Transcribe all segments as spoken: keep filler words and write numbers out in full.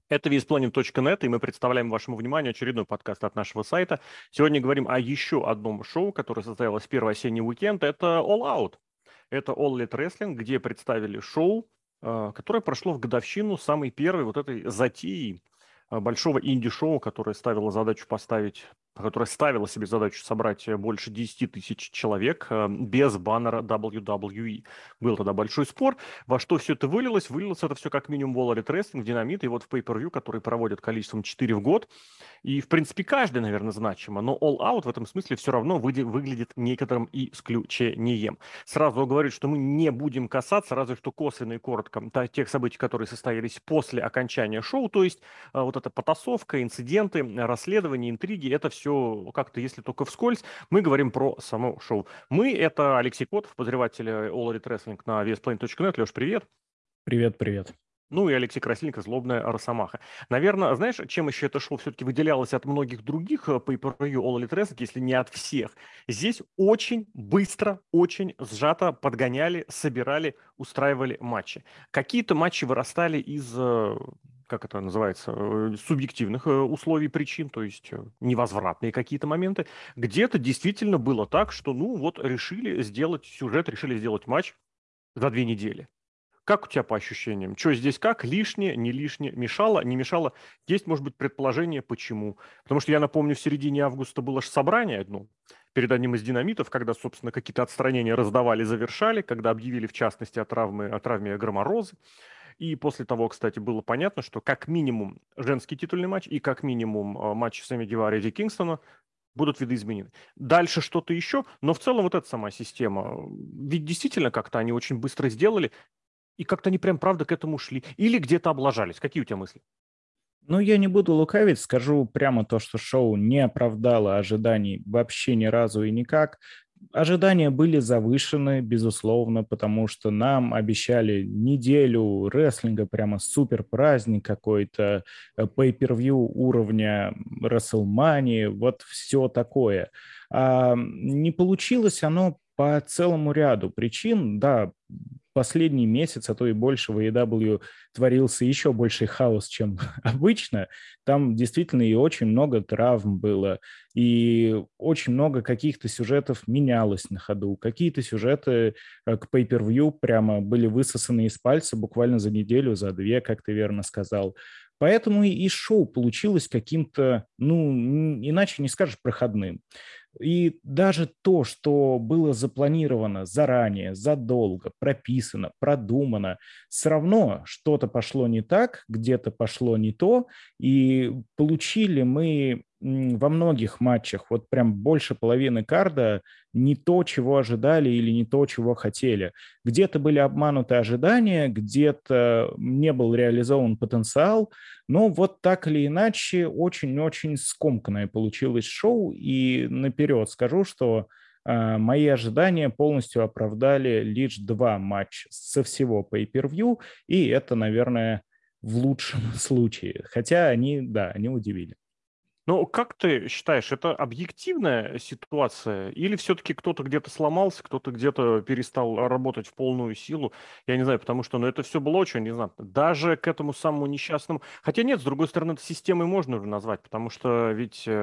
Это весьplanet точка нет, и мы представляем вашему вниманию очередной подкаст от нашего сайта. Сегодня говорим о еще одном шоу, которое состоялось в первый осенний уикенд. Это All Out. Это All Elite Wrestling, где представили шоу, э, которое прошло в годовщину самой первой вот этой затеи э, большого инди-шоу, которое ставило задачу поставить которая ставила себе задачу собрать э, больше десяти тысяч человек э, без баннера дабл ю дабл ю и. Был тогда большой спор, во что все это вылилось. Вылилось это все как минимум в All Elite Wrestling, в Динамит, и вот в Pay-Per-View, который проводят количеством четыре в год. И, в принципе, каждый, наверное, значимо, но All Out в этом смысле все равно выйде- выглядит некоторым исключением. Сразу говорю, что мы не будем касаться, разве что косвенно и коротко, та- тех событий, которые состоялись после окончания шоу, то есть а, вот эта потасовка, инциденты, расследования, интриги, это все как-то, если только вскользь, мы говорим про само шоу. Мы — это Алексей Котов, обозреватель э, All Elite Wrestling на весplanet точка нет. Леш, привет. Привет, привет. Ну и Алексей Красильников, злобная Росомаха. Наверное, знаешь, чем еще это шоу все-таки выделялось от многих других э, pay-per-view All Elite Wrestling, если не от всех? Здесь очень быстро, очень сжато подгоняли, собирали, устраивали матчи. Какие-то матчи вырастали из, э, как это называется, э, субъективных э, условий, причин, то есть э, невозвратные какие-то моменты. Где-то действительно было так, что, ну вот, решили сделать сюжет, решили сделать матч за две недели. Как у тебя по ощущениям? Что здесь как? Лишнее, не лишнее? Мешало, не мешало? Есть, может быть, предположение, почему? Потому что я напомню, в середине августа было же собрание одно перед одним из динамитов, когда, собственно, какие-то отстранения раздавали, завершали, когда объявили, в частности, о травме, о травме Громорозы. И после того, кстати, было понятно, что как минимум женский титульный матч и как минимум э, матч Сэмми Гевара и Эдди Кингстона будут видоизменены. Дальше что-то еще, но в целом вот эта сама система, э, ведь действительно как-то они очень быстро сделали, и как-то они прям правда к этому шли. Или где-то облажались. Какие у тебя мысли? Ну, я не буду лукавить, скажу прямо то, что шоу не оправдало ожиданий вообще ни разу и никак. Ожидания были завышены, безусловно, потому что нам обещали неделю рестлинга, прямо супер праздник какой-то, э, pay-per-view уровня WrestleMania, вот все такое. А, не получилось оно по целому ряду причин. Да, последний месяц, а то и больше в A E W творился еще больший хаос, чем обычно. Там действительно и очень много травм было, и очень много каких-то сюжетов менялось на ходу. Какие-то сюжеты э, к pay-per-view прямо были высосаны из пальца буквально за неделю, за две, как ты верно сказал. Поэтому и и шоу получилось каким-то, ну, н- иначе не скажешь, проходным. И даже то, что было запланировано заранее, задолго, прописано, продумано, все равно что-то пошло не так, где-то пошло не то, и получили мы м, во многих матчах, вот прям больше половины карда, не то, чего ожидали или не то, чего хотели. Где-то были обмануты ожидания, где-то не был реализован потенциал, но вот так или иначе очень-очень скомканное получилось шоу, и наперед скажу, что э, мои ожидания полностью оправдали лишь два матча со всего pay-per-view, и это, наверное, в лучшем случае. Хотя они, да, они удивили. Ну, как ты считаешь, это объективная ситуация или все-таки кто-то где-то сломался, кто-то где-то перестал работать в полную силу? Я не знаю, потому что ну, это все было очень внезапно. Даже к этому самому несчастному... Хотя нет, с другой стороны, это системой можно уже назвать, потому что ведь э,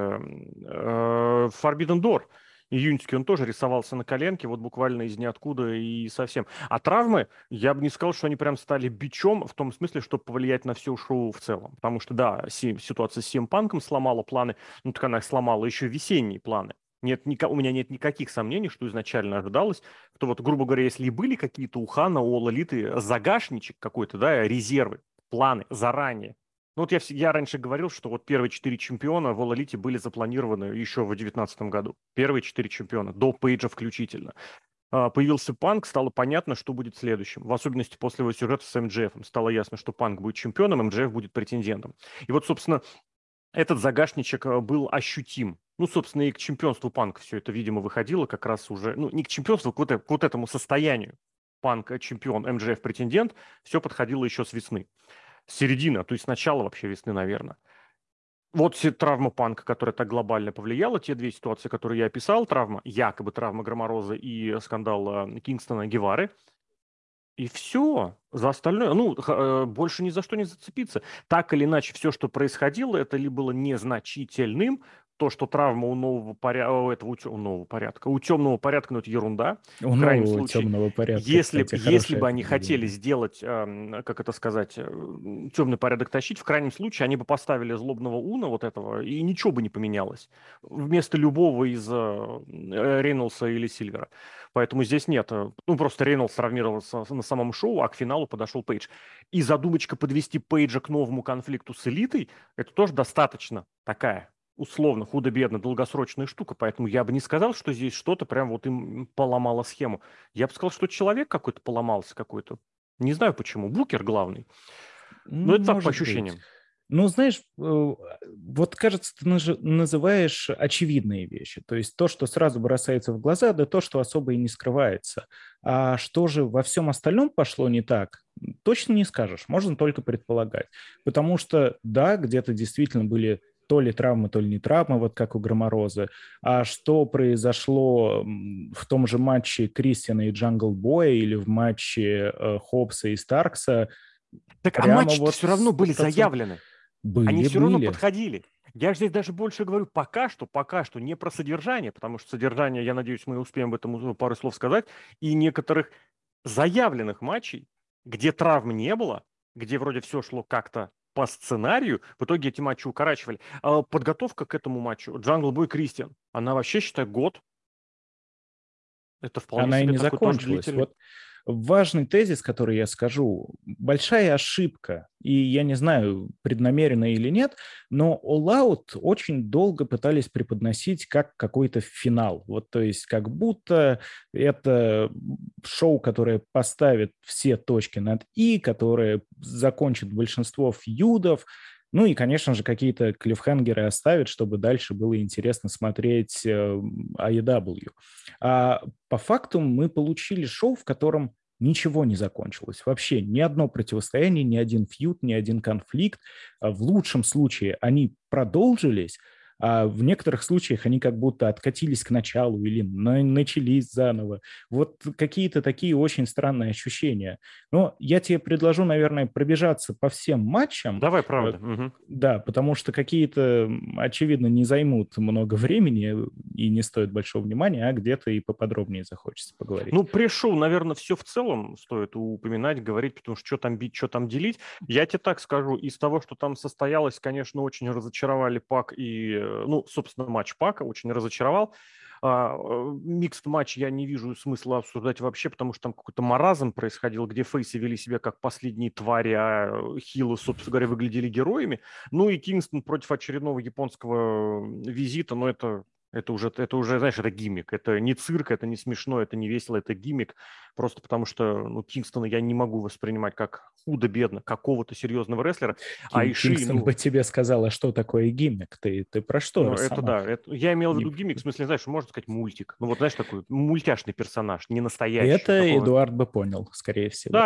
э, Forbidden Door июньский, он тоже рисовался на коленке, вот буквально из ниоткуда и совсем. А травмы, я бы не сказал, что они прям стали бичом в том смысле, чтобы повлиять на все шоу в целом. Потому что, да, си- ситуация с Си Эм Панком сломала планы, ну так она их сломала еще весенние планы. Нет, ника- у меня нет никаких сомнений, что изначально ожидалось, что вот, грубо говоря, если и были какие-то у Хана, у All Elite загашничек какой-то, да, резервы, планы заранее. Ну вот я, вс- я раньше говорил, что вот первые четыре чемпиона в All Elite были запланированы еще в две тысячи девятнадцатом году. Первые четыре чемпиона, до Пейджа включительно. А, появился Панк, стало понятно, что будет следующим. В особенности после его сюжета с эм джей эф. Стало ясно, что Панк будет чемпионом, эм джей эф будет претендентом. И вот, собственно, этот загашничек э, был ощутим. Ну, собственно, и к чемпионству Панк все это, видимо, выходило как раз уже, ну, не к чемпионству, а к вот, э- к вот этому состоянию. Панк э, чемпион, эм джей эф претендент, все подходило еще с весны. С середины, то есть с начала вообще весны, наверное. Вот се- травма Панка, которая так глобально повлияла, те две ситуации, которые я описал, травма, якобы травма Громороза и скандал э, Кингстона Гевары, И все. За остальное, ну, х- э, больше ни за что не зацепиться. Так или иначе, все, что происходило, это ли было незначительным, то, что травма у нового порядка, у этого у, тё- у нового порядка, у темного порядка, ну, это ерунда. У В крайнем нового случае, темного порядка, если, б- кстати, если хорошее бы они хотели определение. сделать, эм, как это сказать, темный порядок тащить, в крайнем случае, они бы поставили злобного Уна вот этого, и ничего бы не поменялось. Вместо любого из э, э, Рейнольдса или Сильвера. Поэтому здесь нет. э, Ну, просто Рейнольдс травмировался на самом шоу, а к финалу подошел Пейдж. И задумочка подвести Пейджа к новому конфликту с Элитой, это тоже достаточно такая, условно, худо-бедно, долгосрочная штука. Поэтому я бы не сказал, что здесь что-то прям вот им поломало схему. Я бы сказал, что человек какой-то поломался какой-то. Не знаю почему. Букер главный. Но это так, по Может быть. ощущениям. Ну, знаешь, э, вот кажется, ты наж- называешь очевидные вещи. То есть то, что сразу бросается в глаза, да то, что особо и не скрывается. А что же во всем остальном пошло не так, точно не скажешь. Можно только предполагать. Потому что, да, где-то действительно были то ли травмы, то ли не травмы, вот как у Громороза. А что произошло м, в том же матче Кристиана и Джангл Боя или в матче э, Хоббса и Старкса, Так, а прямо матчи-то вот все равно сто были процентов заявлены. Они были, все равно были. подходили. Я же здесь даже больше говорю пока что, пока что, не про содержание, потому что содержание, я надеюсь, мы успеем об этом пару слов сказать, и некоторых заявленных матчей, где травм не было, где вроде все шло как-то по сценарию, в итоге эти матчи укорачивали. А подготовка к этому матчу, Джангл Бой Кристиан, она вообще, считай, год. Это вполне Она и себе не такой тоже закончилась. длительный. Вот важный тезис, который я скажу, большая ошибка, и я не знаю, преднамеренно или нет, но All Out очень долго пытались преподносить как какой-то финал. Вот, то есть как будто это шоу, которое поставит все точки над «и», которое закончит большинство фьюдов, ну и, конечно же, какие-то клиффхенгеры оставит, чтобы дальше было интересно смотреть э, эй и дабл ю. А по факту мы получили шоу, в котором ничего не закончилось. Вообще ни одно противостояние, ни один фьюд, ни один конфликт. А в лучшем случае они продолжились, а в некоторых случаях они как будто откатились к началу или на- начались заново. Вот какие-то такие очень странные ощущения. Но я тебе предложу, наверное, пробежаться по всем матчам, Давай, э, правда. Мгм. да, потому что какие-то, очевидно, не займут много времени и не стоят большого внимания, а где-то и поподробнее захочется поговорить. Ну, пришел, наверное, все в целом стоит упоминать, говорить, потому что что там бить, что там делить. Я тебе так скажу, из того, что там состоялось, конечно, очень разочаровали Пак и, э, ну, собственно, матч Пака очень разочаровал. А, э, Микст матч я не вижу смысла обсуждать вообще, потому что там какой-то маразм происходил, где фейсы вели себя как последние твари, а э, хилы, собственно говоря, выглядели героями. Ну и Кингстон против очередного японского э, визита, но это это уже, это уже, знаешь, это гиммик. Это не цирк, это не смешно, это не весело, это гиммик. Просто потому что, ну, Кингстона я не могу воспринимать как худо-бедно какого-то серьезного рестлера. А Кин- Иши, Кингстон бы ну, тебе сказала, что такое гиммик. Ты, ты про что ну, это сама? да. Это, я имел в Не... виду гиммик, в смысле, знаешь, можно сказать мультик. Ну, вот, знаешь, такой мультяшный персонаж, не настоящий. Это Такого. Эдуард бы понял, скорее всего. Да,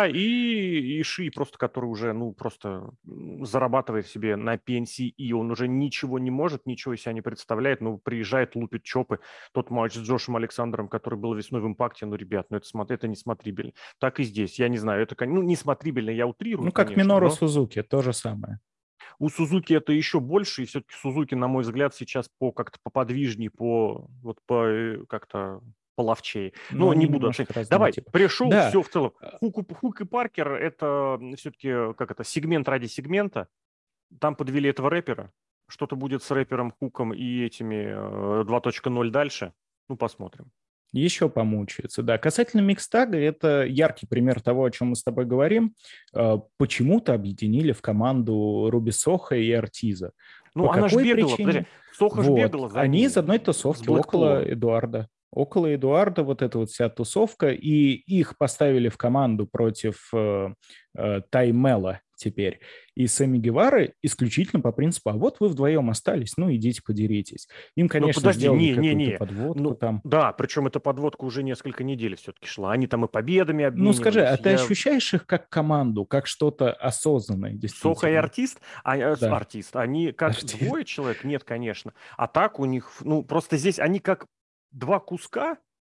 и Иши просто, который уже, ну, просто м, зарабатывает себе на пенсии, и он уже ничего не может, ничего из себя не представляет, ну, приезжает, лупит чопы. Тот матч с Джошем Александром, который был весной в Импакте, ну, ребят, ну, это, смотри, это не смотрибельно. Так и здесь, я не знаю, это, кон- ну, не смотрибельно, я утрирую, Ну, как конечно, Минору но Сузуки, то же самое. у Сузуки это еще больше, и все-таки Сузуки, на мой взгляд, сейчас по как-то поподвижнее, по вот по э, как-то половчее. Но Ну, не они буду немножко оценивать. разного Давай, типа. пришел, Да, все в целом. Хук, и- Хук и Паркер это все-таки как это сегмент ради сегмента. Там подвели этого рэпера. Что-то будет с рэпером Хуком и этими э, два точка ноль дальше. Ну, посмотрим. еще помучаются. Да, касательно микстага, это яркий пример того, о чем мы с тобой говорим. Э, Почему-то объединили в команду Руби Соха и Артиза. По Ну, она ж какой бегала, подожди, причине? Соха ж Вот. бегала за Они из ними одной с тусовки около Блэкпулом. Эдуарда. Около Эдуарда вот эта вот вся тусовка, и их поставили в команду против э, э, Таймела теперь. И Сэмми Гевары исключительно по принципу, а вот вы вдвоем остались, ну идите подеритесь. Им, Ну, конечно, подожди, сделали какую-то не-не-не. подводку Ну, там. да, причем эта подводка уже несколько недель все-таки шла. Они там и победами Ну скажи, а обменивались. ты Я ощущаешь их как команду, как что-то осознанное, Соха и действительно? артист, а, э, с- Да, артист, они как артист. двое человек? Нет, конечно. А так у них, ну, просто здесь они как два куска,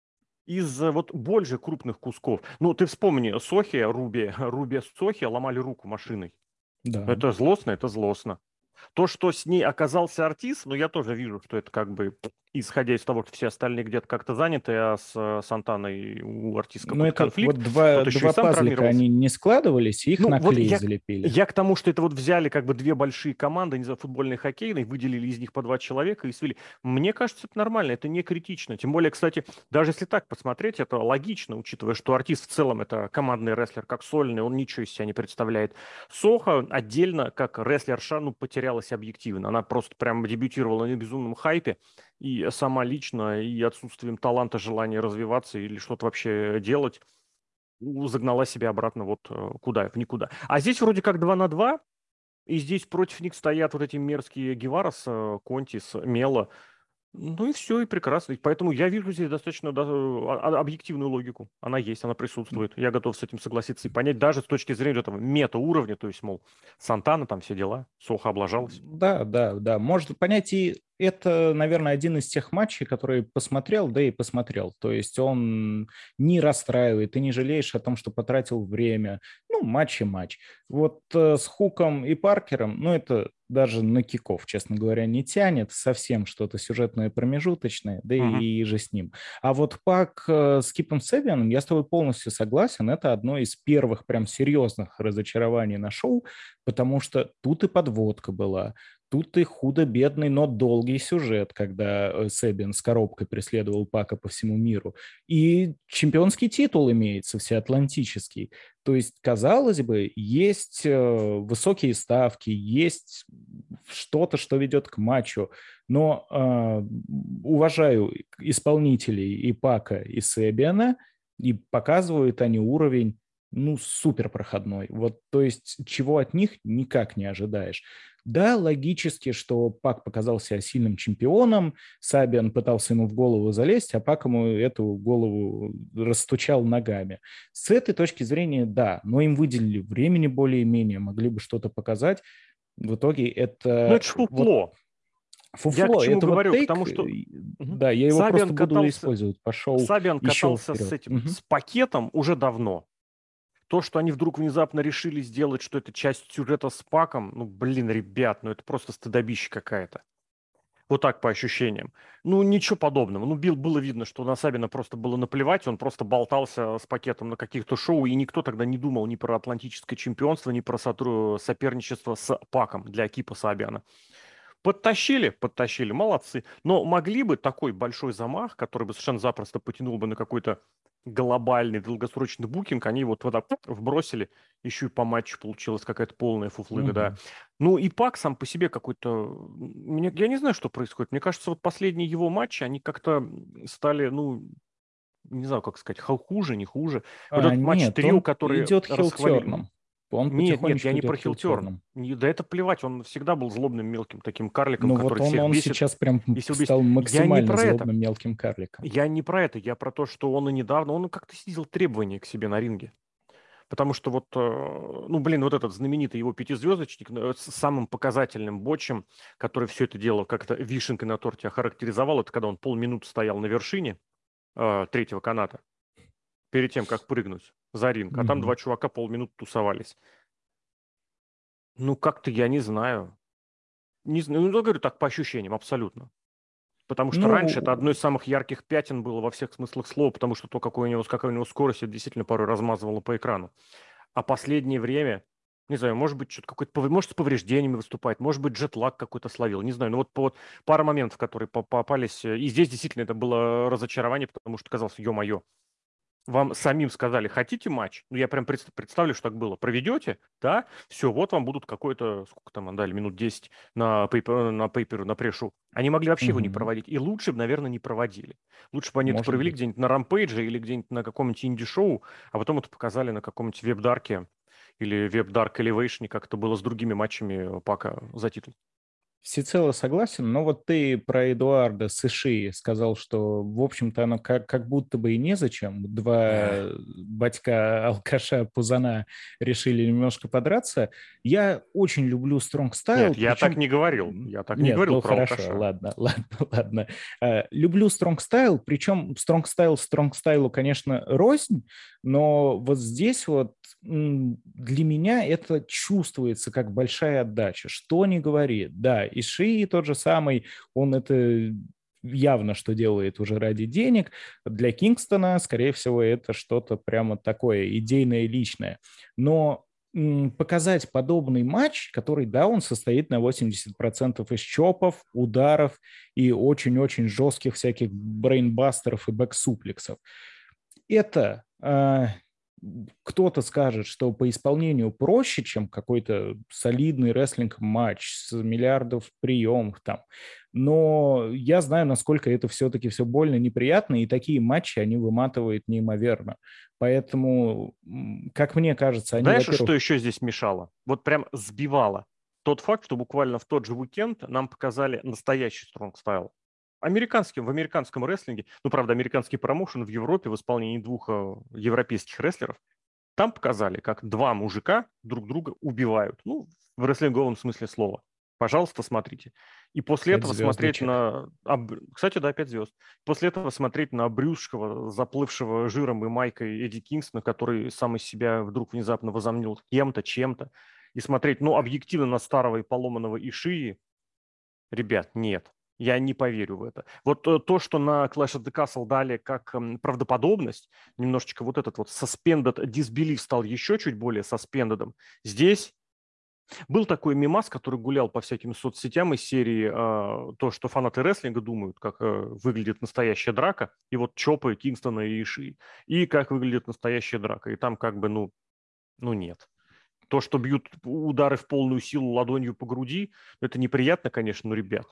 из э, вот больше крупных кусков. Ну, ты вспомни, Сохи, Руби, Руби Сохи ломали руку машиной. Да. Это злостно, это злостно. То, что с ней оказался артист, ну, я тоже вижу, что это как бы, исходя из того, что все остальные где-то как-то заняты, а с э, Сантаной у артиста Но какой-то это конфликт, вот два, тот еще и два сам пазлика, травмировался. они не складывались, их Ну, на вот клей я, залепили. я к тому, что это вот взяли как бы две большие команды, не знаю, футбольные, хоккейные, выделили из них по два человека и свели. Мне кажется, это нормально, это не критично. Тем более, кстати, даже если так посмотреть, это логично, учитывая, что артист в целом это командный рестлер, как сольный, он ничего из себя не представляет. Соха отдельно, как рестлерша, ну, потерялась объективно. Она просто прям дебютировала на безумном хайпе, и сама лично, и отсутствием таланта, желания развиваться или что-то вообще делать у- загнала себя обратно вот э, куда, в никуда. А здесь вроде как два на два, и здесь против них стоят вот эти мерзкие Геварас, э, Контис, Мело. Ну и все, и прекрасно. И поэтому я вижу здесь достаточно да, а- а- объективную логику. Она есть, она присутствует. Я готов с этим согласиться и понять, даже с точки зрения этого мета-уровня, то есть, мол, Сантана, там все дела, Соха облажалась. Да, да, да. Можно понять, и это, наверное, один из тех матчей, которые посмотрел, да и посмотрел. То есть он не расстраивает, ты не жалеешь о том, что потратил время. Ну, матч и матч. Вот э, с Хуком и Паркером, ну, это даже на киков, честно говоря, не тянет. Совсем что-то сюжетное промежуточное, да Мгм. и же с ним. А вот Пак э, с Кипом Себианом, я с тобой полностью согласен, это одно из первых прям серьезных разочарований на шоу, потому что тут и подводка была, тут и худо-бедный, но долгий сюжет, когда э, Себин с коробкой преследовал Пака по всему миру. И чемпионский титул имеется, всеатлантический. То есть, казалось бы, есть э, высокие ставки, есть что-то, что ведет к матчу, но э, уважаю исполнителей и Пака, и Себиана, и показывают они уровень ну, супер проходной. Вот, то есть, чего от них никак не ожидаешь. Да, логически, что Пак показал себя сильным чемпионом, Сабиан пытался ему в голову залезть, а Пак ему эту голову растучал ногами. С этой точки зрения, да, но им выделили времени более-менее, могли бы что-то показать. В итоге Ну, это это ж вот фуфло. Я к фуфло, чему это вот говорю? К тейк, тому, что э, Мгм. да, я его Сабиан просто буду катался, использовать, пошел Сабиан еще катался с вперед. этим, Мгм. с пакетом уже давно. То, что они вдруг внезапно решили сделать, что это часть сюжета с Паком, ну, блин, ребят, ну это просто стыдобища какая-то. Вот так по ощущениям. Ну, ничего подобного. Ну, Билл, было видно, что на Сабина просто было наплевать, он просто болтался с пакетом на каких-то шоу, и никто тогда не думал ни про атлантическое чемпионство, ни про сотру- соперничество с Паком для Кипа Сабиана. Подтащили, подтащили, молодцы. Но могли бы такой большой замах, который бы совершенно запросто потянул бы на какой-то глобальный долгосрочный букинг, они вот туда вбросили, еще и по матчу получилась какая-то полная фуфлыга, да. Мгм. Ну и Пак сам по себе какой-то... мне- Я не знаю, что происходит. Мне кажется, вот последние его матчи, они как-то стали, ну, не знаю, как сказать, ху- хуже, не хуже. Вот А, этот матч нет, трио, он который идет расхвалили. хилтерном. Он Нет, нет, я потихонечку не идет про Хилтерн. хилтерном. Не- Да это плевать, он всегда был злобным мелким таким карликом, Ну вот который он, всех он бесит, сейчас прям если убесит. стал Я не максимально про это. злобным мелким карликом. Я не про это. Я про то, что он и недавно, он как-то снизил требования к себе на ринге. Потому что вот, э, ну, блин, вот этот знаменитый его пятизвездочник э, с самым показательным ботчем, который все это дело как-то вишенкой на торте охарактеризовал, это когда он полминуты стоял на вершине э, третьего каната перед тем, как прыгнуть за ринг, а там Мгм. два чувака полминуты тусовались. Ну, как-то я не знаю. Не знаю, ну, я говорю так по ощущениям, абсолютно. Потому что раньше это одно Ну, из самых ярких пятен было во всех смыслах слова, потому что то, какой у него, какая у него скорость, это действительно порой размазывало по экрану. А последнее время, не знаю, может быть, что-то какое-то, пов- может, с повреждениями выступает, может быть, джетлаг какой-то словил, не знаю. Но вот, по- вот пара моментов, которые по- попались, э, и здесь действительно это было разочарование, потому что казалось, ё-моё, вам самим сказали, хотите матч? Ну, я прям пред- представлю, что так было. Проведете, да? Все, вот вам будут какое-то, сколько там дали, минут десять на пейпер, на пейперу, на прешу. Они могли вообще его не мгм. проводить. И лучше бы, наверное, не проводили. Лучше бы они это Может провели быть. где-нибудь на рампейдже или где-нибудь на каком-нибудь инди-шоу, а потом это показали на каком-нибудь веб-дарке или веб-дарк элевейшне, как это было с другими матчами Пака за титул. Всецело согласен, но вот ты про Эдуарда Сыши сказал, что, в общем-то, оно как, как будто бы и незачем. Эх. Два батька-алкаша Пузана решили немножко подраться. Я очень люблю Strong Style, Нет, я так причем... не говорил. м, Я так не Нет, говорил ну про хорошо, алкаша. ладно, ладно, ладно. Э, Люблю Strong Style, причем Strong Style Strong Style, конечно, рознь, но вот здесь вот м, для меня это чувствуется как большая отдача. Что ни говори, да, и Шии тот же самый, он это явно что делает уже ради денег. Для Кингстона, скорее всего, это что-то прямо такое идейное, личное. Но м, показать подобный матч, который, да, он состоит на восемьдесят процентов из чопов, ударов и очень-очень жестких всяких брейнбастеров и бэксуплексов. Это э, кто-то скажет, что по исполнению проще, чем какой-то солидный рестлинг-матч с миллиардов приемов там. Но я знаю, насколько это все-таки все больно, неприятно, и такие матчи, они выматывают неимоверно. Поэтому, м, как мне кажется, они, Знаешь, что во-первых, еще здесь мешало? Вот прям сбивало. Тот факт, что буквально в тот же уикенд нам показали настоящий Strong Style. Американским, в американском рестлинге, ну, правда, американский промоушен в Европе в исполнении двух э, европейских рестлеров, там показали, как два мужика друг друга убивают. Ну, в рестлинговом смысле слова. Пожалуйста, смотрите. И после пять этого смотреть звездочек. на... об- Кстати, да, пять звезд. После этого смотреть на брюшского, заплывшего жиром и майкой Эдди Кингстона, который сам из себя вдруг внезапно возомнил кем-то, чем-то. И смотреть, ну, объективно на старого и поломанного Ишии. Ребят, нет. Я не поверю в это. Вот э, то, что на Clash of the Castle дали как эм, правдоподобность, немножечко вот этот вот suspended disbelief стал еще чуть более suspended. Здесь был такой мемас, который гулял по всяким соцсетям из серии э, то, что фанаты рестлинга думают, как э, выглядит настоящая драка, и вот чопы Кингстона и Иши, и как выглядит настоящая драка. И там как бы, ну, ну нет. То, что бьют удары в полную силу ладонью по груди, это неприятно, конечно, но, ребят,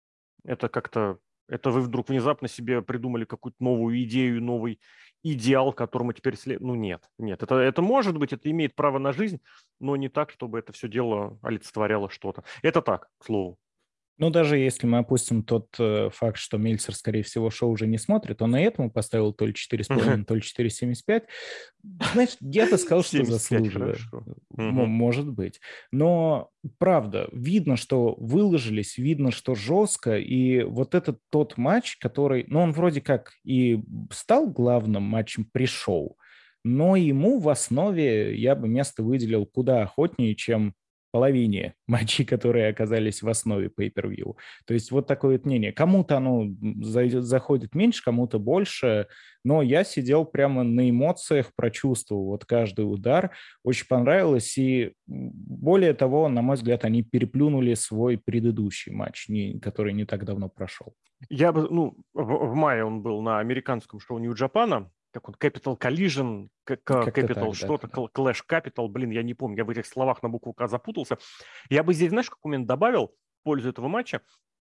это как-то... Это вы вдруг внезапно себе придумали какую-то новую идею, новый идеал, которому теперь след... Ну нет, нет. Это, это может быть, это имеет право на жизнь, но не так, чтобы это все дело олицетворяло что-то. Это так, к слову. Ну, даже если мы опустим тот э, факт, что Мельцер, скорее всего, шоу уже не смотрит, он и этому поставил то ли четыре с половиной, то ли четыре семьдесят пять. Знаешь, я бы сказал, что семьдесят пять, заслуженно. хорошо. М- Мгм. Может быть. Но, правда, видно, что выложились, видно, что жестко. И вот этот тот матч, который... Ну, он вроде как и стал главным матчем при шоу, но ему в основе я бы место выделил куда охотнее, чем половине матчей, которые оказались в основе pay-per-view. То есть вот такое вот мнение. Кому-то оно зайдет- заходит меньше, кому-то больше, но я сидел прямо на эмоциях, прочувствовал вот каждый удар. Очень понравилось, и более того, на мой взгляд, они переплюнули свой предыдущий матч, не- который не так давно прошел. Я бы, ну, в, в мае он был на американском шоу New Japan, как он, Capital Collision, как Как-то Capital так, да, что-то, да. Cl- Clash Capital, блин, я не помню, я в этих словах на букву К запутался. Я бы здесь, знаешь, как момент добавил в пользу этого матча,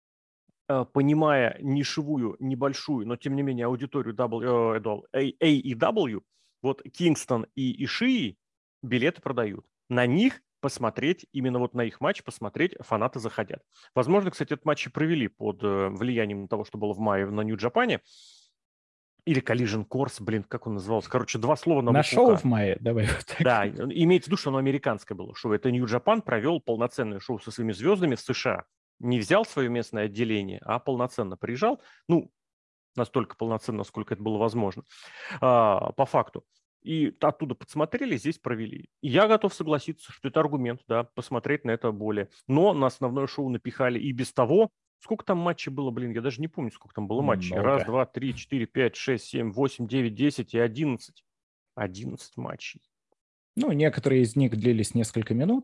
э, понимая нишевую, небольшую, но тем не менее аудиторию W, э, это, A, A и W, вот Кингстон и Ишии билеты продают. На них посмотреть, именно вот на их матч посмотреть фанаты заходят. Возможно, кстати, этот матч и провели под э, влиянием того, что было в мае на Нью-Джапане, или Collision Course, блин, как он назывался? Короче, два слова на На букву шоу в К. мае, давай вот так. Да, имеется в виду, что оно американское было шоу. Это Нью-Джапан провел полноценное шоу со своими звездами в США. Не взял свое местное отделение, а полноценно приезжал. Ну, настолько полноценно, насколько это было возможно, а, по факту. И оттуда подсмотрели, здесь провели. И я готов согласиться, что это аргумент, да, посмотреть на это более. Но на основное шоу напихали и без того. Сколько там матчей было, блин, я даже не помню, сколько там было матчей. Раз, Много. два, три, четыре, пять, шесть, семь, восемь, девять, десять и одиннадцать. Одиннадцать матчей. Ну, некоторые из них длились несколько минут,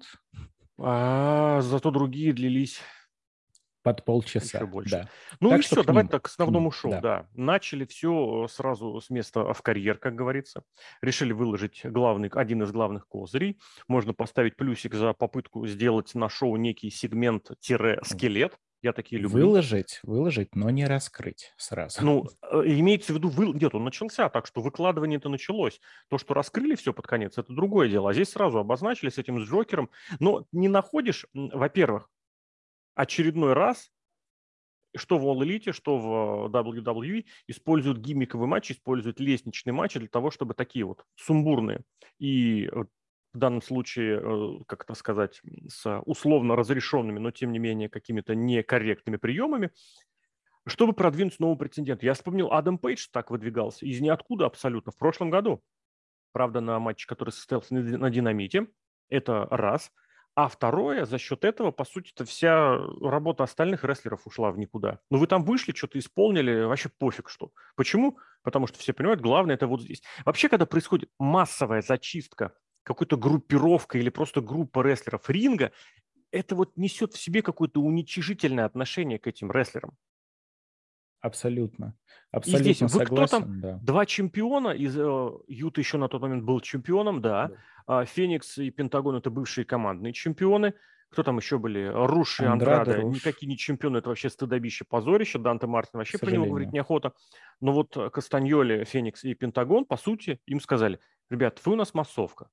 А зато другие длились под еще полчаса, больше. да. Ну и Так что все, к давай ним, так к к основному ним, шоу, да. да. Начали все сразу с места в карьер, как говорится. Решили выложить главный, один из главных козырей. Можно поставить плюсик за попытку сделать на шоу некий сегмент-скелет. Я такие люблю. Выложить, выложить, но не раскрыть сразу. Ну, э, имеется в виду, вы... нет, он начался, так что выкладывание это началось. То, что раскрыли все под конец, это другое дело. А здесь сразу обозначили с этим с Джокером. Но не находишь, м, во-первых, очередной раз, что в All Elite, что в дабл ю дабл ю и, используют гиммиковые матчи, используют лестничные матчи для того, чтобы такие вот сумбурные и в данном случае, как это сказать, с условно разрешенными, но тем не менее какими-то некорректными приемами, чтобы продвинуть нового претендента. Я вспомнил, Адам Пейдж так выдвигался из ниоткуда абсолютно в прошлом году. Правда, на матче, который состоялся на Динамите. Это раз. А второе, за счет этого, по сути-то, вся работа остальных рестлеров ушла в никуда. Ну, вы там вышли, что-то исполнили, вообще пофиг что. Почему? Потому что все понимают, главное это вот здесь. Вообще, когда происходит массовая зачистка, какой-то группировка или просто группа рестлеров ринга, это вот несет в себе какое-то уничижительное отношение к этим рестлерам. Абсолютно. И здесь Абсолютно вы кто там? согласен, да. Два чемпиона, из э, Юта еще на тот момент был чемпионом, да. А Феникс и Пентагон – это бывшие командные чемпионы. Кто там еще были? Руш и Андрада, Андрада. Руш, Никакие не чемпионы, это вообще стыдобище, позорище. Данте Мартин к вообще про него говорить сожалению. неохота. Но вот Кастаньоли, Феникс и Пентагон, по сути, им сказали: ребят, вы у нас массовка.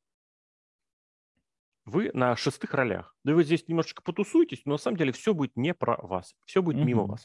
Вы на шестых ролях. Да вы здесь немножечко потусуетесь, но на самом деле все будет не про вас. Все будет мимо Мгм. вас.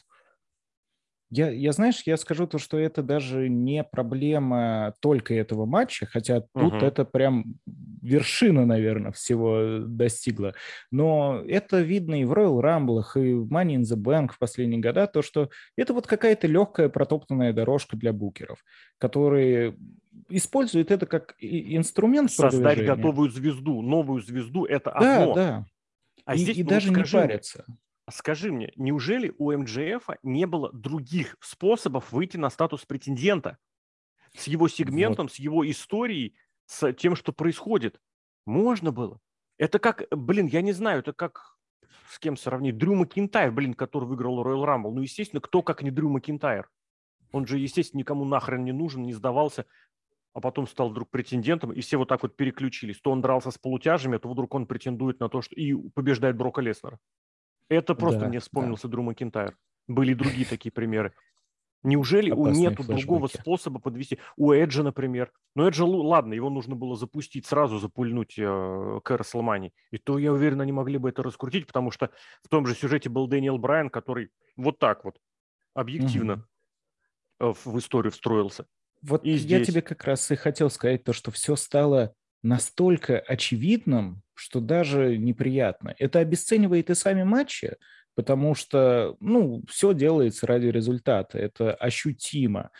Я, я, знаешь, я скажу то, что это даже не проблема только этого матча, хотя тут Угу. это прям вершина, наверное, всего достигла. Но это видно и в Royal Rumble, и в Money in the Bank в последние года, то, что это вот какая-то легкая протоптанная дорожка для букеров, которые используют это как и- инструмент Создать продвижения. готовую звезду, новую звезду – это Да, одно. да. А И, здесь, и ну вот даже не скажи мне, парятся. скажи мне, неужели у эм джей эф не было других способов выйти на статус претендента с его Вот. сегментом, с его историей, с тем, что происходит? Можно было. Это как, блин, я не знаю, это как с кем сравнить? Дрю Макинтайр, блин, который выиграл Royal Rumble. Ну, естественно, кто как не Дрю Макинтайр? Он же, естественно, никому нахрен не нужен, не сдавался, а потом стал вдруг претендентом, и все вот так вот переключились. То он дрался с полутяжами, то вдруг он претендует на то, что и побеждает Брока Леснера. Это просто Да, мне да. вспомнился Дрю Макинтайр. Были и другие такие примеры. Неужели у Опасные нету другого флешбеки. способа подвести? У Эджа, например. Но Эджа, ладно, его нужно было запустить сразу, запульнуть э, к Расселмани. И то, я уверен, они могли бы это раскрутить, потому что в том же сюжете был Дэниел Брайан, который вот так вот объективно Мгм. э, в, в историю встроился. Вот И я тебе здесь. как раз и хотел сказать то, что все стало настолько очевидным, что даже неприятно. Это обесценивает и сами матчи, потому что, ну, все делается ради результата, это ощутимо.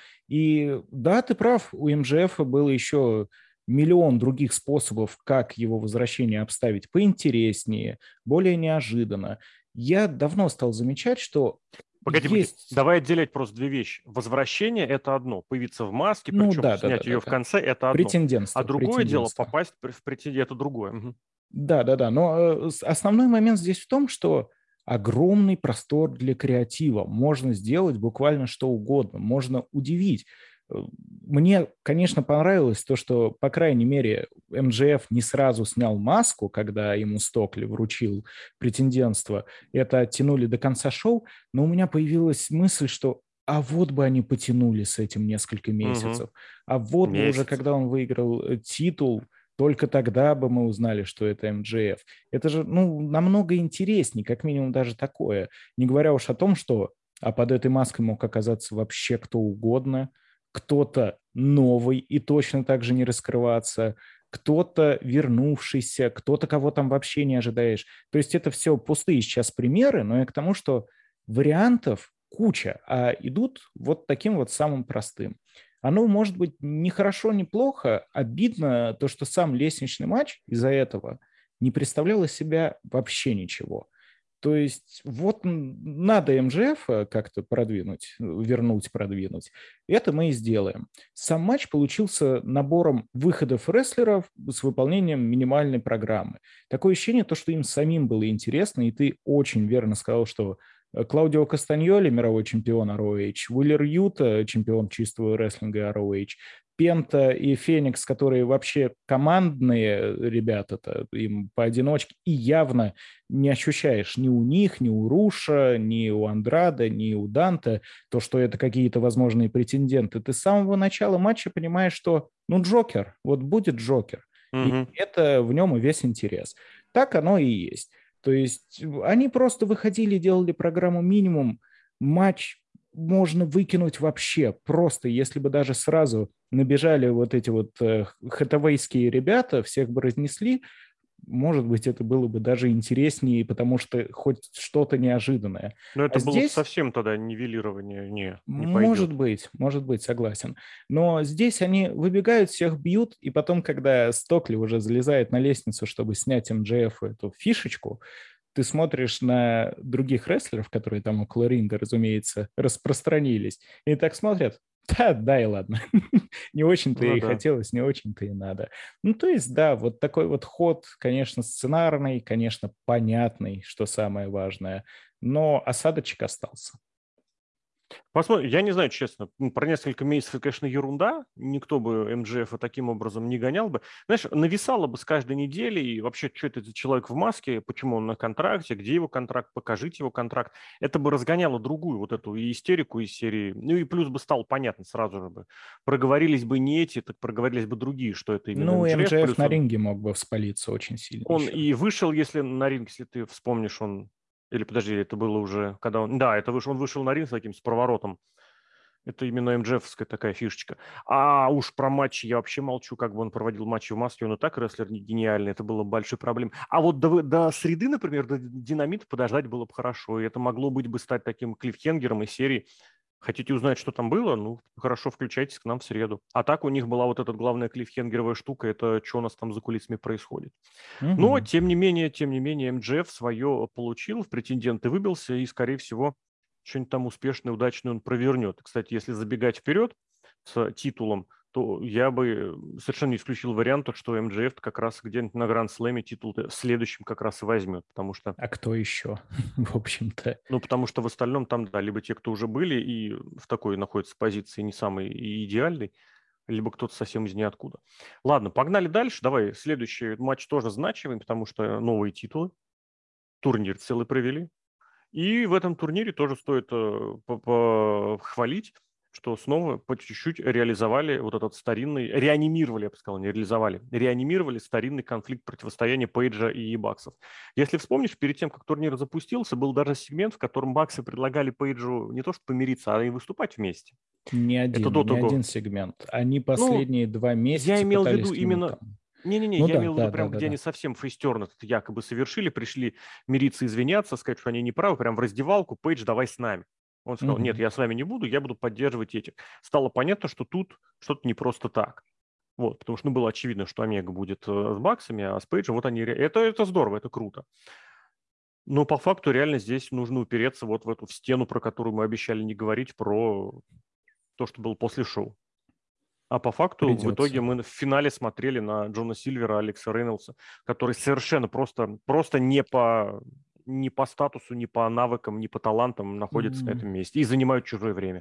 И да, ты прав, у эм джей эф было еще миллион других способов, как его возвращение обставить поинтереснее, более неожиданно. Я давно стал замечать, что Погоди, погоди. есть... Давай отделять просто две вещи. Возвращение – это одно. Появиться в маске, Ну причем да, да, да, снять да, ее в да. конце – это одно. А Претендентство, другое дело – претендентство. попасть в претендент – это другое. Мгм. Да, да, да. Но э, с- основной момент здесь в том, что огромный простор для креатива. Можно сделать буквально что угодно. Можно удивить. Э, Мне, конечно, понравилось то, что, по крайней мере, эм джей эф не сразу снял маску, когда ему Стокли вручил претендентство. Это оттянули до конца шоу. Но у меня появилась мысль, что а вот бы они потянули с этим несколько Мгм. месяцев. А вот бы уже, Месяцев. когда он выиграл э, титул, только тогда бы мы узнали, что это эм джей эф. Это же, ну, намного интереснее, как минимум даже такое. Не говоря уж о том, что а под этой маской мог оказаться вообще кто угодно, кто-то новый и точно так же не раскрываться, кто-то вернувшийся, кто-то, кого там вообще не ожидаешь. То есть это все пустые сейчас примеры, но и к тому, что вариантов куча, а идут вот таким вот самым простым. Оно может быть ни хорошо, ни плохо. Обидно то, что сам лестничный матч из-за этого не представлял из себя вообще ничего. То есть вот надо эм джей эф как-то продвинуть, вернуть, продвинуть. Это мы и сделаем. Сам матч получился набором выходов рестлеров с выполнением минимальной программы. Такое ощущение, то, что им самим было интересно, и ты очень верно сказал, что Клаудио Кастаньоли, мировой чемпион ар о эйч, Уиллер Юта, чемпион чистого рестлинга ар о эйч, Пента и Феникс, которые вообще командные ребята-то, им поодиночке, и явно не ощущаешь ни у них, ни у Руша, ни у Андрада, ни у Данте то, что это какие-то возможные претенденты. Ты с самого начала матча понимаешь, что ну Джокер, вот будет Джокер. И Мгм. это в нем и весь интерес. Так оно и есть. То есть они просто выходили, делали программу минимум, матч можно выкинуть вообще. Просто если бы даже сразу набежали вот эти вот э, хэтавейские ребята, всех бы разнесли, может быть, это было бы даже интереснее, потому что хоть что-то неожиданное. Но А это было бы здесь, совсем тогда нивелирование. Не, не может пойдет. быть, может быть, согласен. Но здесь они выбегают, всех бьют, и потом, когда Стокли уже залезает на лестницу, чтобы снять эм джей эф эту фишечку, ты смотришь на других рестлеров, которые там около ринга, разумеется, распространились, и так смотрят, да, да и ладно. Не очень-то Ну и да. хотелось, не очень-то и надо. Ну, то есть, да, вот такой вот ход, конечно, сценарный, конечно, понятный, что самое важное, но осадочек остался. Посмотрим. Я не знаю, честно. Ну, про несколько месяцев, это, конечно, ерунда. Никто бы эм джей эф таким образом не гонял бы. Знаешь, нависало бы с каждой недели, и вообще, что это за человек в маске, почему он на контракте, где его контракт, покажите его контракт. Это бы разгоняло другую вот эту истерику из серии. Ну и плюс бы стало понятно сразу же бы. Проговорились бы не эти, так проговорились бы другие, что это именно Ну, эм джей эф. эм джей эф Плюс на он ринге мог бы вспалиться очень сильно Он еще. и вышел, если на ринг, если ты вспомнишь, он... Или подожди, это было уже, когда он... Да, это вышел, он вышел на ринг с таким, с проворотом. Это именно эм джей эф-овская такая фишечка. А уж про матчи я вообще молчу, как бы он проводил матчи в маске, он и так рестлер не гениальный, это было большой проблем. А вот до, до среды, например, до Динамита подождать было бы хорошо, и это могло быть бы стать таким клиффхенгером из серии. Хотите узнать, что там было? Ну, хорошо, включайтесь к нам в среду. А так у них была вот эта главная клиффхенгеровая штука, это что у нас там за кулисами происходит. Но, Мгм. тем не менее, тем не менее, эм джей эф свое получил, в претенденты выбился, и, скорее всего, что-нибудь там успешное, удачное он провернет. Кстати, если забегать вперед с титулом, то я бы совершенно не исключил вариант, что эм джей эф как раз где-нибудь на Гранд Слэме титул следующим как раз и возьмет, потому что, А кто еще, в общем-то? ну, потому что в остальном там, да, либо те, кто уже были и в такой находится позиции не самой идеальной, либо кто-то совсем из ниоткуда. Ладно, погнали дальше. Давай, следующий матч тоже значимый, потому что новые титулы. Турнир целый провели. И в этом турнире тоже стоит э, похвалить, что снова по чуть-чуть реализовали вот этот старинный, реанимировали, я бы сказал, не реализовали, реанимировали старинный конфликт противостояния Пейджа и Баксов. Если вспомнишь, перед тем, как турнир запустился, был даже сегмент, в котором Баксы предлагали Пейджу не то что помириться, а и выступать вместе. Не Это один, до не один того. сегмент. Они Ну, последние два я месяца имел в пытались виду к нему именно... там. Не-не-не, Ну я да, имел в виду да, да, прям, да, где они да. совсем фейстерн этот якобы совершили, пришли мириться, извиняться, сказать, что они не правы, прям в раздевалку, Пейдж, давай с нами. Он сказал, нет, Мгм. я с вами не буду, я буду поддерживать этих. Стало понятно, что тут что-то не просто так. Вот, потому что ну, было очевидно, что Омега будет э, с Баксами, а с Пейджем вот они... ре- Это, это здорово, это круто. Но по факту реально здесь нужно упереться вот в эту в стену, про которую мы обещали не говорить, про то, что было после шоу. А по факту в итоге Придется. мы в финале смотрели на Джона Сильвера, Алекса Рейнольдса, который совершенно просто, просто не по, не по статусу, не по навыкам, не по талантам находится на М, этом месте и занимают чужое время.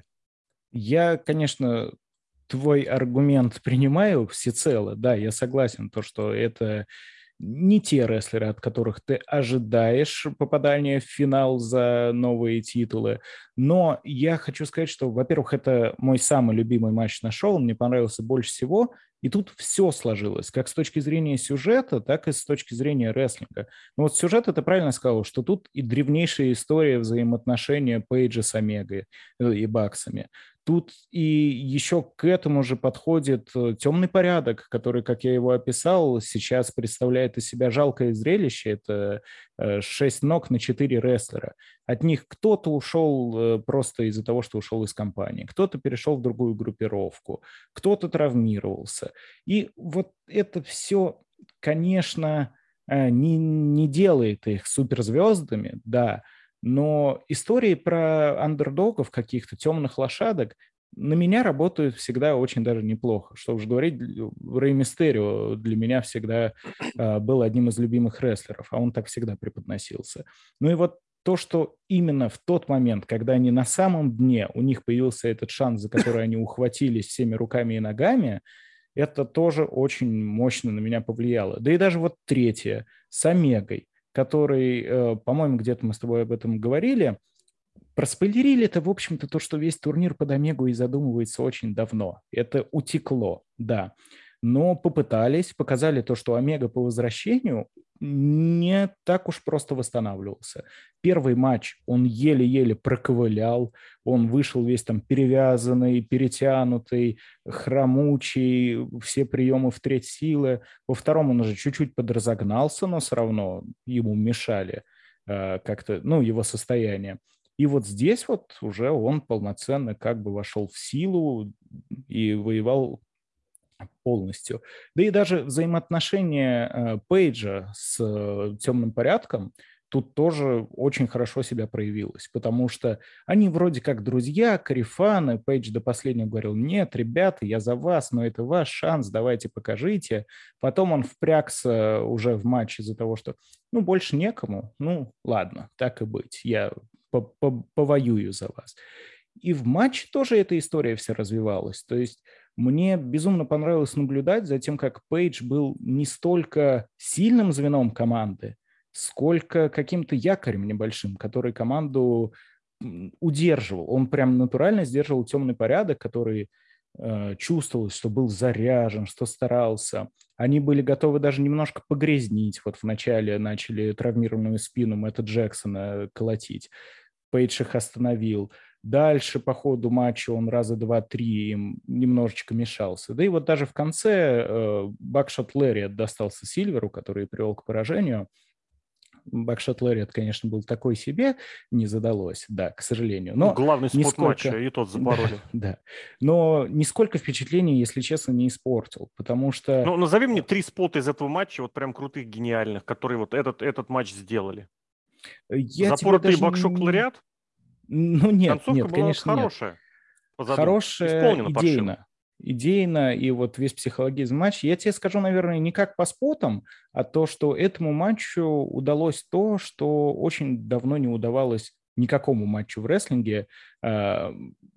Я, конечно, твой аргумент принимаю всецело. Да, я согласен, то, что это не те рестлеры, от которых ты ожидаешь попадания в финал за новые титулы. Но я хочу сказать, что, во-первых, это мой самый любимый матч на шоу, он мне понравился больше всего. И тут все сложилось, как с точки зрения сюжета, так и с точки зрения рестлинга. Ну вот сюжет, это правильно сказал, что тут и древнейшая история взаимоотношения Пейджа с Омегой э, и Баксами. Тут и еще к этому же подходит э, темный порядок, который, как я его описал, сейчас представляет из себя жалкое зрелище. Это э, шесть ног на четыре рестлера. От них кто-то ушел э, просто из-за того, что ушел из компании, кто-то перешел в другую группировку, кто-то травмировался. И вот это все, конечно, э, не, не делает их суперзвездами, да, но истории про андердогов, каких-то темных лошадок, на меня работают всегда очень даже неплохо. Что уж говорить, Рэй Мистерио для меня всегда э, был одним из любимых рестлеров, а он так всегда преподносился. Ну и вот то, что именно в тот момент, когда они на самом дне, у них появился этот шанс, за который они ухватились всеми руками и ногами, это тоже очень мощно на меня повлияло. Да и даже вот третье, с Омегой, который, э, по-моему, где-то мы с тобой об этом говорили, проспойлерили это, в общем-то, то, что весь турнир под Омегу и задумывается очень давно. Это утекло, да. Но попытались, показали то, что Омега по возвращению не так уж просто восстанавливался. Первый матч он еле-еле проковылял, он вышел весь там перевязанный, перетянутый, хромучий, все приемы в треть силы. Во втором он уже чуть-чуть подразогнался, но все равно ему мешали э, как-то, ну, его состояние. И вот здесь вот уже он полноценно как бы вошел в силу и воевал полностью. Да и даже взаимоотношения э, Пейджа с э, темным порядком тут тоже очень хорошо себя проявилось, потому что они вроде как друзья, корефаны. Пейдж до последнего говорил: нет, ребята, я за вас, но это ваш шанс, давайте покажите. Потом он впрягся уже в матч из-за того, что ну больше некому, ну ладно, так и быть, я повоюю за вас. И в матче тоже эта история вся развивалась. То есть мне безумно понравилось наблюдать за тем, как Пейдж был не столько сильным звеном команды, сколько каким-то якорем небольшим, который команду удерживал. Он прям натурально сдерживал темный порядок, который э, чувствовалось, что был заряжен, что старался. Они были готовы даже немножко погрязнить. Вот вначале начали травмированную спину Мэтта Джексона колотить. Пейдж их остановил. Дальше по ходу матча он раза два-три им немножечко мешался. Да и вот даже в конце э, бакшот Лэриат достался Сильверу, который привел к поражению. Бакшот Лэриат, конечно, был такой себе, не задалось, да, к сожалению. Ну, Но главный спот нисколько... матча, и тот Да, запороли. да. Но нисколько впечатлений, если честно, не испортил, потому что... Ну, назови мне три спота из этого матча, вот прям крутых, гениальных, которые вот этот, этот матч сделали. Я тебе Запоротый даже... бакшот Лэриат? Ну, нет, Концовка нет, была конечно, нет. хорошая по задумке. Хорошая Исполнена паршиво. идейно. Идейно, и вот весь психологизм матча. Я тебе скажу, наверное, не как по спотам, а то, что этому матчу удалось то, что очень давно не удавалось никакому матчу в рестлинге, э,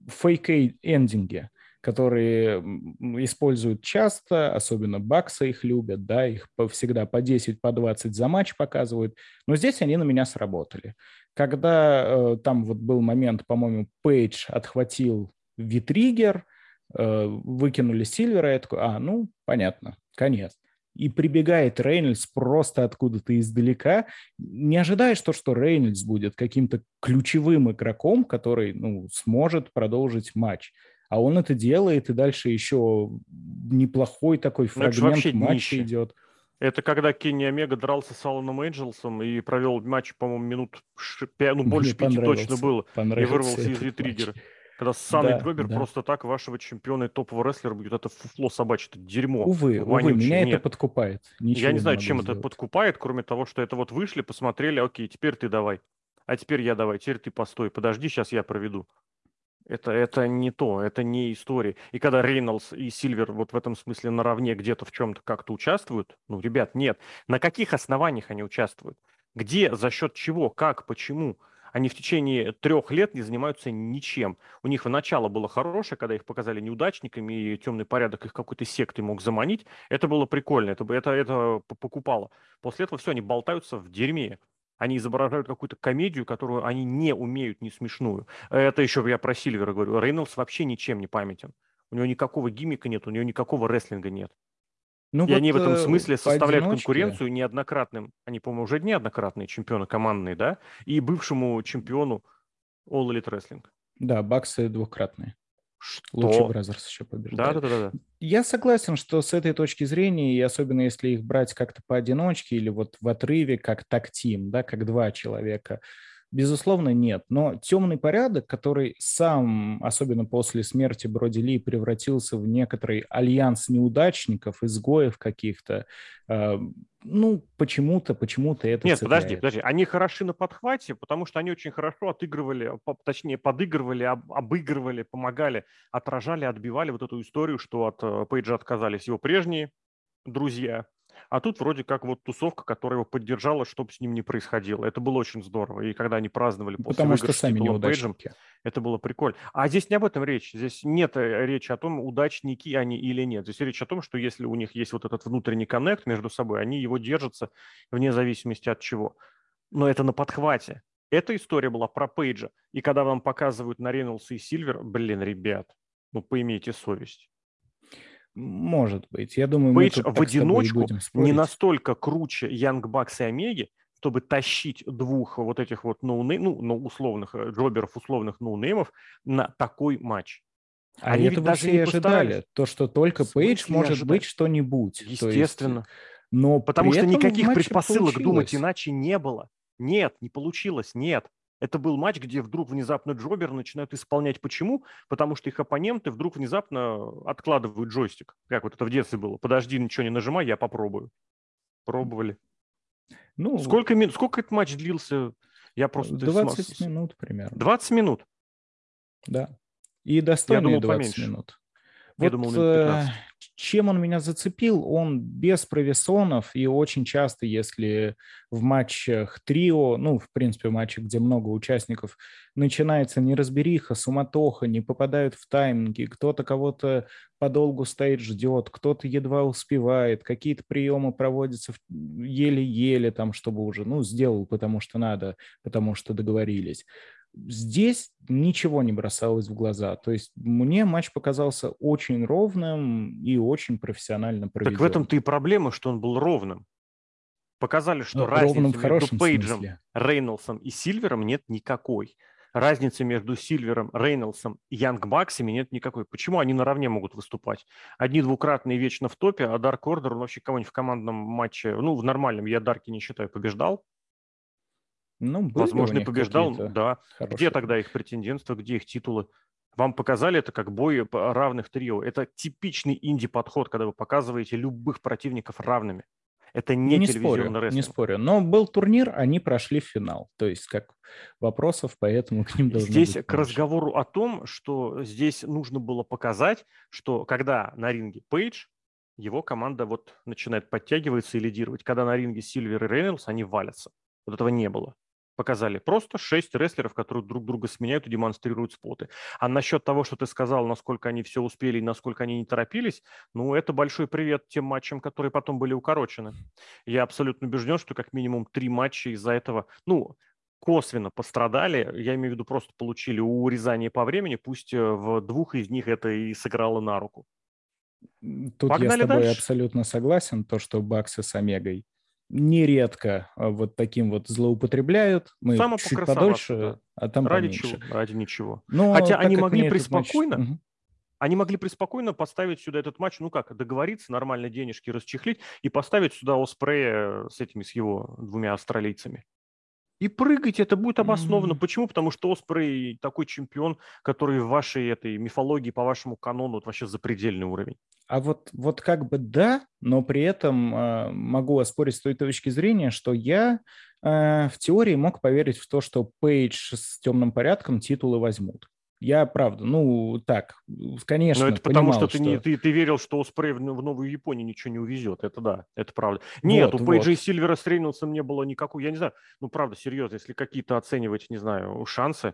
фейк-эндинги, которые используют часто, особенно баксы их любят, да, их всегда по десять, по двадцать за матч показывают, но здесь они на меня сработали. Когда э, там вот был момент, по-моему, Пейдж отхватил V-триггер, э, выкинули Сильвера, я такой: а, ну, понятно, конец. И прибегает Рейнольдс просто откуда-то издалека. Не ожидаешь то, что Рейнольдс будет каким-то ключевым игроком, который, ну, сможет продолжить матч. А он это делает, и дальше еще неплохой такой Ну, это же фрагмент вообще матча днище. идет. Это когда Кенни Омега дрался с Аланом Энджелсом и провел матч, по-моему, минут ш- пя- ну, Мне больше пяти точно понравился, было, и понравился вырвался из этот матч. V-триггера. Когда Сан и Да, Джобер да. просто так вашего чемпиона и топового рестлера бьют. Это фуфло собачье, это дерьмо Увы, увы, вонючее. меня это Нет. подкупает. Я Ничего не не знаю, могу чем это сделать. подкупает, кроме того, что это вот вышли, посмотрели, окей, теперь ты давай. А теперь я давай, теперь ты постой, подожди, сейчас я проведу. Это, это не то, это не история. И когда Рейнольдс и Сильвер вот в этом смысле наравне где-то в чем-то как-то участвуют, ну, ребят, нет. На каких основаниях они участвуют? Где, за счет чего, как, почему? Они в течение трех лет не занимаются ничем. У них в начало было хорошее, когда их показали неудачниками, и темный порядок их какой-то сектой мог заманить. Это было прикольно, это, это, это покупало. После этого все, они болтаются в дерьме. Они изображают какую-то комедию, которую они не умеют, не смешную. Это еще я про Сильвера говорю. Рейнольдс вообще ничем не памятен. У него никакого гиммика нет, у него никакого рестлинга нет. Ну И они вот в этом э, смысле составляют поодиночке, конкуренцию неоднократным, они, по-моему, уже неоднократные чемпионы командные, да, и бывшему чемпиону All Elite Wrestling. да, баксы двукратные. Лучи Что? Бразерс еще побеждают. Да-да-да-да. Я согласен, что с этой точки зрения, и особенно если их брать как-то поодиночке или вот в отрыве, как так-тим, да, как два человека, безусловно, нет. Но темный порядок, который сам, особенно после смерти Броди Ли, превратился в некоторый альянс неудачников, изгоев каких-то, э, ну, почему-то, почему-то это Нет, подожди, цепляет. подожди. Они хороши на подхвате, потому что они очень хорошо отыгрывали, по- точнее, подыгрывали, об- обыгрывали, помогали, отражали, отбивали вот эту историю, что от э, Пейджа отказались его прежние друзья. А тут вроде как вот тусовка, которая его поддержала, чтобы с ним не происходило. Это было очень здорово. И когда они праздновали после Потому что выигрыша сами титула Пейджем, неудачники. это было прикольно. А здесь не об этом речь. Здесь нет э, речи о том, удачники они или нет. Здесь речь о том, что если у них есть вот этот внутренний коннект между собой, они его держатся вне зависимости от чего. Но это на подхвате. Эта история была про Пейджа. И когда вам показывают на Рейнольдса и Сильвер, блин, ребят, ну поимейте совесть. Может быть. Я думаю, мы Пейдж тут в так с тобой и одиночку будем не спорить. настолько круче Янг Бакс и Омеги, чтобы тащить двух вот этих вот ноуней, ну, ну, условных э, джоберов, условных ноунеймов на такой матч. А Они ведь этого даже все и не постарались. ожидали. То, что В только Пейдж смысле может быть ожидать? что-нибудь. То есть, Естественно. но при Потому что этом в никаких матче предпосылок думать получилось. иначе не было. Нет, не получилось, нет. Это был матч, где вдруг внезапно джоберы начинают исполнять. Почему? Потому что их оппоненты вдруг внезапно откладывают джойстик. Как вот это в детстве было. Подожди, ничего не нажимай, я попробую. Пробовали. Ну, Сколько минут, сколько этот матч длился? Я просто... двадцать минут примерно. двадцать минут. Да. И Я достойные думал двадцать поменьше. минут. Я Вот думал минут э, пятнадцать. чем он меня зацепил, он без провисонов, и очень часто, если в матчах трио, ну, в принципе, в матчах, где много участников, начинается неразбериха, суматоха, не попадают в тайминги, кто-то кого-то подолгу стоит, ждет, кто-то едва успевает, какие-то приемы проводятся в- еле-еле, там, чтобы уже, ну, сделал, потому что надо, потому что договорились. Здесь ничего не бросалось в глаза. То есть мне матч показался очень ровным и очень профессионально Так в проведен. этом-то и проблема, что он был ровным. Показали, что Ну, ровным в разницы между хорошем Пейджем, смысле. Рейнольдсом и Сильвером нет никакой. Разницы между Сильвером, Рейнольдсом и Янг Баксами нет никакой. Почему они наравне могут выступать? Одни двукратные вечно в топе, а Дарк Ордер, он вообще кого-нибудь в командном матче, ну, в нормальном, я Дарки не считаю, побеждал. Ну, были у Возможно, и них побеждал, какие-то да. Где хорошие тогда матчи. их претендентство, где их титулы? Вам показали это как бой равных трио. Это типичный инди-подход, когда вы показываете любых противников равными. Это не Не спорю, телевизионный не рестлинг. спорю. Но был турнир, они прошли в финал. То есть как вопросов, поэтому к ним должно Здесь быть к меньше. разговору о том, что здесь нужно было показать, что когда на ринге Пейдж, его команда вот начинает подтягиваться и лидировать. Когда на ринге Сильвер и Рейнольдс, они валятся. Вот этого не было. Показали просто шесть рестлеров, которые друг друга сменяют и демонстрируют споты. А насчет того, что ты сказал, насколько они все успели и насколько они не торопились, ну, это большой привет тем матчам, которые потом были укорочены. Я абсолютно убежден, что как минимум три матча из-за этого, ну, косвенно пострадали, я имею в виду, просто получили урезание по времени, пусть э, в двух из них это и сыграло на руку. Тут я с Погнали тобой дальше. абсолютно согласен, то, что Баксы с Омегой нередко а, вот таким вот злоупотребляют. Мы чуть Самопокрасоваться, подольше, да. а там Ради чего? поменьше. Ради ничего. Но Хотя так они как могли мне этот матч... преспокойно, Мгм. они могли преспокойно поставить сюда этот матч, ну как, договориться, нормально денежки расчехлить и поставить сюда Оспрея с этими, с его двумя австралийцами. И прыгать это будет обоснованно. М, Почему? Потому что Оспрей такой чемпион, который в вашей этой мифологии, по вашему канону, вот вообще запредельный уровень. А вот, вот как бы да, но при этом э, могу оспорить с той точки зрения, что я э, в теории мог поверить в то, что Пейдж с темным порядком титулы возьмут. Я правда, ну так, Но конечно, это потому, что понимал, ты, не, что ты, ты верил, что Оспрей в, в Новую Японию ничего не увезет. Это да, это правда. Нет, у вот, Пейджа и вот. Сильвера с Рейнольдсом не было никакой, я не знаю, ну правда, серьезно, если какие-то оценивать, не знаю, шансы,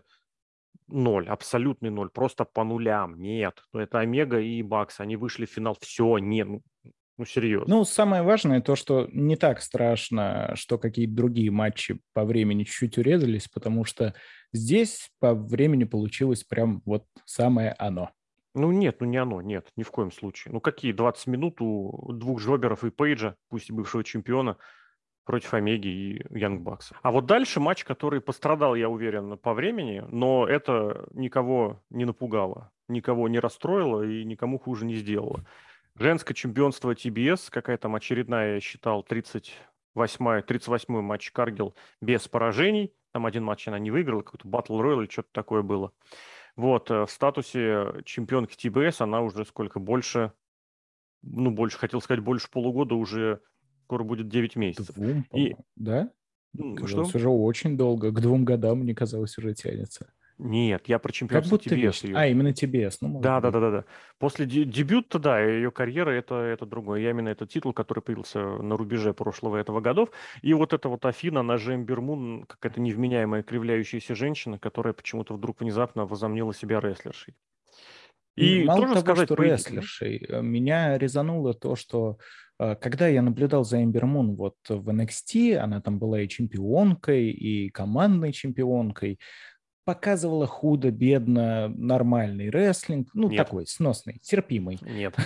ноль, абсолютный ноль, просто по нулям, нет. Ну, это Омега и Бакс, они вышли в финал, все, не, ну, ну серьезно. Ну, самое важное то, что не так страшно, что какие-то другие матчи по времени чуть-чуть урезались, потому что здесь по времени получилось прям вот самое оно. Ну нет, ну не оно, нет, ни в коем случае. Ну какие двадцать минут у двух Джоберов и Пейджа, пусть и бывшего чемпиона, против Омеги и Янг Бакса. А вот дальше матч, который пострадал, я уверен, по времени, но это никого не напугало, никого не расстроило и никому хуже не сделало. Женское чемпионство Ти Би Эс, какая там очередная, я считал, тридцать восьмой, тридцать восьмой матч Каргил без поражений. Там один матч она не выиграла, какой-то Battle Royale или что-то такое было. Вот, э, в статусе чемпионки Ти Би Эс она уже сколько больше, ну, больше, хотел сказать, больше полугода, уже скоро будет девять месяцев. Двум, И по-моему, да? м, Казалось, что? уже очень долго. К двум годам, мне казалось, уже тянется. Нет, я про Как чемпионство будто Ти Би Эс вечно. А, ее. именно Ти Би Эс, ну, может Да, да, быть. да, да, да. После де- дебюта, да, ее карьера это, это другое. Я именно этот титул, который появился на рубеже прошлого этого годов. И вот эта вот Афина, она же Эмбер Мун, какая-то невменяемая кривляющаяся женщина, которая почему-то вдруг внезапно возомнила себя рестлершей. Н- И Мало тоже того, сказать, что по идее, рестлершей, э, меня резануло то, что э, когда я наблюдал за Эмбер Мун вот в Эн Экс Ти, она там была и чемпионкой, и командной чемпионкой, показывала худо-бедно нормальный рестлинг, ну, Нет, такой сносный, терпимый. нет.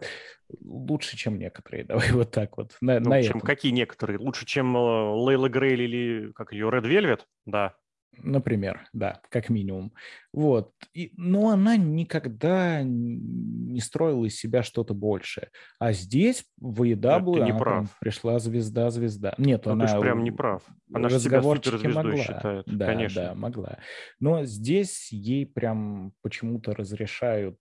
Лучше, чем некоторые, давай вот так вот, на, Ну, на чем этом. какие некоторые? Лучше, чем э, Лейла Грейль или как ее, Red Velvet? Да. Например, да, как минимум. Вот. И, но она никогда не строила из себя что-то большее. А здесь в Ну, это ты A E W не она прям прав. пришла звезда-звезда. Нет, Ну, ты она ж прям не у- прав. Она же себя разговорчики суперзвездой могла. считает, Да, да, конечно. могла. Но здесь ей прям почему-то разрешают.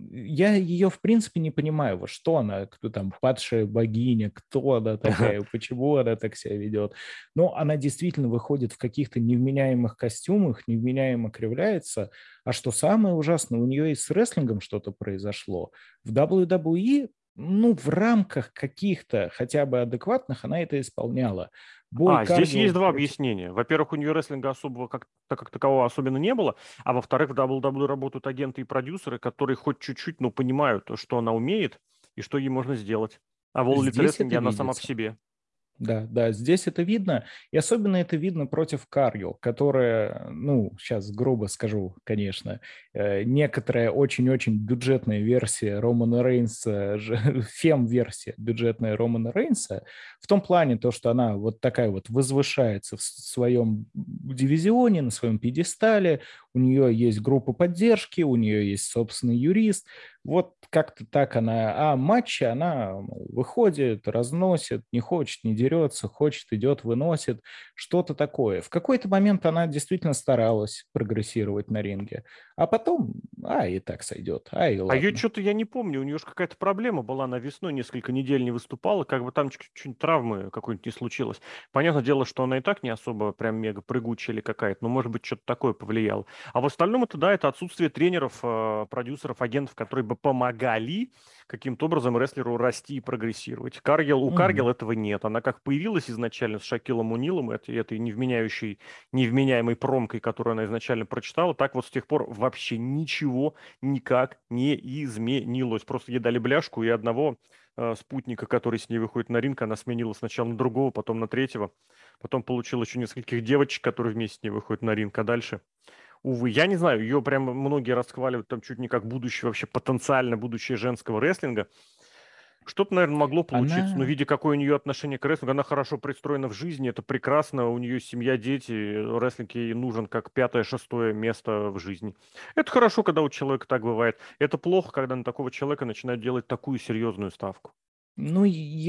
Я ее, в принципе, не понимаю, вот что она, кто там, падшая богиня, кто она такая, почему она так себя ведет. Но она действительно выходит в каких-то невменяемых костюмах, невменяемо кривляется. А что самое ужасное, у нее и с рестлингом что-то произошло. В дабл ю дабл ю и, ну, в рамках каких-то хотя бы адекватных она это исполняла. Бой А, здесь есть Каргил два против... объяснения. Во-первых, у нее рестлинга особого как, так как такового особенно не было, а во-вторых, в дабл ю дабл ю и работают агенты и продюсеры, которые хоть чуть-чуть, но понимают, что она умеет и что ей можно сделать. А в All Elite Здесь это рестлинге она сама по видится. себе. Да, да, здесь это видно, и особенно это видно против Каргил, которая, ну, сейчас грубо скажу, конечно, э, некоторая очень-очень бюджетная версия Романа Рейнса, же- фем-версия бюджетная Романа Рейнса, в том плане то, что она вот такая вот возвышается в с- своем дивизионе, на своем пьедестале, у нее есть группа поддержки, у нее есть собственный юрист, вот как-то так она, а матчи она мол, выходит, разносит, не хочет, не дерется, хочет, идет, выносит, что-то такое. В какой-то момент она действительно старалась прогрессировать на ринге, а потом, а, и так сойдет, а, и А ее ладно. что-то я не помню, у нее же какая-то проблема была, она весной несколько недель не выступала, как бы там чуть-чуть травмы какой-нибудь не случилось. Понятное дело, что она и так не особо прям мега прыгучая или какая-то, но может быть что-то такое повлияло. А в остальном это, да, это отсутствие тренеров, э, продюсеров, агентов, которые бы помогали каким-то образом рестлеру расти и прогрессировать. Каргел, у Каргел Мгм. этого нет. Она как появилась изначально с Шакилом Унилом, этой, этой невменяющей, невменяемой промкой, которую она изначально прочитала, так вот с тех пор вообще ничего никак не изменилось. Просто ей дали бляшку, и одного э, спутника, который с ней выходит на ринг, она сменила сначала на другого, потом на третьего. Потом получила еще нескольких девочек, которые вместе с ней выходят на ринг. А дальше, увы, я не знаю, ее прям многие расхваливают там чуть не как будущее, вообще потенциально будущее женского рестлинга. Что-то, наверное, могло получиться, но Она видя, какое у нее отношение к рестлингу, она хорошо пристроена в жизни, это прекрасно, у нее семья, дети, рестлинг ей нужен как пятое, шестое место в жизни. Это хорошо, когда у человека так бывает. Это плохо, когда на такого человека начинают делать такую серьезную ставку. Ну,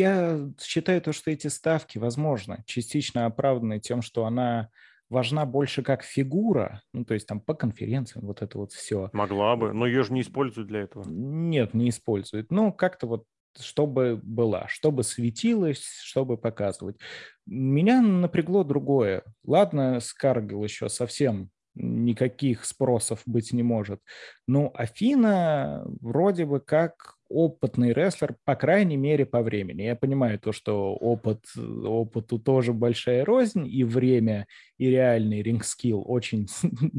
я считаю то, что эти ставки, возможно, частично оправданы тем, что она важна больше как фигура, ну, то есть там по конференциям, вот это вот все. Могла бы, но ее же не используют для этого. Нет, не использует. Ну, как-то вот чтобы была, чтобы светилась, чтобы показывать. Меня напрягло другое. Ладно, с Каргил еще совсем никаких спросов быть не может. Но Афина вроде бы как опытный рестлер, по крайней мере, по времени. Я понимаю то, что опыт, опыту тоже большая рознь, и время, и реальный ринг-скилл очень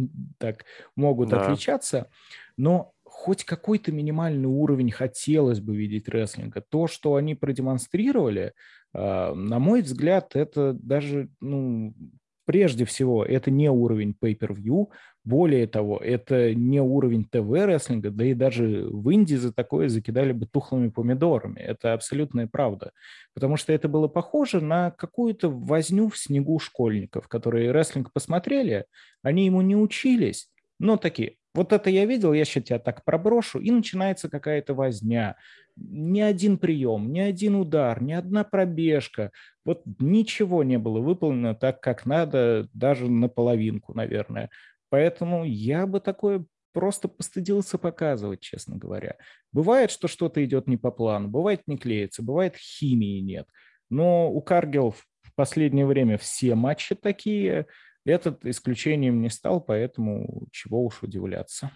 так могут Да. отличаться, но хоть какой-то минимальный уровень хотелось бы видеть рестлинга. То, что они продемонстрировали, э, на мой взгляд, это даже, ну, прежде всего, это не уровень pay-per-view, более того, это не уровень ТВ-рестлинга, да и даже в Индии за такое закидали бы тухлыми помидорами. Это абсолютная правда. Потому что это было похоже на какую-то возню в снегу школьников, которые рестлинг посмотрели, они ему не учились, но такие, вот это я видел, я сейчас тебя так проброшу, и начинается какая-то возня. Ни один прием, ни один удар, ни одна пробежка. Вот ничего не было выполнено так, как надо, даже наполовинку, наверное. Поэтому я бы такое просто постыдился показывать, честно говоря. Бывает, что что-то идет не по плану, бывает не клеится, бывает химии нет. Но у Каргел в последнее время все матчи такие, этот исключением не стал, поэтому чего уж удивляться.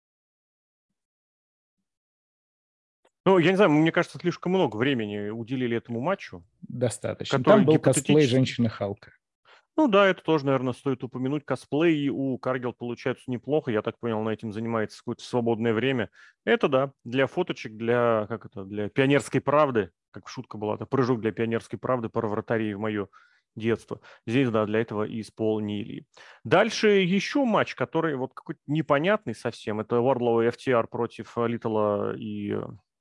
Ну, я не знаю, мне кажется, слишком много времени уделили этому матчу, Достаточно. Там который был косплей гипотетически. женщины Халка. Ну да, это тоже, наверное, стоит упомянуть. Косплей у Каргел получается неплохо. Я так понял, она этим занимается какое-то свободное время. Это да, для фоточек, для, как это, для пионерской правды, как шутка была, это прыжок для пионерской правды, про вратарей в мое детства. Здесь, да, для этого и исполнили. Дальше еще матч, который вот какой-то непонятный совсем. Это Wardlow и эф ти ар против Литтла и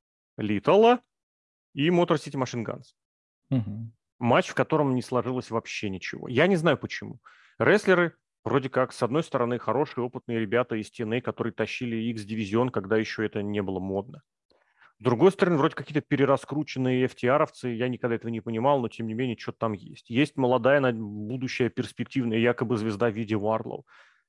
Литтла и Motor City Machine Guns. Угу. Матч, в котором не сложилось вообще ничего. Я не знаю почему. Рестлеры вроде как, с одной стороны, хорошие, опытные ребята из ти эн эй, которые тащили X-дивизион, когда еще это не было модно. С другой стороны, вроде какие-то перераскрученные эф ти ар-овцы, я никогда этого не понимал, но тем не менее, что-то там есть. Есть молодая, будущая, перспективная, якобы звезда в виде Wardlow.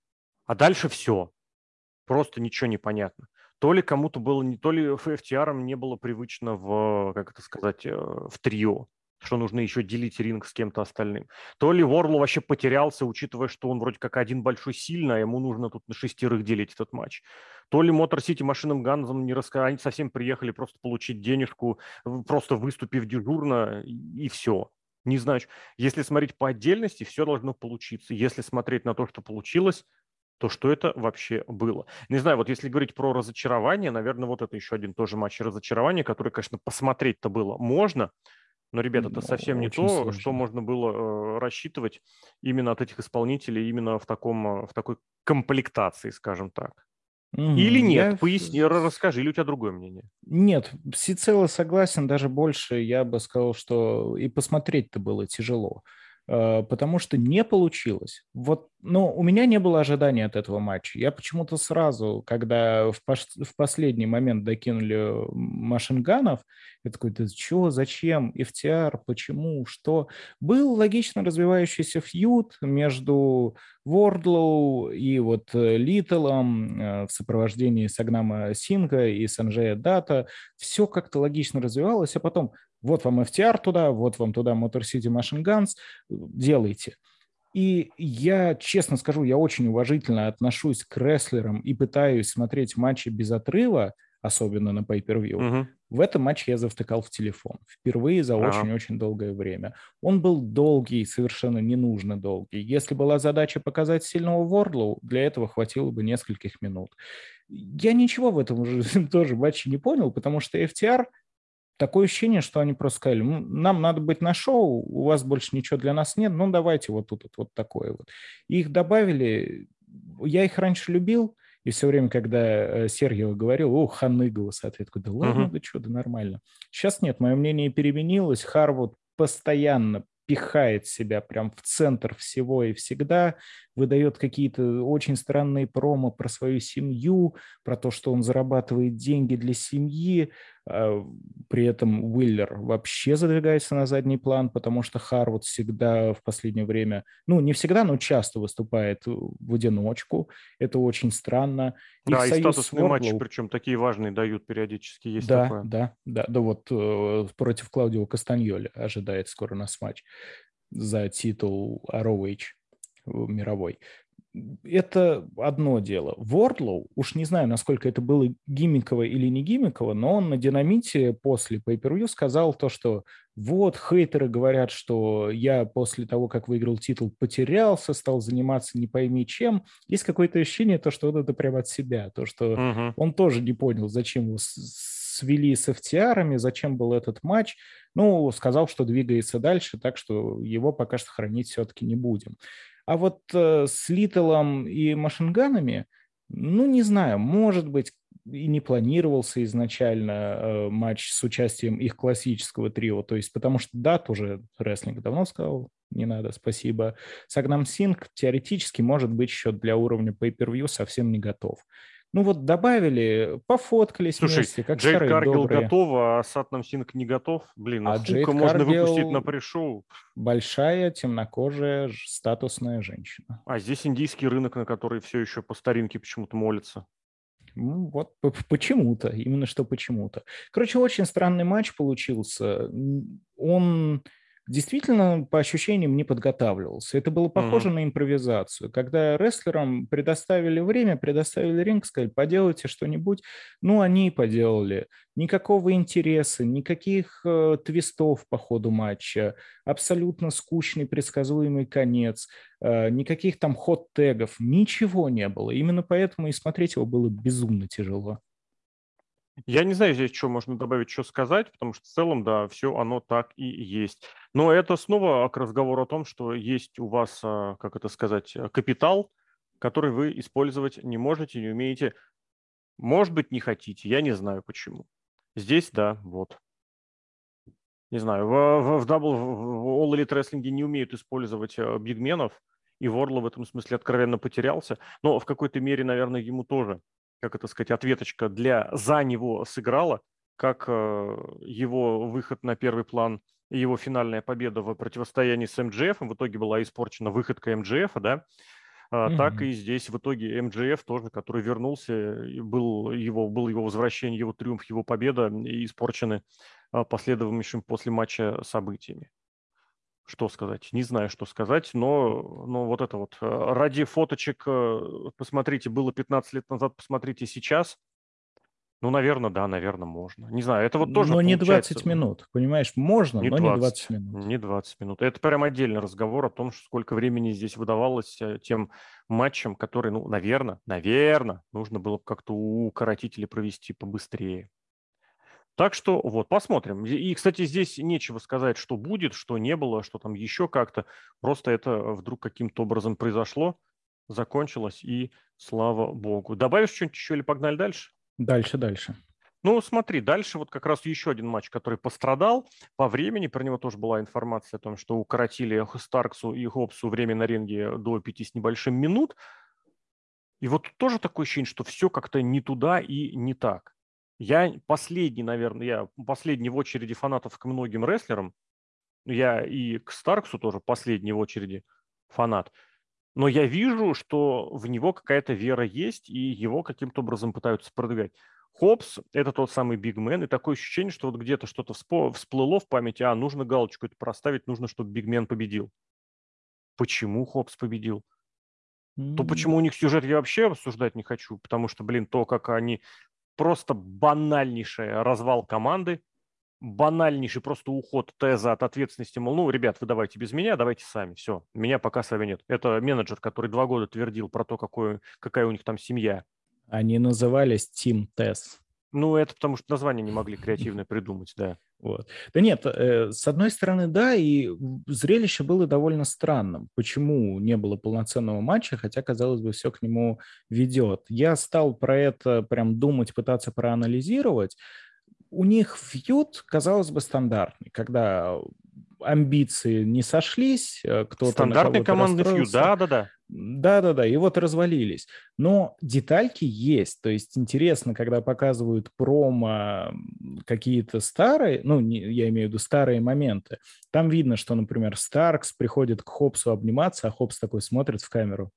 А дальше все. Просто ничего не понятно. То ли кому-то было, не то ли эф ти ар не было привычно в, как это сказать, э, в трио, что нужно еще делить ринг с кем-то остальным. То ли Ворлу вообще потерялся, учитывая, что он вроде как один большой сильный, а ему нужно тут на шестерых делить этот матч. То ли Мотор Сити Машинам Ганзам не рассказали, они совсем приехали просто получить денежку, просто выступив дежурно, и, и все. Не знаю, если смотреть по отдельности, все должно получиться. Если смотреть на то, что получилось, то что это вообще было? Не знаю, вот если говорить про разочарование, наверное, вот это еще один тоже матч разочарования, который, конечно, посмотреть-то было можно, но, ребята, это Ну, совсем не очень то, что сложно. можно было э, рассчитывать именно от этих исполнителей, именно в таком, э, в такой комплектации, скажем так. Или Мгм. нет? Я Поясни, р- расскажи, или у тебя другое мнение? Нет, всецело согласен, даже больше я бы сказал, что и посмотреть-то было тяжело, э, потому что не получилось. Вот, ну, у меня не было ожидания от этого матча. Я почему-то сразу, когда в, пош- в последний момент докинули машинганов, я такой, да что, зачем, эф ти ар, почему, что? Был логично развивающийся фьюд между Вордлоу и вот э, Литлом э, в сопровождении Сагнама Синга и Санджея Дата. Все как-то логично развивалось, а потом вот вам эф ти ар туда, вот вам туда Motor City Machine Guns, делайте. И я, честно скажу, я очень уважительно отношусь к рестлерам и пытаюсь смотреть матчи без отрыва, особенно на pay-per-view. Угу. В этом матче я завтыкал в телефон. Впервые за Ага. очень-очень долгое время. Он был долгий, совершенно ненужно долгий. Если была задача показать сильного Вордлоу, для этого хватило бы нескольких минут. Я ничего в этом уже тоже матче не понял, потому что эф ти ар такое ощущение, что они просто сказали, «Ну, нам надо быть на шоу, у вас больше ничего для нас нет, ну давайте вот тут вот, вот такое вот». И их добавили, я их раньше любил, и все время, когда э, Сергеева говорил, о, Ханыгова, ответ, такой, да ладно, Угу. да что, да нормально. Сейчас нет, мое мнение переменилось, Харвуд постоянно пихает себя прям в центр всего и всегда, выдает какие-то очень странные промо про свою семью, про то, что он зарабатывает деньги для семьи, а, при этом Уиллер вообще задвигается на задний план, потому что Харвуд всегда в последнее время, ну, не всегда, но часто выступает в одиночку. Это очень странно. Их Да, и союз с статусные матчи, Вордлоу, причем такие важные, дают периодически, есть да, такое. да, да, да, вот э, против Клаудио Кастаньоли ожидает скоро нас матч за титул ар о эйч мировой. Это одно дело. Вордлоу, уж не знаю, насколько это было гиммиково или не гиммиково, но он на Динамите после Pay-Per-View сказал то, что вот, хейтеры говорят, что я после того, как выиграл титул, потерялся, стал заниматься не пойми чем. Есть какое-то ощущение, то, что он это прямо от себя, то, что Угу. он тоже не понял, зачем его свели с эф ти ар-ами, зачем был этот матч. Ну, сказал, что двигается дальше, так что его пока что хранить все-таки не будем. А вот э, с Литлом и машинганами, ну, не знаю, может быть, и не планировался изначально э, матч с участием их классического трио, то есть потому что да, тоже рестлинг давно сказал, не надо, спасибо. Сагнам Синг теоретически может быть еще для уровня pay-per-view совсем не готов. Ну вот добавили, пофоткались Слушай, вместе, как Джейд старые Каргил добрые. готова, а Сатнам Синг не готов. Блин, а А Хука Джейд можно выпустить на Каргел пришоу. большая, темнокожая, ж- статусная женщина. А здесь индийский рынок, на который все еще по старинке почему-то молится. Ну, вот п- почему-то, именно что почему-то. Короче, очень странный матч получился. М, Он действительно, по ощущениям, не подготавливался. Это было похоже Угу. на импровизацию. Когда рестлерам предоставили время, предоставили ринг, сказали, поделайте что-нибудь, ну, они и поделали. Никакого интереса, никаких э, твистов по ходу матча, абсолютно скучный, предсказуемый конец. Э, никаких там хот-тегов, ничего не было. Именно поэтому и смотреть его было безумно тяжело. Я не знаю здесь, что можно добавить, что сказать, потому что в целом, да, все оно так и есть. Но это снова к разговору о том, что есть у вас, а, как это сказать, э, капитал, который вы использовать не можете, не умеете. Может быть, не хотите, я не знаю почему. Здесь, да, вот. Не знаю, в, в, в, дабл, в All Elite Wrestling не умеют использовать э, бигменов, и Ворла в этом смысле откровенно потерялся. Но в какой-то мере, наверное, ему тоже, как это сказать, ответочка для за него сыграла, как э, его выход на первый план и его финальная победа в противостоянии с эм джи эф в итоге была испорчена выходкой эм джи эф, да, а, так Мгм. и здесь в итоге эм джи эф тоже, который вернулся, и был его, был его возвращение, его триумф, его победа и испорчены а, последовавшими после матча событиями. Что сказать? Не знаю, что сказать, но, но вот это вот. э, Ради фоточек, э, посмотрите, было пятнадцать лет назад, посмотрите сейчас. Ну, наверное, да, наверное, можно. Не знаю, это вот тоже Но не получается. двадцать минут, понимаешь? Можно, Не но не двадцать двадцать, минут. не двадцать минут. Это прям отдельный разговор о том, что сколько времени здесь выдавалось э, тем матчам, которые, ну, наверное, наверное, нужно было бы как-то укоротить или провести побыстрее. Так что вот, посмотрим. И, и, кстати, здесь нечего сказать, что будет, что не было, что там еще как-то. Просто это вдруг каким-то образом произошло, закончилось, и слава богу. Добавишь что-нибудь еще или погнали дальше? Дальше, дальше. Ну, смотри, дальше вот как раз еще один матч, который пострадал по времени. Про него тоже была информация о том, что укоротили Старксу и Хопсу время на ринге до пяти с небольшим минут. И вот тут тоже такое ощущение, что все как-то не туда и не так. Я последний, наверное, я последний в очереди фанатов к многим рестлерам. Я и к Старксу тоже последний в очереди фанат. Но я вижу, что в него какая-то вера есть, и его каким-то образом пытаются продвигать. Хопс– это тот самый бигмен, и такое ощущение, что вот где-то что-то вспо- всплыло в памяти, а, нужно галочку это проставить, нужно, чтобы бигмен победил. Почему Хопс победил? То, М, почему у них сюжет, я вообще обсуждать не хочу, потому что, блин, то, как они просто банальнейший развал команды, банальнейший просто уход Теза от ответственности, мол, ну, ребят, вы давайте без меня, давайте сами, все, меня пока с вами нет. Это менеджер, который два года твердил про то, какой, какая у них там семья. Они назывались Team Tess. Ну, это потому что название не могли креативно придумать, да. Вот. Да нет, э, с одной стороны, да, и зрелище было довольно странным. Почему не было полноценного матча, хотя, казалось бы, все к нему ведет. Я стал про это прям думать, пытаться проанализировать. У них фьюд, казалось бы, стандартный, когда амбиции не сошлись, э, кто-то на Стандартный кого-то командный фьюд, расстроился. да-да-да. Да-да-да, и вот развалились. Но детальки есть. То есть интересно, когда показывают промо м, какие-то старые, ну, не- я имею в виду старые моменты. Там видно, что, например, Старкс приходит к Хопсу обниматься, а Хопс такой смотрит в камеру.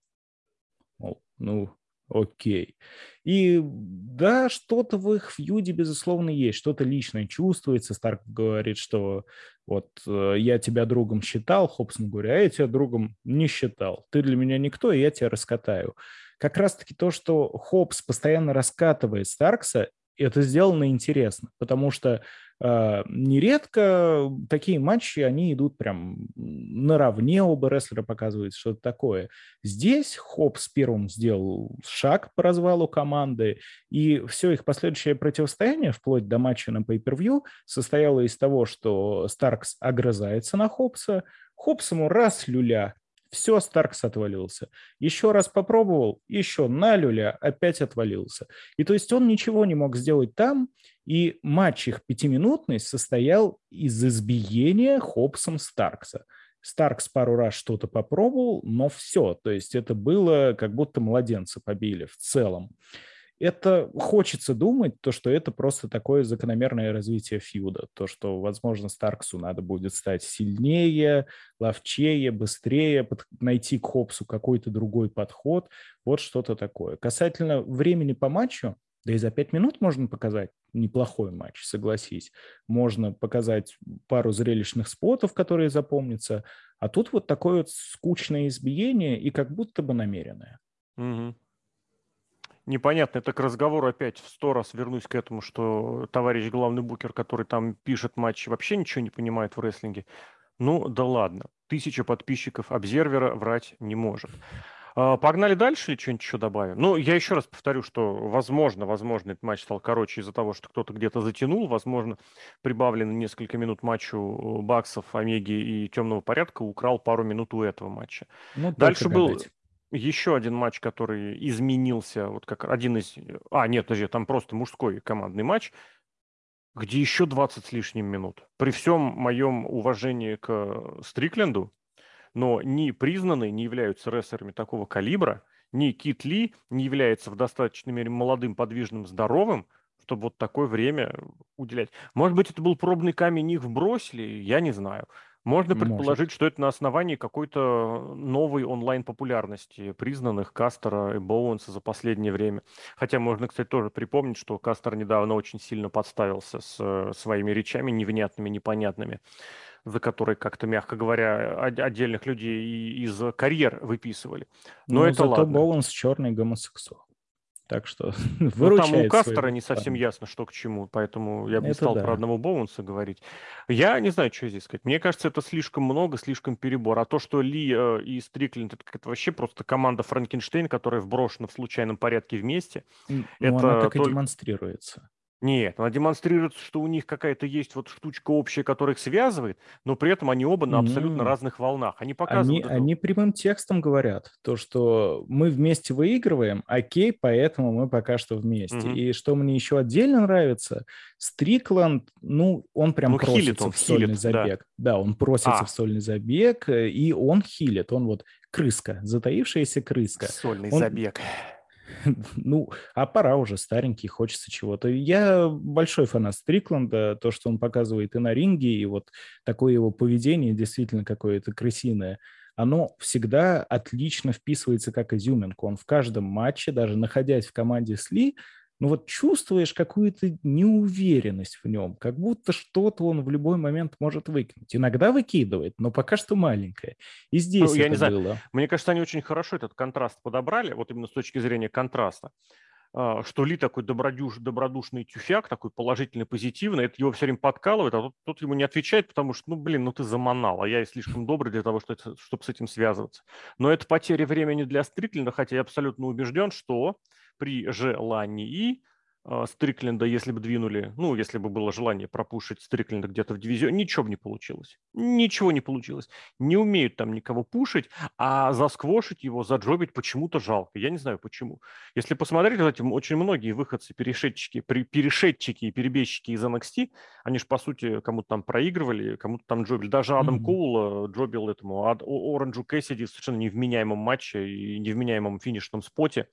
Мол, ну, окей. И да, что-то в их фьюде, безусловно, есть, что-то личное чувствуется. Старк говорит, что вот э, я тебя другом считал, Хобсон говорит, а я тебя другом не считал. Ты для меня никто, и я тебя раскатаю. Как раз-таки то, что Хоббс постоянно раскатывает Старкса, это сделано интересно, потому что э, нередко такие матчи, они идут прям наравне, оба рестлера показывают что-то такое. Здесь Хопс первым сделал шаг по развалу команды, и все их последующее противостояние, вплоть до матча на pay-per-view, состояло из того, что Старкс огрызается на Хопса, Хопс ему раз люля, все, Старкс отвалился. Еще раз попробовал, еще на люля, опять отвалился. И то есть он ничего не мог сделать там, и матч их пятиминутный состоял из избиения Хопсом Старкса. Старкс пару раз что-то попробовал, но все. То есть это было как будто младенца побили в целом. Это хочется думать, то, что это просто такое закономерное развитие фьюда. То, что, возможно, Старксу надо будет стать сильнее, ловчее, быстрее, под, найти к Хопсу какой-то другой подход. Вот что-то такое. Касательно времени по матчу, да и за пять минут можно показать неплохой матч, согласись. Можно показать пару зрелищных спотов, которые запомнятся. А тут вот такое вот скучное избиение и как будто бы намеренное. Мгм. Непонятно, это к разговору опять в сто раз вернусь к этому, что товарищ главный букер, который там пишет матчи, вообще ничего не понимает в рестлинге. Ну, да ладно. Тысяча подписчиков обзервера врать не может. А, Погнали дальше или что-нибудь еще добавим? Ну, я еще раз повторю, что, возможно, возможно, этот матч стал короче из-за того, что кто-то где-то затянул. Возможно, прибавлено несколько минут матчу э, Баксов, Омеги и Темного порядка украл пару минут у этого матча. Ну, только Дальше был гадать. еще один матч, который изменился, вот как один из... А, нет, подожди, там просто мужской командный матч, где еще двадцать с лишним минут. При всем моем уважении к Стрикленду, но ни признанные не являются рестлерами такого калибра, ни Кит Ли не является в достаточной мере молодым, подвижным, здоровым, чтобы вот такое время уделять. Может быть, это был пробный камень, их вбросили, я не знаю. Можно предположить, Может. что это на основании какой-то новой онлайн-популярности признанных Кастера и Боуэнса за последнее время. Хотя можно, кстати, тоже припомнить, что Кастер недавно очень сильно подставился с э, своими речами невнятными, непонятными, за которые как-то, мягко говоря, о- отдельных людей и из карьер выписывали. Но Но это зато ладно. Боуэнс черный гомосексуал. Так что Но там у выручает Кастера своего не совсем парня. ясно, что к чему, поэтому я бы не Это стал про да. одного Боунса говорить. Я не знаю, что здесь сказать. Мне кажется, это слишком много, слишком перебор. А то, что Ли э, и Стрикленд, это, это вообще просто команда Франкенштейн, которая вброшена в случайном порядке вместе, Н- Ну, она это так и только... демонстрируется. Нет, она демонстрирует, что у них какая-то есть вот штучка общая, которая их связывает, но при этом они оба на абсолютно М, разных волнах. Они Они, показывают эту... они прямым текстом говорят, то, что мы вместе выигрываем, окей, поэтому мы пока что вместе. Мгм. И что мне еще отдельно нравится, Стрикланд, ну, он прям Ну, хилит просится он, в сольный хилит, да. забег. Да, он просится в А, сольный забег, э, и он хилит. Он вот крыска, затаившаяся крыска. сольный Он забег. Ну, а пора уже, старенький, хочется чего-то. Я большой фанат Стрикланда, то, что он показывает и на ринге, и вот такое его поведение действительно какое-то крысиное, оно всегда отлично вписывается как изюминка. Он в каждом матче, даже находясь в команде с Ли, ну вот чувствуешь какую-то неуверенность в нем, как будто что-то он в любой момент может выкинуть. Иногда выкидывает, но пока что маленькое. И Ну, здесь я не это знаю, было. мне кажется, они очень хорошо этот контраст подобрали, вот именно с точки зрения контраста. А, что Ли такой добродуш, добродушный тюфяк, такой положительный, позитивный, это его все время подкалывает, а тот, тот ему не отвечает, потому что, ну, блин, ну ты заманал, а я и слишком добрый для того, чтобы, чтобы с этим связываться. Но это потеря времени для Стрикленда, хотя я абсолютно убежден, что при желании а, Стрикленда, если бы двинули, ну, если бы было желание пропушить Стрикленда где-то в дивизион, ничего бы не получилось. Ничего не получилось. Не умеют там никого пушить, а засквошить его, заджобить почему-то жалко. Я не знаю почему. Если посмотреть, кстати, очень многие выходцы, перешедчики, при- перешедчики и перебежчики из эн экс ти, они же, по сути, кому-то там проигрывали, кому-то там джобили. Даже Адам Мгм. Коул э, джобил этому Ад- О- Оранджу Кэссиди в совершенно невменяемом матче и невменяемом финишном споте.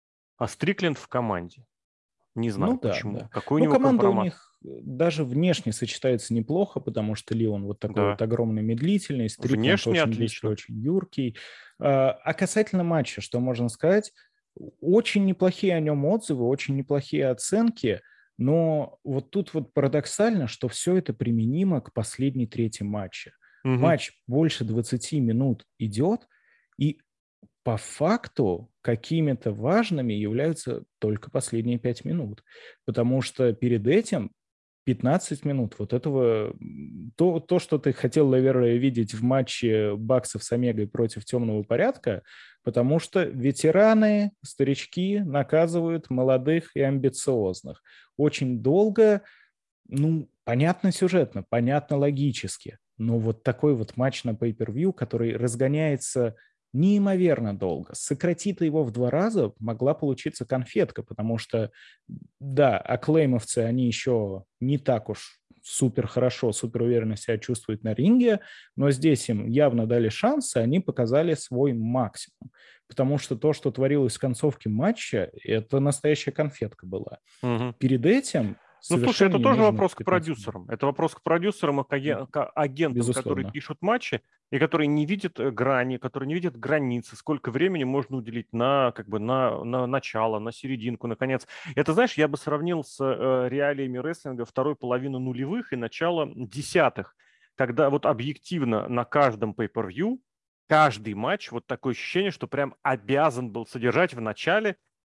А Стрикленд в команде. Не Ну знаю да, почему. да. Какой у Ну, него команда у компромат. них э, даже внешне сочетается неплохо, потому что Ли он вот такой вот Да. огромный, медлительный, Стрикланд Внешне очень быстрый, отлично. очень юркий. А а касательно матча, что можно сказать? Очень неплохие о нем отзывы, очень неплохие оценки, но вот тут вот парадоксально, что все это применимо к последней трети матча. Мгм. Матч больше двадцати минут идет, и по факту какими-то важными являются только последние пять минут, потому что перед этим пятнадцать минут вот этого, то, то, что ты хотел, наверное, видеть в матче Баксов с Омегой против Темного порядка, потому что ветераны, старички наказывают молодых и амбициозных. Очень долго, ну, понятно сюжетно, понятно логически, но вот такой вот матч на pay-per-view, который разгоняется неимоверно долго. Сократит его в два раза, могла получиться конфетка, потому что, да, акклеймовцы, они еще не так уж супер хорошо, супер уверенно себя чувствуют на ринге, но здесь им явно дали шансы, они показали свой максимум. Потому что то, что творилось в концовке матча, это настоящая конфетка была. Мгм. Перед этим Ну, слушай, совершенно это тоже ненужных вопрос к пятнадцать минут. продюсерам. Это вопрос к продюсерам и к аге- к агентам, которые Безусловно. пишут матчи и которые не видят э, грани, которые не видят границы, сколько времени можно уделить на, как бы, на, на начало, на серединку, на конец. Это, знаешь, я бы сравнил с э, реалиями рестлинга второй половины нулевых и начала десятых, когда вот объективно на каждом pay-per-view каждый матч вот такое ощущение, что прям обязан был содержать в начале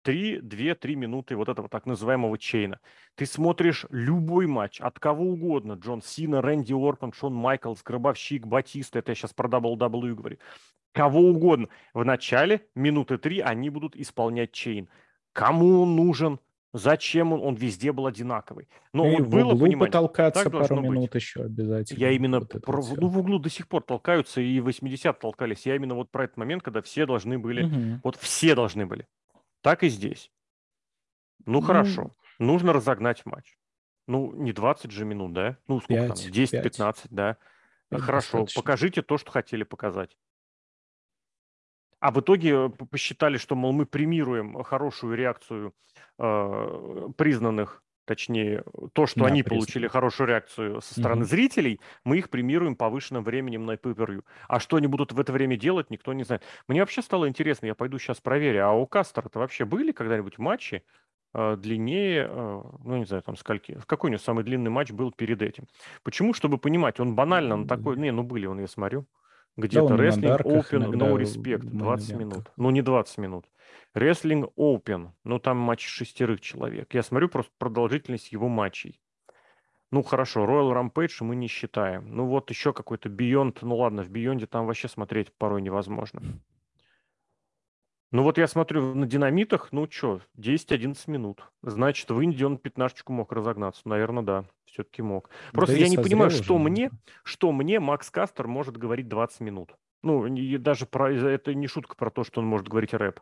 три, две-три минуты вот этого так называемого чейна. Ты смотришь любой матч, от кого угодно, Джон Сина, Рэнди Ортон, Шон Майклс, Гробовщик, Батиста, это я сейчас про дабл ю дабл ю и говорю, кого угодно. В начале минуты три они будут исполнять чейн. Кому он нужен? Зачем он? Он везде был одинаковый. Ну Но и вот в было углу понимание, потолкаться так пару должно быть. минут еще Я обязательно. именно, Вот это вот про, все. ну в углу до сих пор толкаются, и в восьмидесятых толкались. Я именно вот про этот момент, когда все должны были, Угу. вот все должны были. Так и здесь. Ну Ну, хорошо, нужно разогнать матч. Ну не двадцать же минут, да? Ну сколько там, пять, пять, десять-пятнадцать, да? пять Хорошо, достаточно. покажите то, что хотели показать. А в итоге п- посчитали, что, мол, мы премируем хорошую реакцию э, признанных, точнее, то, что Да, они получили признанных. хорошую реакцию со стороны Мгм. зрителей, мы их премируем повышенным временем на pay-per-view. А что они будут в это время делать, никто не знает. Мне вообще стало интересно, я пойду сейчас проверю, а у Кастера-то вообще были когда-нибудь матчи э, длиннее, э, ну, не знаю, там, скольки, какой у него самый длинный матч был перед этим? Почему? Чтобы понимать, он банально, он такой, не, ну, были, он, я смотрю. Да, Где-то он и на Wrestling дарках Open, иногда No Respect, в двадцать мейн-ивентах. минут. Ну, не двадцать минут. Wrestling Open, ну, там матч шестерых человек. Я смотрю просто продолжительность его матчей. Ну, хорошо, Royal Rampage мы не считаем. Ну, вот еще какой-то Beyond, ну, ладно, в Beyond там вообще смотреть порой невозможно. Ну, вот я смотрю на динамитах, ну, что, десять-одиннадцать минут. Значит, в Индии он пятнашечку мог разогнаться. Наверное, да, все-таки мог. Да Просто и я не понимаю, созрел уже, что мне, наверное. что мне Макс Кастер может говорить двадцать минут. Ну, и даже про это не шутка про то, что он может говорить рэп.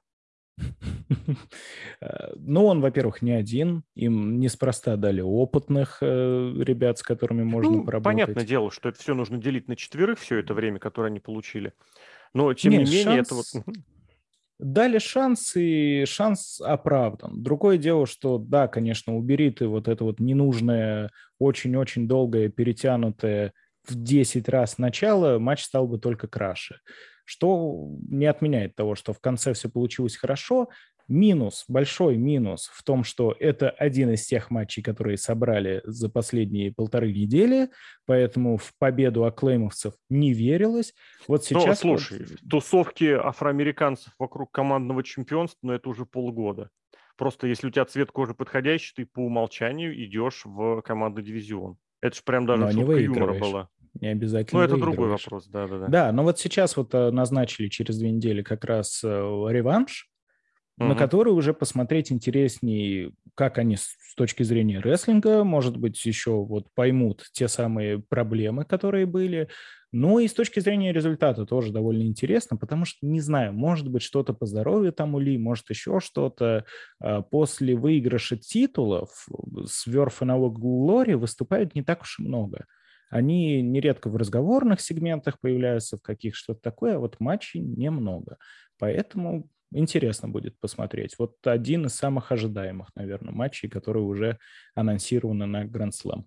Э, Ну, он, во-первых, не один. Им неспроста дали опытных э, ребят, с которыми можно Ну, понятное поработать. дело, что это все нужно делить на четверых, все это время, которое они получили. Но, тем не Не, менее, это вот... шанс дали шанс, и шанс оправдан. Другое дело, что да, конечно, убери ты вот это вот ненужное, очень-очень долгое, перетянутое в десять раз начало, матч стал бы только краше. Что не отменяет того, что в конце все получилось хорошо. Минус, большой минус в том, что это один из тех матчей, которые собрали за последние полторы недели, поэтому в победу акклеймовцев не верилось. Вот Ну, сейчас вот слушай, в тусовке афроамериканцев вокруг командного чемпионства, ну, это уже полгода. Просто если у тебя цвет кожи подходящий, ты по умолчанию идешь в командный дивизион. Это же прям даже но не шутка юмора выигрываешь. была. Не Ну, обязательно это другой выигрываешь. вопрос, да-да-да. Да, но вот сейчас вот э, назначили через две недели как раз э, реванш, на Мгм. который уже посмотреть интереснее, как они с с точки зрения рестлинга, может быть, еще вот поймут те самые проблемы, которые были. Ну и с точки зрения результата тоже довольно интересно, потому что, не знаю, может быть, что-то по здоровью там у Ли, может, еще что-то. А После выигрыша титулов с Swerve и Новой Глори выступают не так уж и много. Они нередко в разговорных сегментах появляются, в каких что-то такое, а вот матчей немного. Поэтому интересно будет посмотреть. Вот один из самых ожидаемых, наверное, матчей, которые уже анонсированы на Гранд Слэм.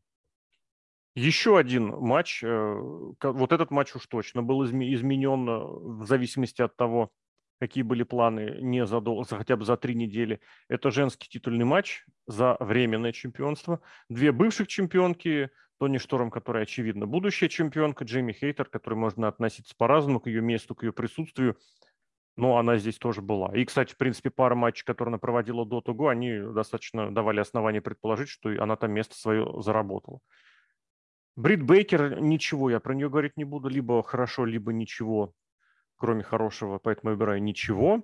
Еще один матч, э, ка- вот этот матч уж точно был изме- изменен э, в зависимости от того, какие были планы не за, дол- за хотя бы за три недели. Это женский титульный матч за временное чемпионство. Две бывших чемпионки, Тони Шторм, которая, очевидно, будущая чемпионка, Джейми Хейтер, которой можно относиться по-разному к ее месту, к ее присутствию, но она здесь тоже была. И, кстати, в принципе, пара матчей, которые она проводила до того, они достаточно давали основания предположить, что и она там место свое заработала. Брит Бейкер, ничего, я про нее говорить не буду. Либо хорошо, либо ничего, кроме хорошего, поэтому я выбираю ничего.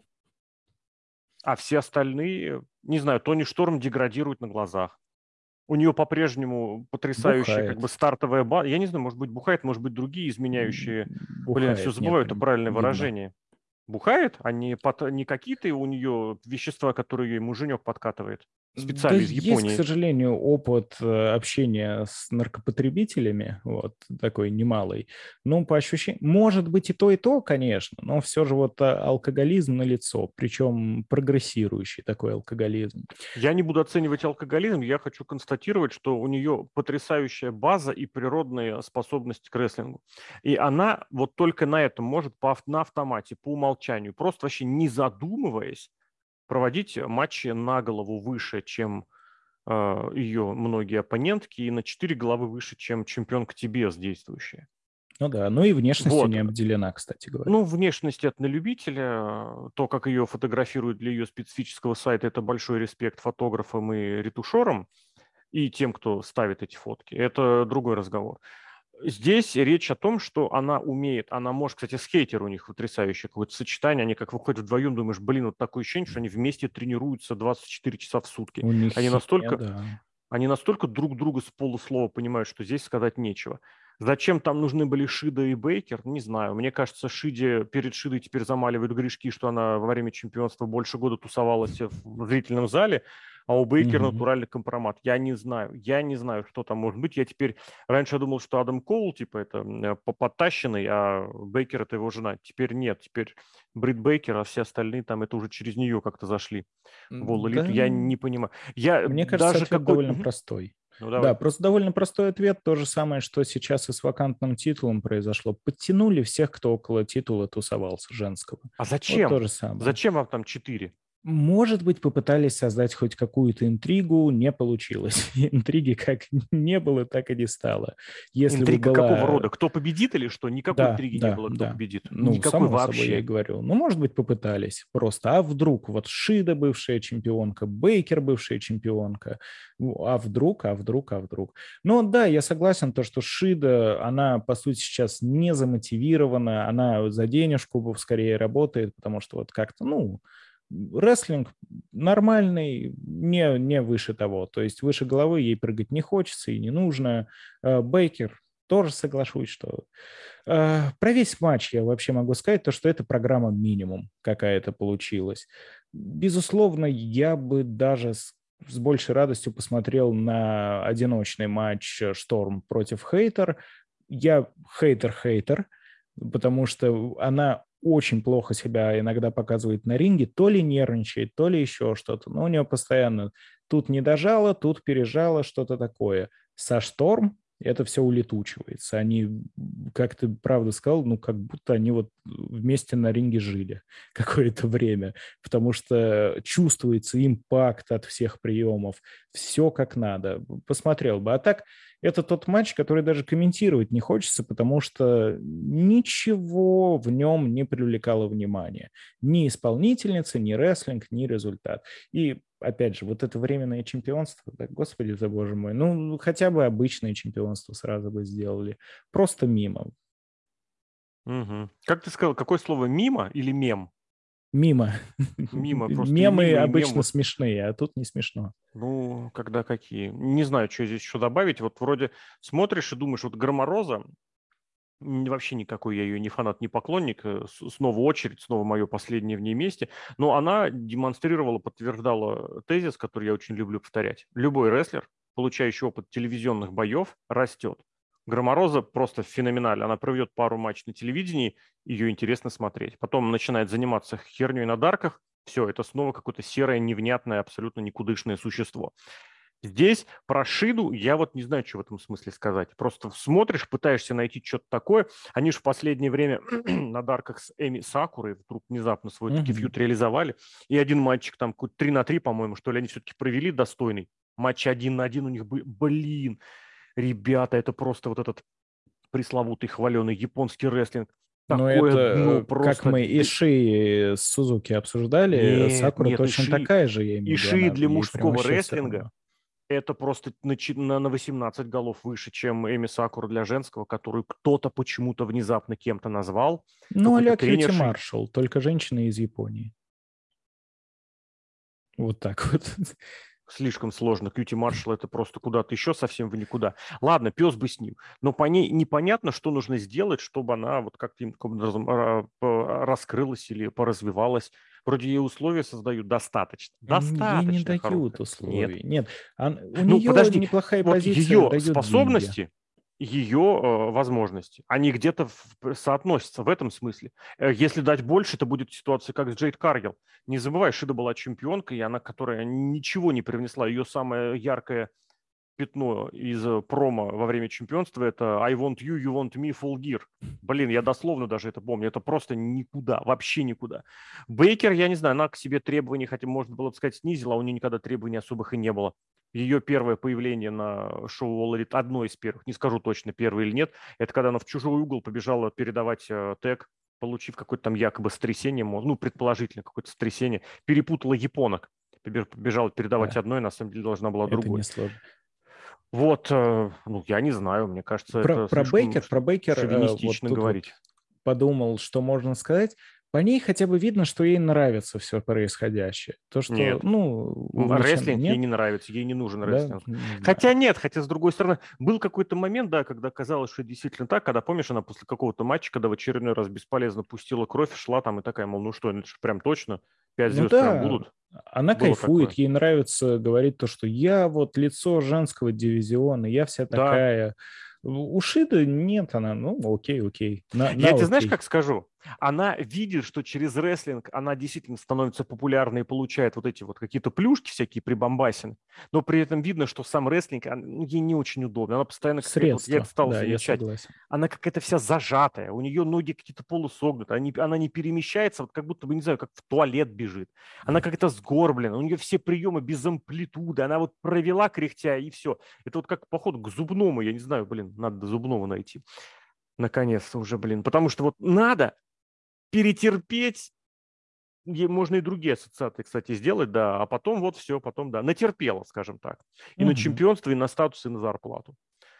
А все остальные, не знаю, Тони Шторм деградирует на глазах. У нее по-прежнему потрясающая как бы Бухает. стартовая база. Я не знаю, может быть, бухает, может быть, другие М, изменяющие. Блин, я все Бухает, нет, забываю, это прям правильное видно. выражение. Бухает, а не, пот- не какие-то у нее вещества, которые ей муженек подкатывает. Да, Специально из есть, к Японии. сожалению, опыт э, общения с наркопотребителями, вот, такой немалый. Ну, по ощущениям, может быть и то, и то, конечно, но все же вот а, алкоголизм налицо, причем прогрессирующий такой алкоголизм. Я не буду оценивать алкоголизм, я хочу констатировать, что у нее потрясающая база и природные способности к рестлингу. И она вот только на этом может по, ав- на автомате, по умолчанию, просто вообще не задумываясь, проводить матчи на голову выше, чем э, ее многие оппонентки, и на четыре головы выше, чем чемпионка Ти Би Эс действующая. Ну да, ну и внешностью Вот. не обделена, кстати говоря. Ну, внешность это на любителя. То, как ее фотографируют для ее специфического сайта, это большой респект фотографам и ретушерам, и тем, кто ставит эти фотки. Это другой разговор. Здесь речь о том, что она умеет, она может, кстати, с хейтер у них потрясающее какое-то сочетание, они как выходят вдвоем, думаешь, блин, вот такое ощущение, что они вместе тренируются двадцать четыре часа в сутки. У них Они химия, настолько, да. они настолько друг друга с полуслова понимают, что здесь сказать нечего. Зачем там нужны были Шида и Бейкер, не знаю. Мне кажется, Шиде, перед Шидой теперь замаливают грешки, что она во время чемпионства больше года тусовалась в зрительном зале, а у Бейкер Мгм. натуральный компромат. Я не знаю, я не знаю, что там может быть. Я теперь, раньше я думал, что Адам Коул, типа, это м, по- подтащенный, а Бейкер это его жена. Теперь нет, теперь Брит Бейкер, а все остальные там это уже через нее как-то зашли в All Да, Elite. Я не понимаю. Я мне кажется, даже ответ какой... довольно Мгм. простой. Ну, Да, давай. просто довольно простой ответ. То же самое, что сейчас и с вакантным титулом произошло. Подтянули всех, кто около титула тусовался, женского. А Вот то зачем? же самое. Зачем вам там четыре? Может быть, попытались создать хоть какую-то интригу, не получилось. Интриги как не было, так и не стало. Если бы Интрига какого была... рода? Кто победит или что? Никакой Да, интриги не да, было, кто да. победит. Ну, Никакой само собой, я и вообще. говорю. Ну, может быть, попытались просто. А вдруг вот Шида бывшая чемпионка, Бейкер бывшая чемпионка. Ну, а вдруг, а вдруг, а вдруг. Ну, да, я согласен, то, что Шида, она, по сути, сейчас не замотивирована, она за денежку скорее работает, потому что вот как-то, ну, рестлинг нормальный, не, не выше того. То есть выше головы ей прыгать не хочется и не нужно. Э, Бейкер тоже соглашусь, что э, про весь матч я вообще могу сказать, то, что это программа минимум какая-то получилась. Безусловно, я бы даже с, с большей радостью посмотрел на одиночный матч Шторм против Хейтер. Я хейтер-хейтер, потому что она очень плохо себя иногда показывает на ринге, то ли нервничает, то ли еще что-то. Но у нее постоянно тут не дожало, тут пережало, что-то такое. Со Шторм это все улетучивается. Они, как ты правда сказал, ну, как будто они вот вместе на ринге жили какое-то время, потому что чувствуется импакт от всех приемов, все как надо. Посмотрел бы. А так, это тот матч, который даже комментировать не хочется, потому что ничего в нем не привлекало внимания. Ни исполнительница, ни рестлинг, ни результат. И опять же, вот это временное чемпионство, да, господи ты, боже мой, ну, хотя бы обычное чемпионство сразу бы сделали. Просто мимо. Мгм. Как ты сказал, какое слово? Мимо или мем? Мимо. Мимо, просто и Мемы мимо, и мем. обычно Вот, смешные, а тут не смешно. ну, когда какие. Не знаю, что здесь еще добавить. Вот вроде смотришь и думаешь, вот Громороза, м, вообще никакой я ее не фанат, не поклонник. э, с- Снова очередь, снова мое последнее в ней месте. Но она демонстрировала, подтверждала тезис, который я очень люблю повторять. Любой рестлер, получающий опыт телевизионных боев, растет. Громороза просто феноменально. Она проведет пару матчей на телевидении, ее интересно смотреть. Потом начинает заниматься херней на дарках. Все, это снова какое-то серое, невнятное, абсолютно никудышное существо. Здесь про Шиду я вот не знаю, что в этом смысле сказать. Просто смотришь, пытаешься найти что-то такое. Они же в последнее время на дарках с Эми Сакурой вдруг внезапно свой таки Мгм. фьюд реализовали. И один матчик там три на три, по-моему, что ли, они все-таки провели достойный. Матч один на один у них был. Блин, ребята, это просто вот этот пресловутый хваленый японский рестлинг. Но Такое это, дно э, как просто... мы д- Иши с Сузуки обсуждали, Нет, Сакура нет, точно Иши, такая же, я имею в виду, Иши она для ей прям мужского вообще все рестлинга равно. это просто на, чи- на, на восемнадцать голов выше, чем Эми Сакура для женского, которую кто-то почему-то внезапно кем-то назвал, Ну, какой-то а-ля Кьюти тренершей. Маршалл, только женщина из Японии. Вот так вот. Слишком сложно. Кьюти Маршалл это просто куда-то еще совсем в никуда. Ладно, пес бы с ним. Но по ней непонятно, что нужно сделать, чтобы она вот как-то им таким образом а, по- раскрылась или поразвивалась. Вроде ей условия создают достаточно. Ей не Достаточно дают хорошие. Нет. условий. Нет, ан- у Ну, нее подожди, неплохая вот позиция, ее дают деньги. способности, ее э, возможности, они где-то в- соотносятся в этом смысле. Э, Если дать больше, это будет ситуация, как с Джейд Каргил. Не забывай, Шида была чемпионкой, и она, которая ничего не привнесла. Ее самая яркая пятно из э, промо во время чемпионства, это I want you, you want me, full gear. Блин, я дословно даже это помню. Это просто никуда, вообще никуда. Бейкер, я не знаю, она к себе требований, хотя, можно было бы сказать, снизила, а у нее никогда требований особых и не было. Ее первое появление на шоу All Elite, одно из первых, не скажу точно, первый или нет, это когда она в чужой угол побежала передавать э, тег, получив какое-то там якобы сотрясение, ну, предположительно, какое-то сотрясение, перепутала японок, побежала передавать Да, одной, на самом деле должна была это другой. несложно. Вот, э, ну, я не знаю, мне кажется, Про, это про слишком Бейкер, про Бейкер, э, вот шовинистично тут вот говорить. подумал, что можно сказать. По ней хотя бы видно, что ей нравится все происходящее. То, что, Нет. ну, М, увлечен... Рестлинг ей Нет? не нравится, ей не нужен Да? рестлинг. Не Хотя знаю. нет, хотя с другой стороны, был какой-то момент, да, когда казалось, что действительно так, когда, помнишь, она после какого-то матча, когда в очередной раз бесполезно пустила кровь, шла там и такая, мол, ну что, ну это же прям точно, пять Ну звезд прям да, будут. она Было кайфует, такое. ей нравится говорить то, что я вот лицо женского дивизиона, я вся Да, такая. У Шиды нет, она, ну, окей, окей, на, я на тебе знаешь, окей. как скажу? Она видит, что через рестлинг она действительно становится популярной и получает вот эти вот какие-то плюшки всякие прибамбасины, но при этом видно, что сам рестлинг, он- ну, ей не очень удобно. Она постоянно какая-то, вот я это Средство, стал да, я замечать, согласен. она какая-то вся зажатая, у нее ноги какие-то полусогнуты, они, она не перемещается, вот как будто бы, не знаю, как в туалет бежит. Она как-то сгорблена, у нее все приемы без амплитуды, она вот провела кряхтя и все. Это вот как поход к зубному, я не знаю, блин, надо зубного найти. Наконец-то уже, блин. Потому что вот надо перетерпеть, и можно и другие ассоциации, кстати, сделать, да, а потом вот все, потом, да, натерпела, скажем так. И на Мгм. чемпионство, и на статус, и на зарплату.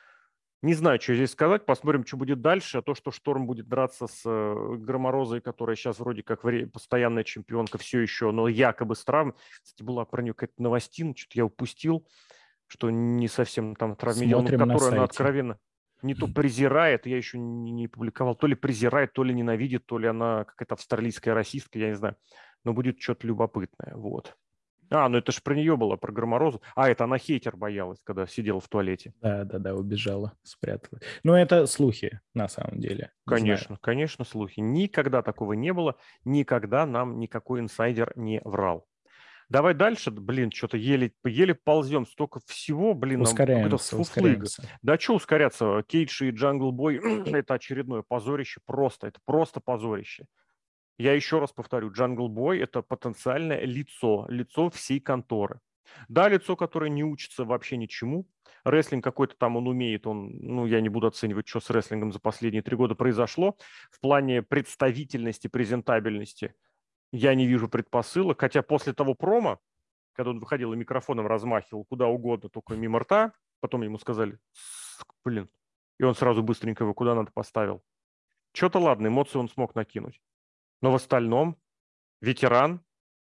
Не знаю, что здесь сказать, посмотрим, что будет дальше. А то, что Шторм будет драться с э, Громорозой, которая сейчас вроде как вре- постоянная чемпионка все еще, но якобы с травм. Кстати, была про нее какая-то новостина, что-то я упустил, что не совсем там травмирована, ну, Смотрим на которую она сайте. откровенно не то презирает, я еще не, не публиковал, то ли презирает, то ли ненавидит, то ли она какая-то австралийская расистка, я не знаю. Но будет что-то любопытное, вот. А, ну это же про нее было, про Громорозу. А, это она хейтер боялась, когда сидела в туалете. Да, да, да, убежала, спрятала. Но это слухи, на самом деле, не знаю. Конечно, конечно, слухи. Никогда такого не было, никогда нам никакой инсайдер не врал. Давай дальше, блин, что-то еле, еле ползем, столько всего, блин, нам какой-то Ускоряемся, сфуфлыга. ускоряемся. Да что ускоряться, Кейдж и Джангл Бой, это очередное позорище, просто, это просто позорище. Я еще раз повторю, Джангл Бой это потенциальное лицо, лицо всей конторы. Да, лицо, которое не учится вообще ничему. Рестлинг какой-то там он умеет, он, ну, я не буду оценивать, что с рестлингом за последние три года произошло. В плане представительности, презентабельности я не вижу предпосылок. Хотя после того промо, когда он выходил и микрофоном размахивал куда угодно, только мимо рта, потом ему сказали, блин, и он сразу быстренько его куда надо поставил. Что-то ладно, эмоции он смог накинуть. Но в остальном ветеран,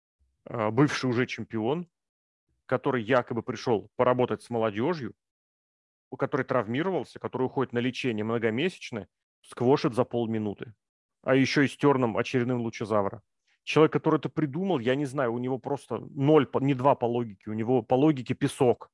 э, бывший уже чемпион, который якобы пришел поработать с молодежью, у который травмировался, который уходит на лечение многомесячное, сквошит за полминуты. А еще и с терном очередным лучезавра. Человек, который это придумал, я не знаю, у него просто ноль, не два по логике, у него по логике песок.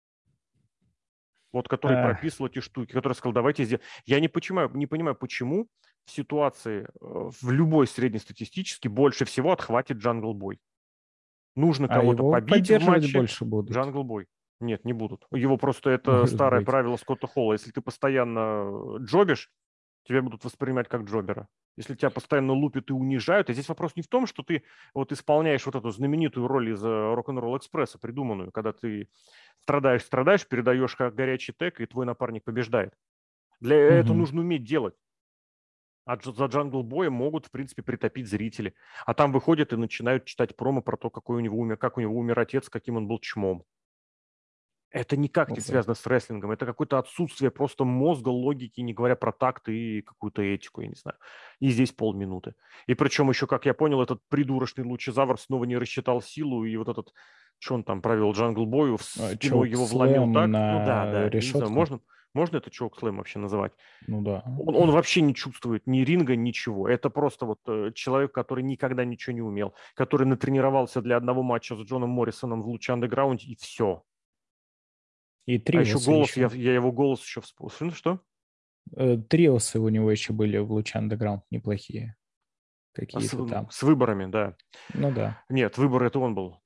Вот который А, прописывал эти штуки, который сказал, давайте сделаем. Я не понимаю, не понимаю, почему в ситуации, э, в любой среднестатистически больше всего отхватит Джангл Бой. Нужно а кого-то его побить в поддерживать матче, больше будут, Джангл Бой. Нет, не будут. Его просто это может старое быть. правило Скотта Холла. Если ты постоянно джобишь, тебя будут воспринимать как джобера. Если тебя постоянно лупят и унижают, и здесь вопрос не в том, что ты вот исполняешь вот эту знаменитую роль из Рок-н-ролл экспресса, придуманную, когда ты страдаешь, страдаешь, передаешь как горячий тег, и твой напарник побеждает. Для этого Мгм. нужно уметь делать. А за Джангл Боя могут, в принципе, притопить зрители. А там выходят и начинают читать промо про то, какой у него умер, как у него умер отец, каким он был чмом. Это никак не Ого. связано с рестлингом. Это какое-то отсутствие просто мозга, логики, не говоря про такт и какую-то этику, я не знаю. И здесь полминуты. И причем еще, как я понял, этот придурочный лучезавр снова не рассчитал силу, и вот этот, что он там провел Джангл Бою, в спиной Чок его вломил слэм так. Ну да, на да, я не знаю, решетку. можно, можно это чок-слэм вообще называть? Ну да. Он, он вообще не чувствует ни ринга, ничего. Это просто вот э, человек, который никогда ничего не умел, который натренировался для одного матча с Джоном Моррисоном в Луче Андеграунде, и все. И А еще триосы голос, я, еще. я его голос еще вспомнил. Что? Э, Триосы у него еще были в Луч Андеграунд неплохие. А С, Какие-то там. с выборами, да. Ну да. Нет, выбор это он был.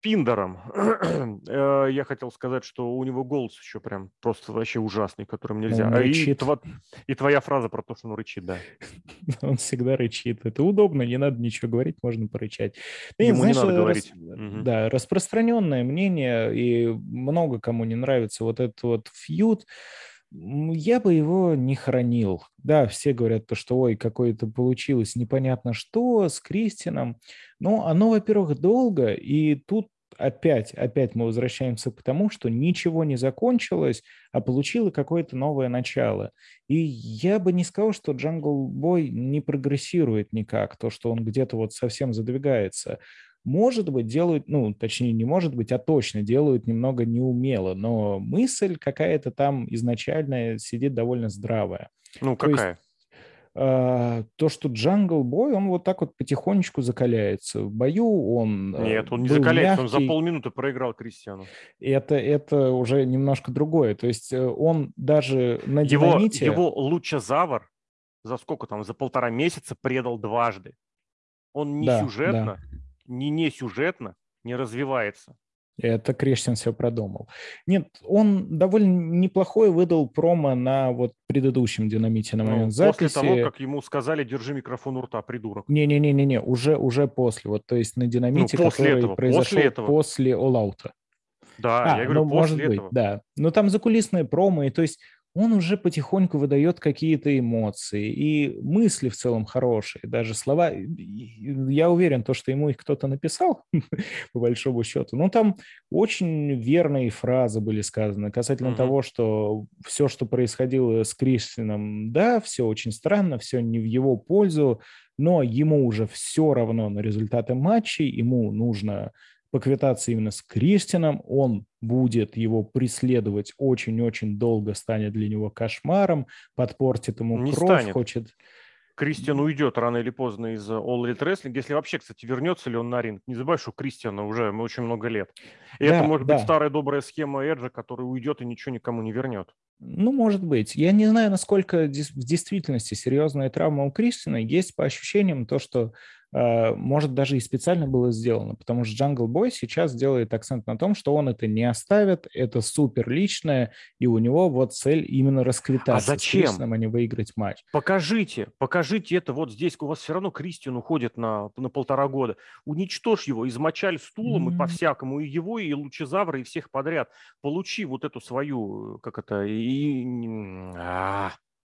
Пиндером. Э, Я хотел сказать, что у него голос еще прям просто вообще ужасный, которым Но нельзя. он А И, рычит. тва- и твоя фраза про то, что он рычит, да. Он всегда рычит. Это удобно, не надо ничего говорить, можно порычать. Да нет, Ему не знаешь, надо э, рас- говорить. Мгм. да, распространенное мнение, и много кому не нравится вот этот вот фьюд, м, я бы его не хранил. Да, все говорят то, что ой, какое-то получилось непонятно что с Кристином. Но оно, во-первых, долго, и тут опять, опять мы возвращаемся к тому, что ничего не закончилось, а получило какое-то новое начало. И я бы не сказал, что Jungle Boy не прогрессирует никак, то, что он где-то вот совсем задвигается. Может быть, делают, ну, точнее, не может быть, а точно делают немного неумело, но мысль какая-то там изначально сидит довольно здравая. Ну, То есть какая? а, то, что Jungle Boy, он вот так вот потихонечку закаляется. В бою он э, Нет, он не был закаляется, он за мягкий, полминуты проиграл Кристиану. и это, это уже немножко другое. То есть э, он даже на Его, динамите, его лучезавр за сколько там, за полтора месяца предал дважды. Он ни да, да, сюжетно, ни не сюжетно не развивается. это Крештин все продумал. Нет, он довольно неплохой выдал промо на вот предыдущем динамите на Ну, момент после того, записи. как ему сказали, держи микрофон у рта, придурок. Не-не-не-не-не, уже, уже после. Вот, то есть на Ну, динамите, после который этого, после произошел этого. после All Out. Да, я А, говорю, ну, может после быть, этого. да. Но там закулисные промо, и то есть он уже потихоньку выдает какие-то эмоции, и мысли в целом хорошие, даже слова. Я уверен, то, что ему их кто-то написал, по большому счету. Но там очень верные фразы были сказаны касательно Мгм. того, что все, что происходило с Кристином, да, все очень странно, все не в его пользу, но ему уже все равно на результаты матчей, ему нужно поквитаться именно с Кристином, он будет его преследовать очень-очень долго, станет для него кошмаром, подпортит ему Не кровь, станет. хочет... Кристиан уйдет рано или поздно из All Elite Wrestling. Если вообще, кстати, вернется ли он на ринг. Не забывай, что у Кристиана уже очень много лет. И это Да, может быть да, старая добрая схема Эджа, который уйдет и ничего никому не вернет. ну, может быть. Я не знаю, насколько дес- в действительности серьезная травма у Кристина. Есть по ощущениям то, что э, может даже и специально было сделано, потому что Jungle Boy сейчас делает акцент на том, что он это не оставит, это супер личное, и у него вот цель именно А расквитаться с зачем? Кристином, а не выиграть матч. Покажите, покажите это вот здесь. У вас все равно Кристиан уходит на, на полтора года. Уничтожь его, измочаль стулом и по-всякому, и его, и Лучезавра, и всех подряд. Получи вот эту свою, как это, и, а,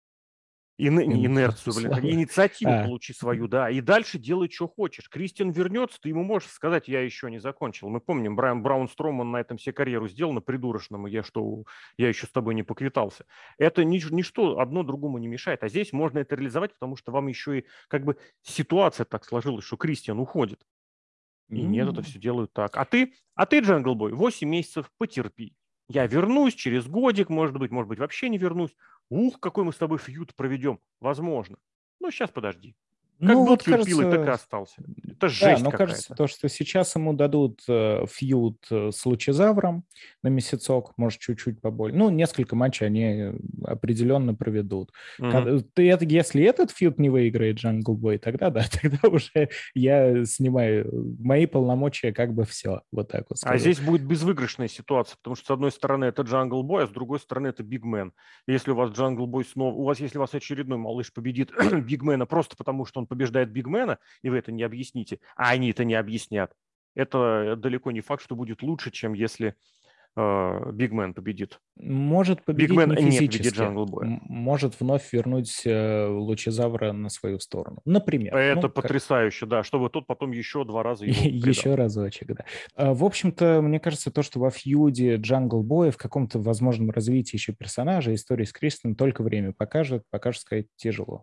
ин- не Ин- инерцию, блин, как Слава. инициативу А, получи свою, да, и дальше делай, что хочешь. Кристиан вернется, ты ему можешь сказать, я еще не закончил. Мы помним, Брайан Браун Строман на этом все карьеру сделал, на придурочном, и я что, я еще с тобой не поквитался. Это нич- ничто одно другому не мешает, а здесь можно это реализовать, потому что вам еще и как бы ситуация так сложилась, что Кристиан уходит. И нет, это ну, все делают так. А ты, а ты, Джанглбой, восемь месяцев потерпи. Я вернусь через годик, может быть, может быть, вообще не вернусь. Ух, какой мы с тобой фьюд проведем. Возможно. Но сейчас подожди. Как ну, был вот терпилой, так и кажется, остался. Это да, жесть но кажется какая-то. то, что сейчас ему дадут э, фьюд э, с Лучезавром на месяцок, может, чуть-чуть побольше. Ну, несколько матчей они э, определенно проведут. Мгм. Ка- Ты, это, если этот фьюд не выиграет Джангл Бой, тогда да, тогда уже я снимаю мои полномочия, как бы все, вот так вот А скажу. здесь будет безвыигрышная ситуация, потому что с одной стороны это Джангл Бой, а с другой стороны это Бигмен. Если у вас Джангл Бой снова, у вас, если у вас очередной малыш победит Бигмена просто потому, что он побеждает Бигмена, и вы это не объясните, а они это не объяснят, это далеко не факт, что будет лучше, чем если э, Бигмен победит. Может победить Бигмен не не победит физически, Джангл Боя. м- может вновь вернуть э, Лучезавра на свою сторону. Например, Это ну, как потрясающе, да, чтобы тот потом еще два раза его еще предал. разочек, да. А, В общем-то, мне кажется, то, что во фьюде Джангл Боя в каком-то возможном развитии еще персонажа, истории с Кристином только время покажет, пока что сказать тяжело.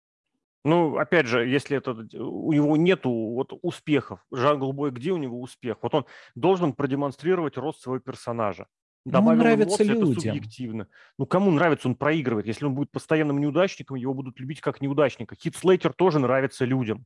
Ну, опять же, если это у него нету вот успехов, Джангл Бой, где у него успех? Вот он должен продемонстрировать рост своего персонажа. Но он Добавил нравится эмоции, это людям. субъективно. Ну, кому нравится, он проигрывает. Если он будет постоянным неудачником, его будут любить как неудачника. Хит Слейтер тоже нравится людям.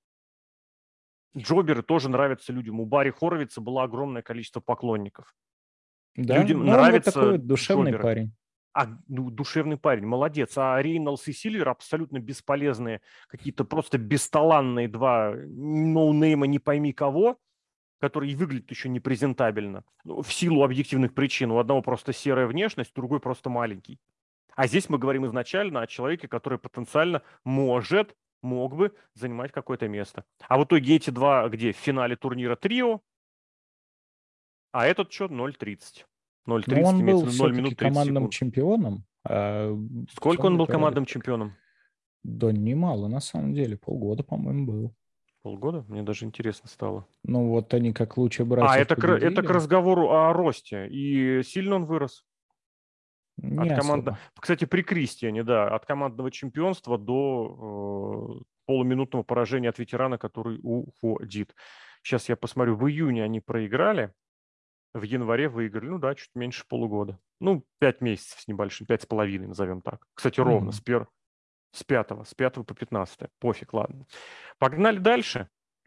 Джоберы тоже нравятся людям. У Барри Хоровица было огромное количество поклонников. Да, Людям но он вот такой нравятся вот душевный джоберы. парень. А, ну, душевный парень, молодец. А Рейнольдс и Сильвер абсолютно бесполезные, какие-то просто бесталанные два ноунейма не пойми кого. который и выглядит еще непрезентабельно, ну, в силу объективных причин. У одного просто серая внешность, другой просто маленький. А здесь мы говорим изначально о человеке, который потенциально может, мог бы занимать какое-то место. А в итоге эти два где? В финале турнира трио, а этот что? ноль тридцать. Но ноль тридцать он имеется был в виду ноль все-таки минут тридцать командным секунд. чемпионом, а Сколько он темный был король... командным чемпионом? Да немало, на самом деле. Полгода, по-моему, был. Полгода? Мне даже интересно стало. Ну вот они как лучшие А, братьев это к, это к победили. разговору о росте. И сильно он вырос. Не От команды... особо. Кстати, при Кристиане, да, от командного чемпионства до э, полуминутного поражения от ветерана, который уходит. Сейчас я посмотрю, в июне они проиграли, в январе выиграли, ну да, чуть меньше полугода. Ну, пять месяцев с небольшим, пять с половиной, назовем так. Кстати, ровно, с, Мгм. пер... с пятого, с пятого по пятнадцатое. Пофиг, ладно. Погнали дальше.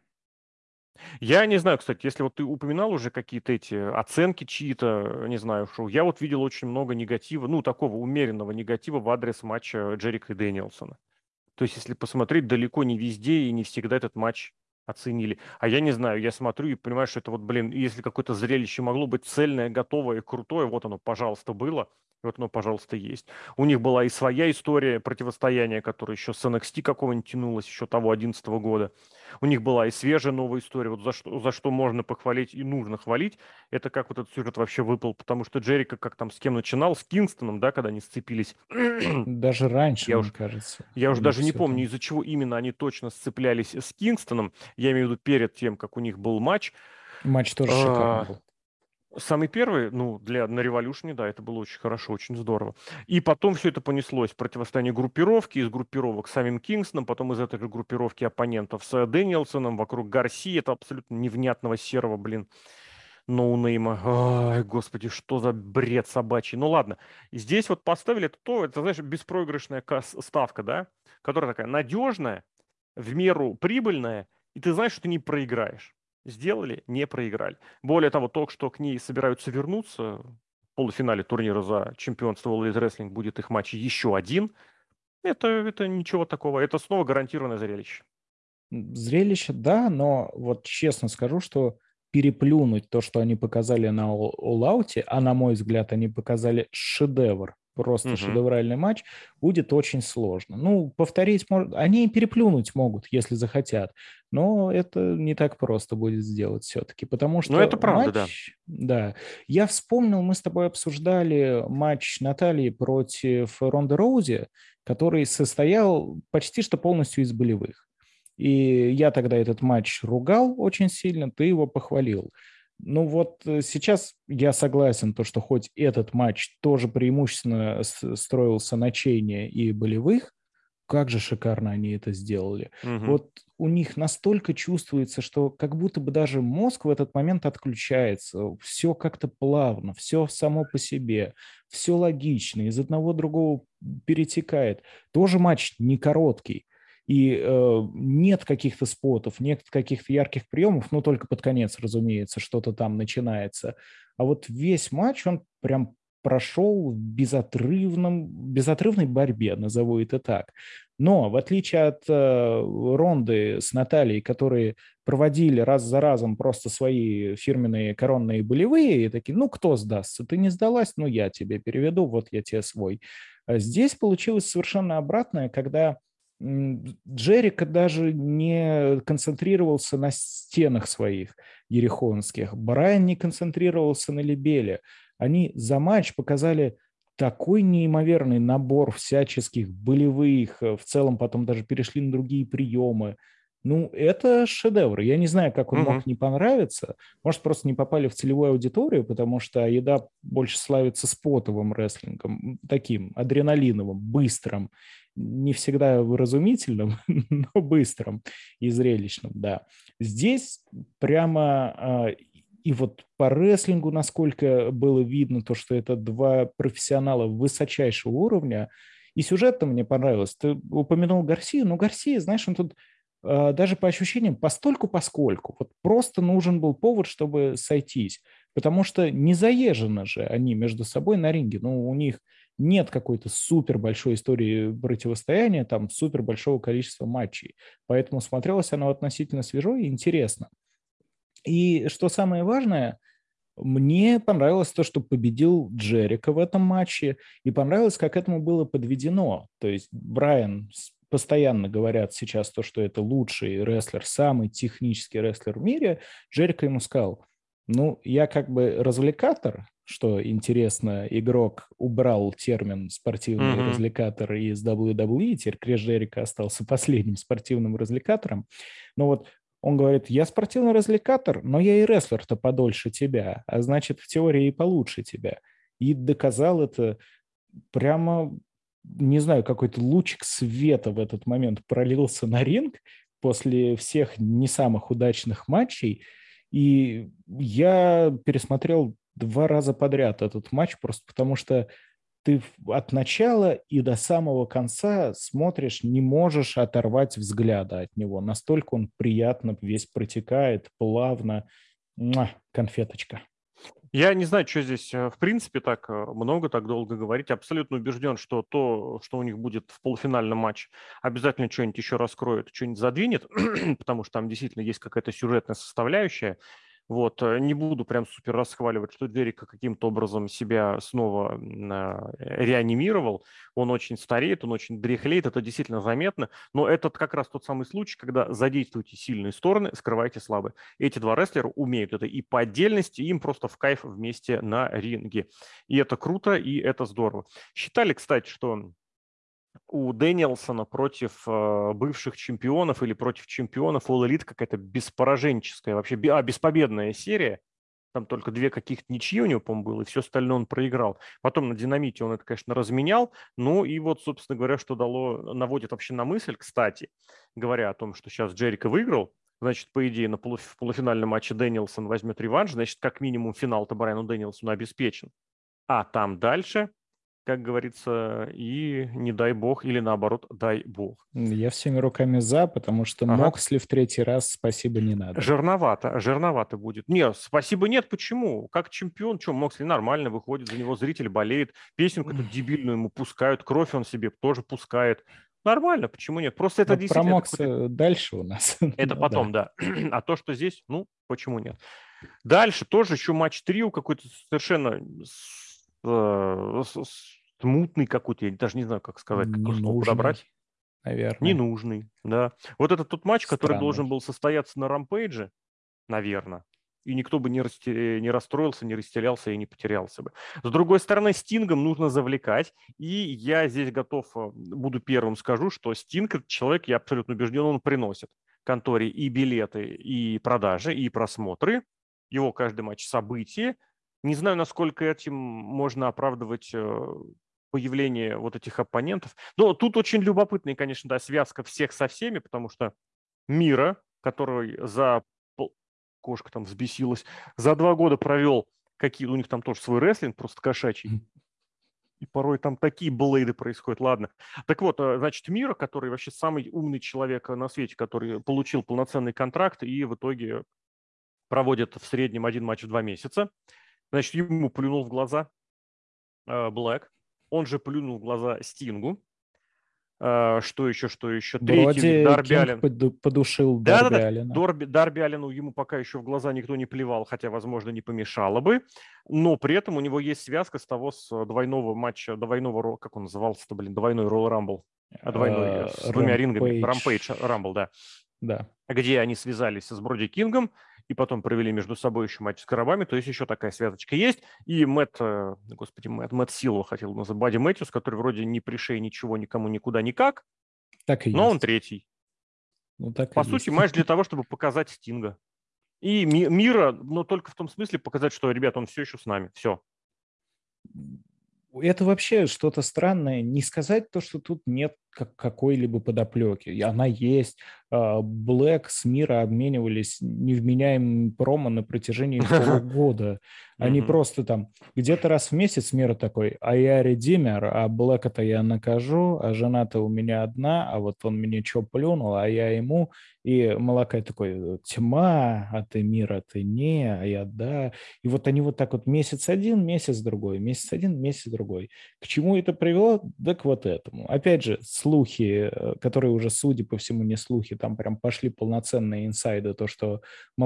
Я не знаю, кстати, если вот ты упоминал уже какие-то эти оценки чьи-то, не знаю, шоу, я вот видел очень много негатива, ну, такого умеренного негатива в адрес матча Джерика и Дэниелсона. То есть, если посмотреть, далеко не везде и не всегда этот матч оценили. А я не знаю, я смотрю и понимаю, что это вот, блин, если какое-то зрелище могло быть цельное, готовое, крутое, вот оно, пожалуйста, было, и вот оно, пожалуйста, есть. У них была и своя история противостояния, которая еще с эн экс ти какого-нибудь тянулась, еще того одиннадцатого года. У них была и свежая новая история, вот за что, за что можно похвалить и нужно хвалить, это как вот этот сюжет вообще выпал, потому что Джерика как там с кем начинал, с Кингстоном, да, когда они сцепились. Даже раньше, Я мне уж кажется, я у уже них даже не все помню, там. из-за чего именно они точно сцеплялись с Кингстоном. Я имею в виду перед тем, как у них был матч. Матч тоже шикарный А, был. Самый первый, ну, для, на Революшне, да, это было очень хорошо, очень здорово. И потом все это понеслось. Противостояние группировки, из группировок с самим Кингстоном, потом из этой же группировки оппонентов с Дэниелсоном, вокруг Гарси, это абсолютно невнятного серого, блин, ноунейма. Ай, господи, что за бред собачий. Ну ладно, и здесь вот поставили это то, это, знаешь, беспроигрышная кас- ставка, да, которая такая надежная, в меру прибыльная, и ты знаешь, что ты не проиграешь. Сделали, не проиграли. Более того, только что к ней собираются вернуться. В полуфинале турнира за чемпионство All Elite Wrestling будет их матч еще один. Это, это ничего такого. Это снова гарантированное зрелище. Зрелище, да, но вот честно скажу, что переплюнуть то, что они показали на All Out, а на мой взгляд, они показали шедевр, просто Мгм. шедевральный матч, будет очень сложно. Ну, повторить, мож- они и переплюнуть могут, если захотят, но это не так просто будет сделать все-таки, потому Ну, это что правда, да. матч, да, я вспомнил, мы с тобой обсуждали матч Натальи против Ронды Роузи, который состоял почти что полностью из болевых. И я тогда этот матч ругал очень сильно, ты его похвалил. Ну вот э, сейчас я согласен, то, что хоть этот матч тоже преимущественно с- строился на чейне и болевых, как же шикарно они это сделали. Мгм. Вот у них настолько чувствуется, что как будто бы даже мозг в этот момент отключается. Все как-то плавно, все само по себе, все логично, из одного другого перетекает. Тоже матч не короткий. И э, нет каких-то спотов, нет каких-то ярких приемов, ну только под конец, разумеется, что-то там начинается. А вот весь матч, он прям прошел в безотрывном, безотрывной борьбе, назову это так. Но в отличие от э, Ронды с Натальей, которые проводили раз за разом просто свои фирменные коронные болевые, и такие, ну, кто сдастся? Ты не сдалась? Ну, я тебе переведу, вот я тебе свой. А здесь получилось совершенно обратное, когда Джерика даже не концентрировался на стенах своих ерехонских. Брайан не концентрировался на Либеле. Они за матч показали такой неимоверный набор всяческих болевых, э, в целом потом даже перешли на другие приемы. Ну, это шедевр. Я не знаю, как он Мгм. мог не понравиться. Может, просто не попали в целевую аудиторию, потому что еда больше славится спотовым рестлингом, таким адреналиновым, быстрым, не всегда выразумительным, но быстрым и зрелищным, да. Здесь прямо а, и вот по рестлингу, насколько было видно, то, что это два профессионала высочайшего уровня, и сюжет-то мне понравилось. Ты упомянул Гарсию, но Гарсия, знаешь, он тут э, даже по ощущениям постольку-поскольку. Вот просто нужен был повод, чтобы сойтись. Потому что не заезжено же они между собой на ринге. Ну, у них нет какой-то супер большой истории противостояния, там супер большого количества матчей. Поэтому смотрелось оно относительно свежо и интересно. И что самое важное, мне понравилось то, что победил Джерико в этом матче, и понравилось, как к этому было подведено. То есть Брайан постоянно говорят сейчас то, что это лучший рестлер, самый технический рестлер в мире. Джерико ему сказал, ну, я как бы развлекатор, что интересно, игрок убрал термин «спортивный Мгм. развлекатор» из дабл ю дабл ю и, теперь Крис Джерико остался последним спортивным развлекатором. Но вот он говорит, я спортивный развлекатор, но я и рестлер-то подольше тебя, а значит, в теории и получше тебя. И доказал это прямо, не знаю, какой-то лучик света в этот момент пролился на ринг после всех не самых удачных матчей. И я пересмотрел два раза подряд этот матч, просто потому что ты от начала и до самого конца смотришь, не можешь оторвать взгляда от него. Настолько он приятно весь протекает, плавно. Муа, конфеточка. Я не знаю, что здесь, э, в принципе, так э, много, так долго говорить. Абсолютно убежден, что то, что у них будет в полуфинальном матче, обязательно что-нибудь еще раскроет, что-нибудь задвинет, потому что там действительно есть какая-то сюжетная составляющая. Вот, э, не буду прям супер расхваливать, что Джерика каким-то образом себя снова м, а, реанимировал. Он очень стареет, он очень дряхлеет, это действительно заметно. Но это как раз тот самый случай, когда задействуйте сильные стороны, скрывайте слабые. Эти два рестлера умеют это и по отдельности, и им просто в кайф вместе на ринге. И это круто, и это здорово. Считали, кстати, что у Дэниелсона против э, бывших чемпионов или против чемпионов All Elite какая-то беспораженческая, вообще а, беспобедная серия. Там только две каких-то ничьи у него, по-моему, было, и все остальное он проиграл. Потом на динамите он это, конечно, разменял. Ну и вот, собственно говоря, что дало, наводит вообще на мысль, кстати, говоря о том, что сейчас Джерико выиграл, значит, по идее, на полуф- в полуфинальном матче Дэниелсон возьмет реванш, значит, как минимум финал-то Брайану Дэниелсону обеспечен. А там дальше, как говорится, и не дай бог, или наоборот, дай бог. Я всеми руками за, потому что Ага. Моксли в третий раз спасибо не надо. Жирновато, жирновато будет. Нет, спасибо, нет, почему? Как чемпион, что, Моксли нормально выходит, за него зритель болеет, песенку эту дебильную ему пускают, кровь он себе тоже пускает. Нормально, почему нет? Просто это Но про действительно, это какой-то... Мокса дальше у нас. Это Ну потом, да. да. А то, что здесь, ну, почему нет? Дальше тоже еще матч трио какой-то совершенно с- э, с- с- смутный какой-то, я даже не знаю, как сказать, какое слово подобрать. Ненужный, наверное. Ненужный, да. Вот это тот матч, который должен Странный. был состояться на Рампейдже, наверное. И никто бы не, расте- не расстроился, не растерялся и не потерялся бы. С другой стороны, Стингом нужно завлекать. И я здесь готов, э, буду первым скажу, что Стинг, этот человек, я абсолютно убежден, он приносит конторе и билеты, и продажи, и просмотры. Его каждый матч событие. Не знаю, насколько этим можно оправдывать э, появление вот этих оппонентов. Но тут очень любопытная, конечно, да, связка всех со всеми, потому что Мира, который за пол- кошка там взбесилась, за два года провел какие у них там тоже свой рестлинг, просто кошачий. И порой там такие блейды происходят. Ладно. Так вот, э, значит, Мира, который вообще самый умный человек на свете, который получил полноценный контракт и в итоге проводит в среднем один матч в два месяца. Значит, ему плюнул в глаза э, Блэк. Он же плюнул в глаза Стингу. Э, Что еще, что еще? Третий у них Вроде Дарби Кинг Аллен. поду- подушил Дарби Да-да-да, Аллена. Дорби, Дарби Аллену ему пока еще в глаза никто не плевал, хотя, возможно, не помешало бы, но при этом у него есть связка с того, с двойного матча, двойного, ро- как он назывался-то, блин, двойной Royal Rumble, а двойной, э, с двумя рингами, Rampage Рэмпейдж. Rumble, да, Да. где они связались с Броди Кингом и потом провели между собой еще матч с коробами, то есть еще такая связочка есть. И Мэтт, э, господи, Мэтт, Мэтт Силва хотел назвать, Бадди Мэтьюс, который вроде не пришей ничего никому никуда никак, Так и но он есть. третий. Ну, так и По сути, есть. матч для того, чтобы показать Стинга. И ми- мира, но только в том смысле показать, что, ребят, он все еще с нами. Все. Это вообще что-то странное. Не сказать то, что тут нет как- какой-либо подоплеки. И она есть. А, Блэк с Мира обменивались невменяемыми промо на протяжении полугода. Они Мгм. просто там где-то раз в месяц Мира такой, а я редимер, а Блэка-то я накажу, а жена-то у меня одна, а вот он мне что плюнул, а я ему. И Малакай такой, тьма, а ты Мира, ты не, а я да. И вот они вот так вот месяц один, месяц другой, месяц один, месяц другой. К чему это привело? Да к вот этому. Опять же, слухи, э, которые уже, судя по всему, не слухи, там прям пошли полноценные инсайды, то, что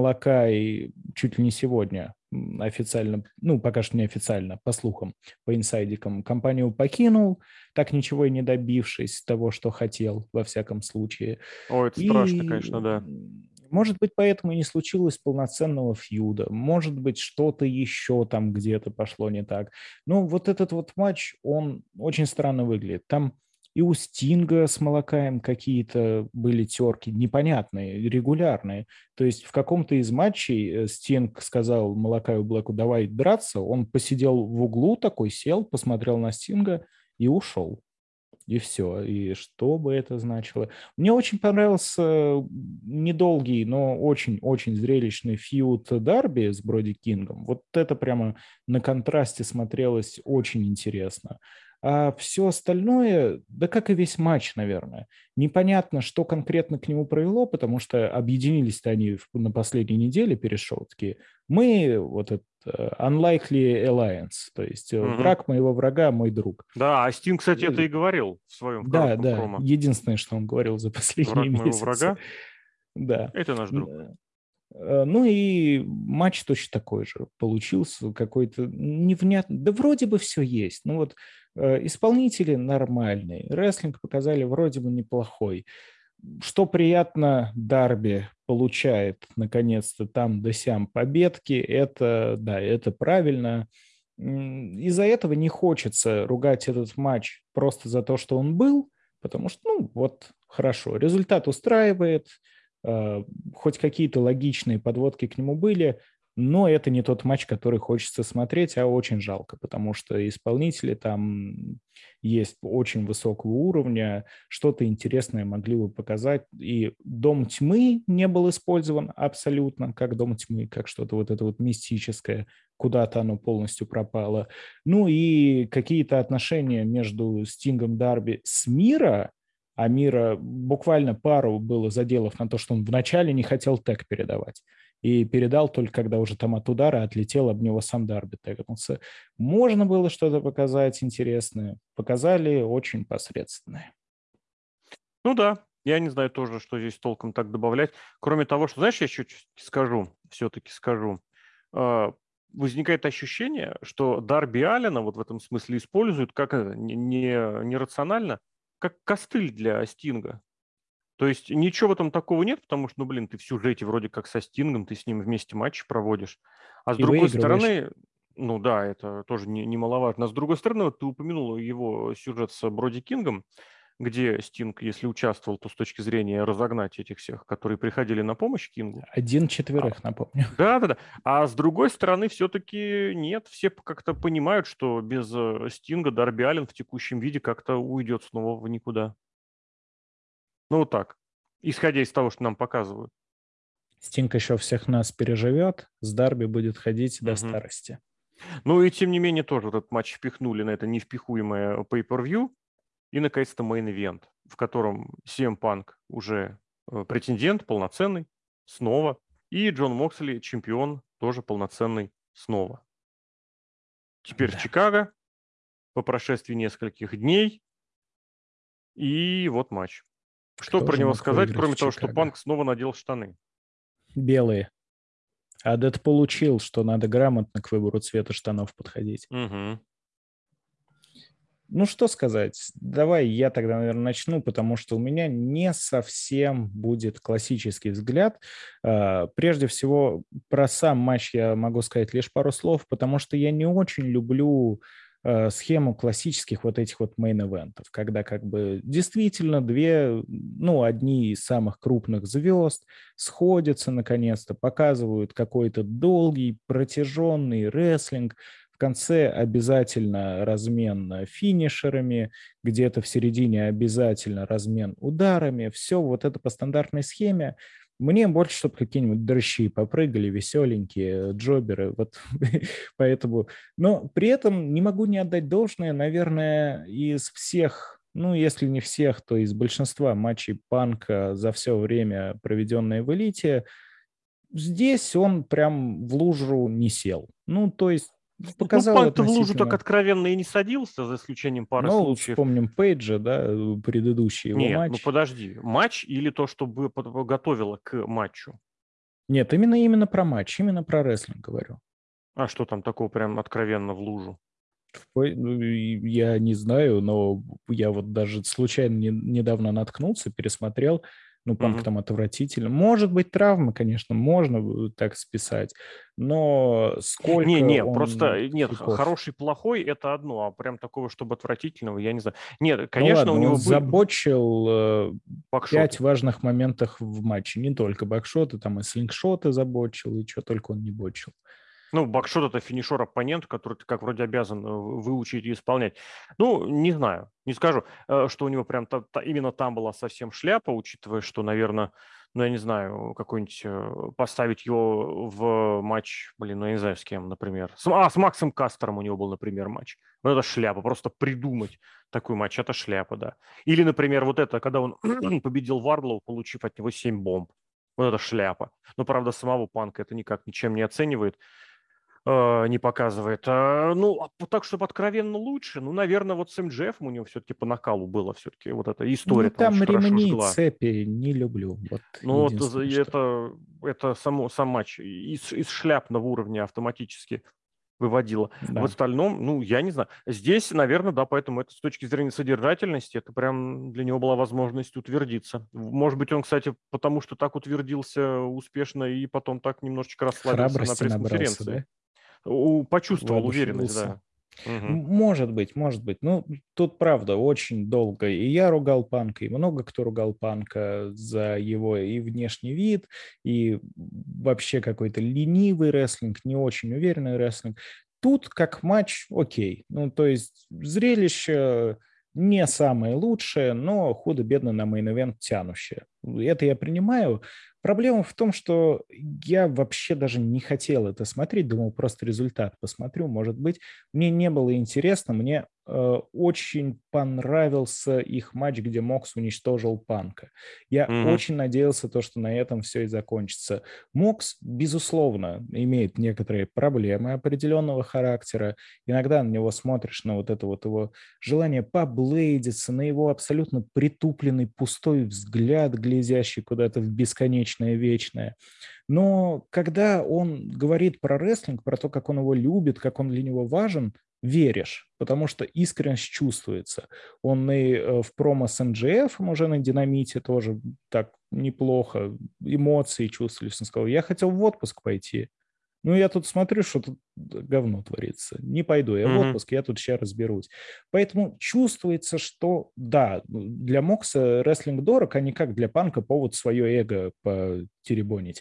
Малакай чуть ли не сегодня м, официально, ну, пока что неофициально, по слухам, по инсайдикам, компанию покинул, так ничего и не добившись того, что хотел, во всяком случае. О, это страшно, И, конечно, да. может быть, поэтому и не случилось полноценного фьюда. Может быть, что-то еще там где-то пошло не так. Но вот этот вот матч, он очень странно выглядит. Там и у Стинга с Малакаем какие-то были терки непонятные, регулярные. То есть в каком-то из матчей э, Стинг сказал Малакаю Блэку: давай драться. Он посидел в углу такой, сел, посмотрел на Стинга и ушел. И все. И что бы это значило? Мне очень понравился недолгий, но очень-очень зрелищный фьюд Дарби с Броди Кингом. Вот это прямо на контрасте смотрелось очень интересно. А все остальное, да как и весь матч, наверное, непонятно, что конкретно к нему провело, потому что объединились-то они в- на последней неделе перед шоу, такие: мы вот это э, unlikely alliance, то есть э, Мгм. враг моего врага, мой друг. Да, а Стинг, кстати, это Э, и говорил в своем да, коротком да, промо. единственное, что он говорил за последние Враг моего месяцы. врага– Да. это наш друг. Н- э, Ну и матч точно такой же получился, какой-то невнятный. Да вроде бы все есть. Ну вот э, исполнители нормальные, рестлинг показали вроде бы неплохой. Что приятно, Дарби получает наконец-то там да сям победки. Это, да, это правильно. М, Из-за этого не хочется ругать этот матч просто за то, что он был, потому что, ну, вот, хорошо, результат устраивает, э, хоть какие-то логичные подводки к нему были, но это не тот матч, который хочется смотреть, а очень жалко, потому что исполнители там есть очень высокого уровня, что-то интересное могли бы показать. И Дом Тьмы не был использован абсолютно как Дом Тьмы, как что-то вот это вот мистическое, куда-то оно полностью пропало. Ну и какие-то отношения между Стингом Дарби с Мира, а Мира буквально пару было заделов на то, что он вначале не хотел тег передавать. И передал только когда уже там от удара отлетел, об него сам Дарби тегнулся. Можно было что-то показать интересное. Показали очень посредственное. Ну да, я не знаю тоже, что здесь толком так добавлять. Кроме того, что, знаешь, я еще чуть скажу, все-таки скажу. А, Возникает ощущение, что Дарби Аллена вот в этом смысле используют как это, не, не, не рационально, как костыль для Стинга. То есть ничего в этом такого нет, потому что, ну, блин, ты в сюжете вроде как со Стингом, ты с ним вместе матч проводишь. А с И другой выигрываешь. стороны, ну да, это тоже не- немаловажно. А с другой стороны, вот ты упомянул его сюжет с Броди Кингом, где Стинг, если участвовал, то с точки зрения разогнать этих всех, которые приходили на помощь Кингу. Один А, четверых, напомню. да-да-да. А с другой стороны, все-таки нет, все как-то понимают, что без э, Стинга Дарби Аллен в текущем виде как-то уйдет снова в никуда. Ну вот так, исходя из того, что нам показывают. Стинг еще всех нас переживет, с Дарби будет ходить до Мгм. старости. Ну и тем не менее тоже этот матч впихнули на это невпихуемое pay-per-view. И, наконец-то, мейн-ивент, в котором си эм Punk уже э, претендент полноценный снова. И Джон Моксли чемпион тоже полноценный снова. Теперь в Да, Чикаго по прошествии нескольких дней. И вот матч. Что кто про же него мог сказать, выиграть в кроме того, что Чикаго? Панк снова надел штаны? Белые. А Дэд получил, что надо грамотно к выбору цвета штанов подходить. Угу. Ну, что сказать? Давай я тогда, наверное, начну, потому что у меня не совсем будет классический взгляд. А, Прежде всего, про сам матч я могу сказать лишь пару слов, потому что я не очень люблю э, схему классических вот этих вот мейн-эвентов, когда как бы действительно две, ну, одни из самых крупных звезд сходятся наконец-то, показывают какой-то долгий, протяженный рестлинг, в конце обязательно размен финишерами, где-то в середине обязательно размен ударами. Все вот это по стандартной схеме. Мне больше, чтобы какие-нибудь дрыщи попрыгали, веселенькие, джоберы. Вот поэтому... Но при этом не могу не отдать должное, наверное, из всех, ну, если не всех, то из большинства матчей Панка за все время, проведенное в «Элите», здесь он прям в лужу не сел. Ну, то есть Ну, Показал Панк-то в лужу так относительно. откровенно и не садился, за исключением пары Ну, случаев. вспомним Пейджа, да, предыдущий его Нет, ну матч. подожди. Матч или то, что бы под- готовило к матчу? Нет, именно именно про матч, именно про рестлинг говорю. А что там такого прям откровенно в лужу? В Пей- ну, и Я не знаю, но я вот даже случайно не- недавно наткнулся, пересмотрел. Ну, Панк Мгм. там отвратительно. Может быть, травмы, конечно, можно э, так списать, но сколько Не-не, просто он э, нет, х- косяков. хороший, плохой это одно, а прям такого, чтобы отвратительного, я не знаю. Нет, Ну конечно, у ладно, он него были забочил э, пять бакшоты. важных моментах в матче. Не только бэкшоты, там и слингшоты забочил, и что только он не бочил. Ну, бакшот это финишер оппонент, который ты как вроде обязан э, выучить и исполнять. Ну, не знаю, не скажу, э, что у него прям та- та- именно там была совсем шляпа, учитывая, что, наверное, ну, я не знаю, какой-нибудь э, поставить его в матч, блин, ну, я не знаю, с кем, например. С, а, с Максом Кастером у него был, например, матч. Вот это шляпа, просто придумать такой матч, это шляпа, да. Или, например, вот это, когда он победил Вардлоу, получив от него семь бомб. Вот это шляпа. Но, правда, самого Панка это никак ничем не оценивает, э, не показывает. А, ну, а п- так, чтобы откровенно лучше, ну, наверное, вот с эм джи эф у него все-таки по накалу было все-таки. Вот эта Ну, история там там очень хорошо ремни, жгла. цепи не люблю. Вот Ну, вот за- единственное, и что. это, это само, сам матч из, из шляпного уровня автоматически выводило. В Да. остальном, ну, я не знаю. Здесь, наверное, да, поэтому это с точки зрения содержательности, это прям для него была возможность утвердиться. Может быть, он, кстати, потому что так утвердился успешно и потом так немножечко расслабился на Храбрости набрался, пресс-конференции. да? У- Почувствовал уверенность, Воодушевился. да. Мгм. Может быть, может быть. Ну, тут правда очень долго. И я ругал Панка, и много кто ругал Панка за его и внешний вид, и вообще какой-то ленивый рестлинг, не очень уверенный рестлинг. Тут как матч окей. Ну, то есть зрелище не самое лучшее, но худо-бедно на мейн-эвент тянущее. Это я принимаю. Проблема в том, что я вообще даже не хотел это смотреть, думал, просто результат посмотрю, может быть. Мне не было интересно, мне э, очень понравился их матч, где Мокс уничтожил Панка. Я Мгм. очень надеялся, то, что на этом все и закончится. Мокс, безусловно, имеет некоторые проблемы определенного характера. Иногда на него смотришь, на вот это вот его желание поблейдиться, на его абсолютно притупленный пустой взгляд, глядящий куда-то в бесконечное вечное. Но когда он говорит про рестлинг, про то, как он его любит, как он для него важен, веришь, потому что искренность чувствуется. Он и э, в промо с эм джи эф уже на Динамите тоже так неплохо, эмоции чувствовались. Он сказал, я хотел в отпуск пойти, ну, я тут смотрю, что тут говно творится. Не пойду я в Мгм. отпуск, я тут сейчас разберусь. Поэтому чувствуется, что да, для Мокса рестлинг дорог, а не как для Панка повод свое эго потеребонить.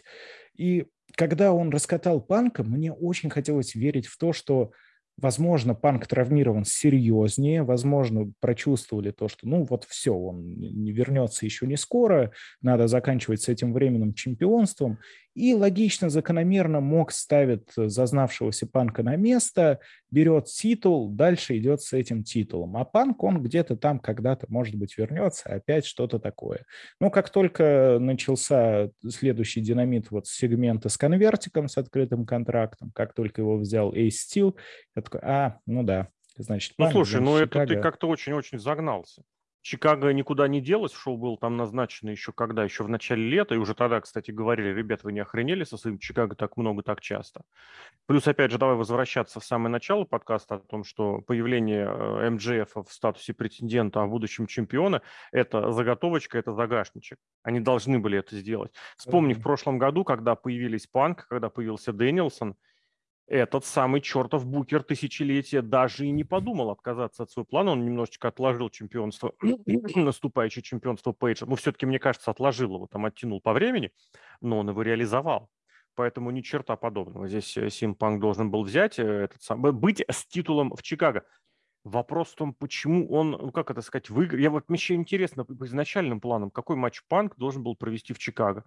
И когда он раскатал Панка, мне очень хотелось верить в то, что возможно, Панк травмирован серьезнее, возможно, прочувствовали то, что ну вот все, он не вернется еще не скоро, надо заканчивать с этим временным чемпионством. И логично, закономерно Мокс ставит зазнавшегося Панка на место, берет титул, дальше идет с этим титулом. А Панк, он где-то там когда-то, может быть, вернется, опять что-то такое. Но как только начался следующий динамит вот с сегмента с конвертиком, с открытым контрактом, как только его взял Ace Steel, я такой, а, ну да, значит, Ну, Панк, слушай, значит, ну это ты Чикаго. как-то очень-очень загнался. Чикаго никуда не делось, шоу было там назначено еще когда, еще в начале лета, и уже тогда, кстати, говорили, ребят, вы не охренели со своим Чикаго так много, так часто. Плюс, опять же, давай возвращаться в самое начало подкаста о том, что появление э, эм джи эф в статусе претендента, а в будущем чемпиона – это заготовочка, это загашничек. Они должны были это сделать. Вспомни в Должны. прошлом году, когда появились Панк, когда появился Дэнилсон, этот самый чертов букер тысячелетия даже и не подумал отказаться от своего плана. Он немножечко отложил чемпионство, наступающее чемпионство Пейджа. Ну, все-таки, мне кажется, отложил его, там оттянул по времени, но он его реализовал. Поэтому ни черта подобного. Здесь Симпанк должен был взять э, этот сам, быть с титулом в Чикаго. Вопрос в том, почему он, ну как это сказать, выиграл. Я вот мне еще интересно по изначальным планам, какой матч Панк должен был провести в Чикаго.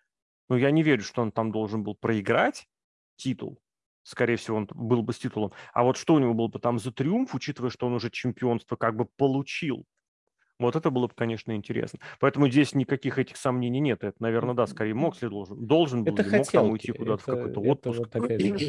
Но я не верю, что он там должен был проиграть титул. Скорее всего, он был бы с титулом. А вот что у него был бы там за триумф, учитывая, что он уже чемпионство как бы получил. Вот это было бы, конечно, интересно. Поэтому здесь никаких этих сомнений нет. Это, наверное, да, скорее Моксли должен, должен был Это ли мог там хотелки. уйти куда-то в Это, какой-то это отпуск. вот опять же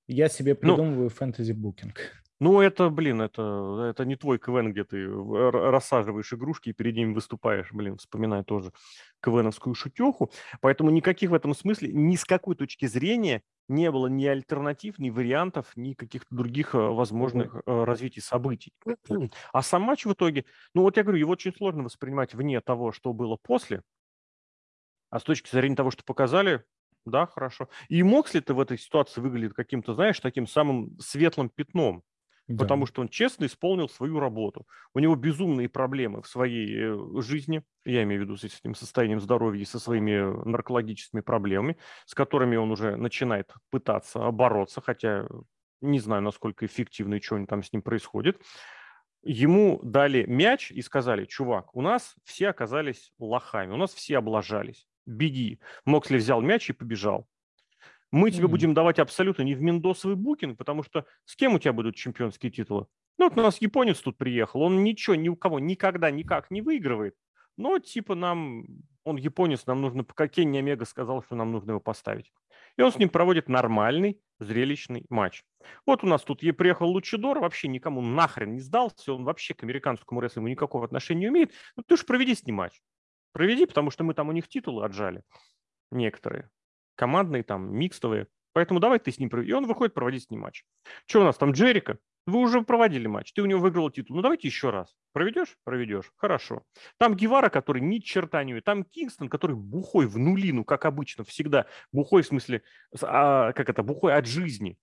Я себе Ну, придумываю фэнтези-букинг. ну, это, блин, это, это не твой КВН, где ты в- р- рассаживаешь игрушки и перед ними выступаешь. Блин, вспоминаю тоже КВНовскую шутеху. Поэтому никаких в этом смысле, ни с какой точки зрения не было ни альтернатив, ни вариантов, ни каких-то других э, Увы. возможных э, развитий событий. А сам матч в итоге, ну вот я говорю, его очень сложно воспринимать вне того, что было после, а с точки зрения того, что показали, да, хорошо. И Моксли-то в этой ситуации выглядит каким-то, знаешь, таким самым светлым пятном, Да. потому что он честно исполнил свою работу. У него безумные проблемы в своей э, жизни, я имею в виду с этим состоянием здоровья и со своими э, наркологическими проблемами, с которыми он уже начинает пытаться бороться, хотя не знаю, насколько эффективно и что там с ним происходит. Ему дали мяч и сказали: чувак, у нас все оказались лохами, у нас все облажались, беги. Моксли взял мяч и побежал. Мы тебе Мгм. будем давать абсолютно не в миндосовый букинг, потому что с кем у тебя будут чемпионские титулы? Ну, вот у нас японец тут приехал, он ничего, ни у кого никогда никак не выигрывает, но типа нам, он японец, нам нужно, пока Кенни Омега сказал, что нам нужно его поставить. И он с ним проводит нормальный, зрелищный матч. Вот у нас тут е- приехал Лучидор, вообще никому нахрен не сдался, он вообще к американскому рестлингу никакого отношения не имеет. Ну ты уж проведи с ним матч. Проведи, потому что мы там у них титулы отжали некоторые. Командные, там, микстовые. Поэтому давай ты с ним проведи. И он выходит проводить с ним матч. Что у нас там, Джерика? Вы уже проводили матч, ты у него выиграл титул. Ну давайте еще раз. Проведешь? Проведешь. Хорошо. Там Гевара, который ни черта не умеет. Там Кингстон, который бухой в нулину, как обычно, всегда. Бухой в смысле, а, как это, бухой от жизни.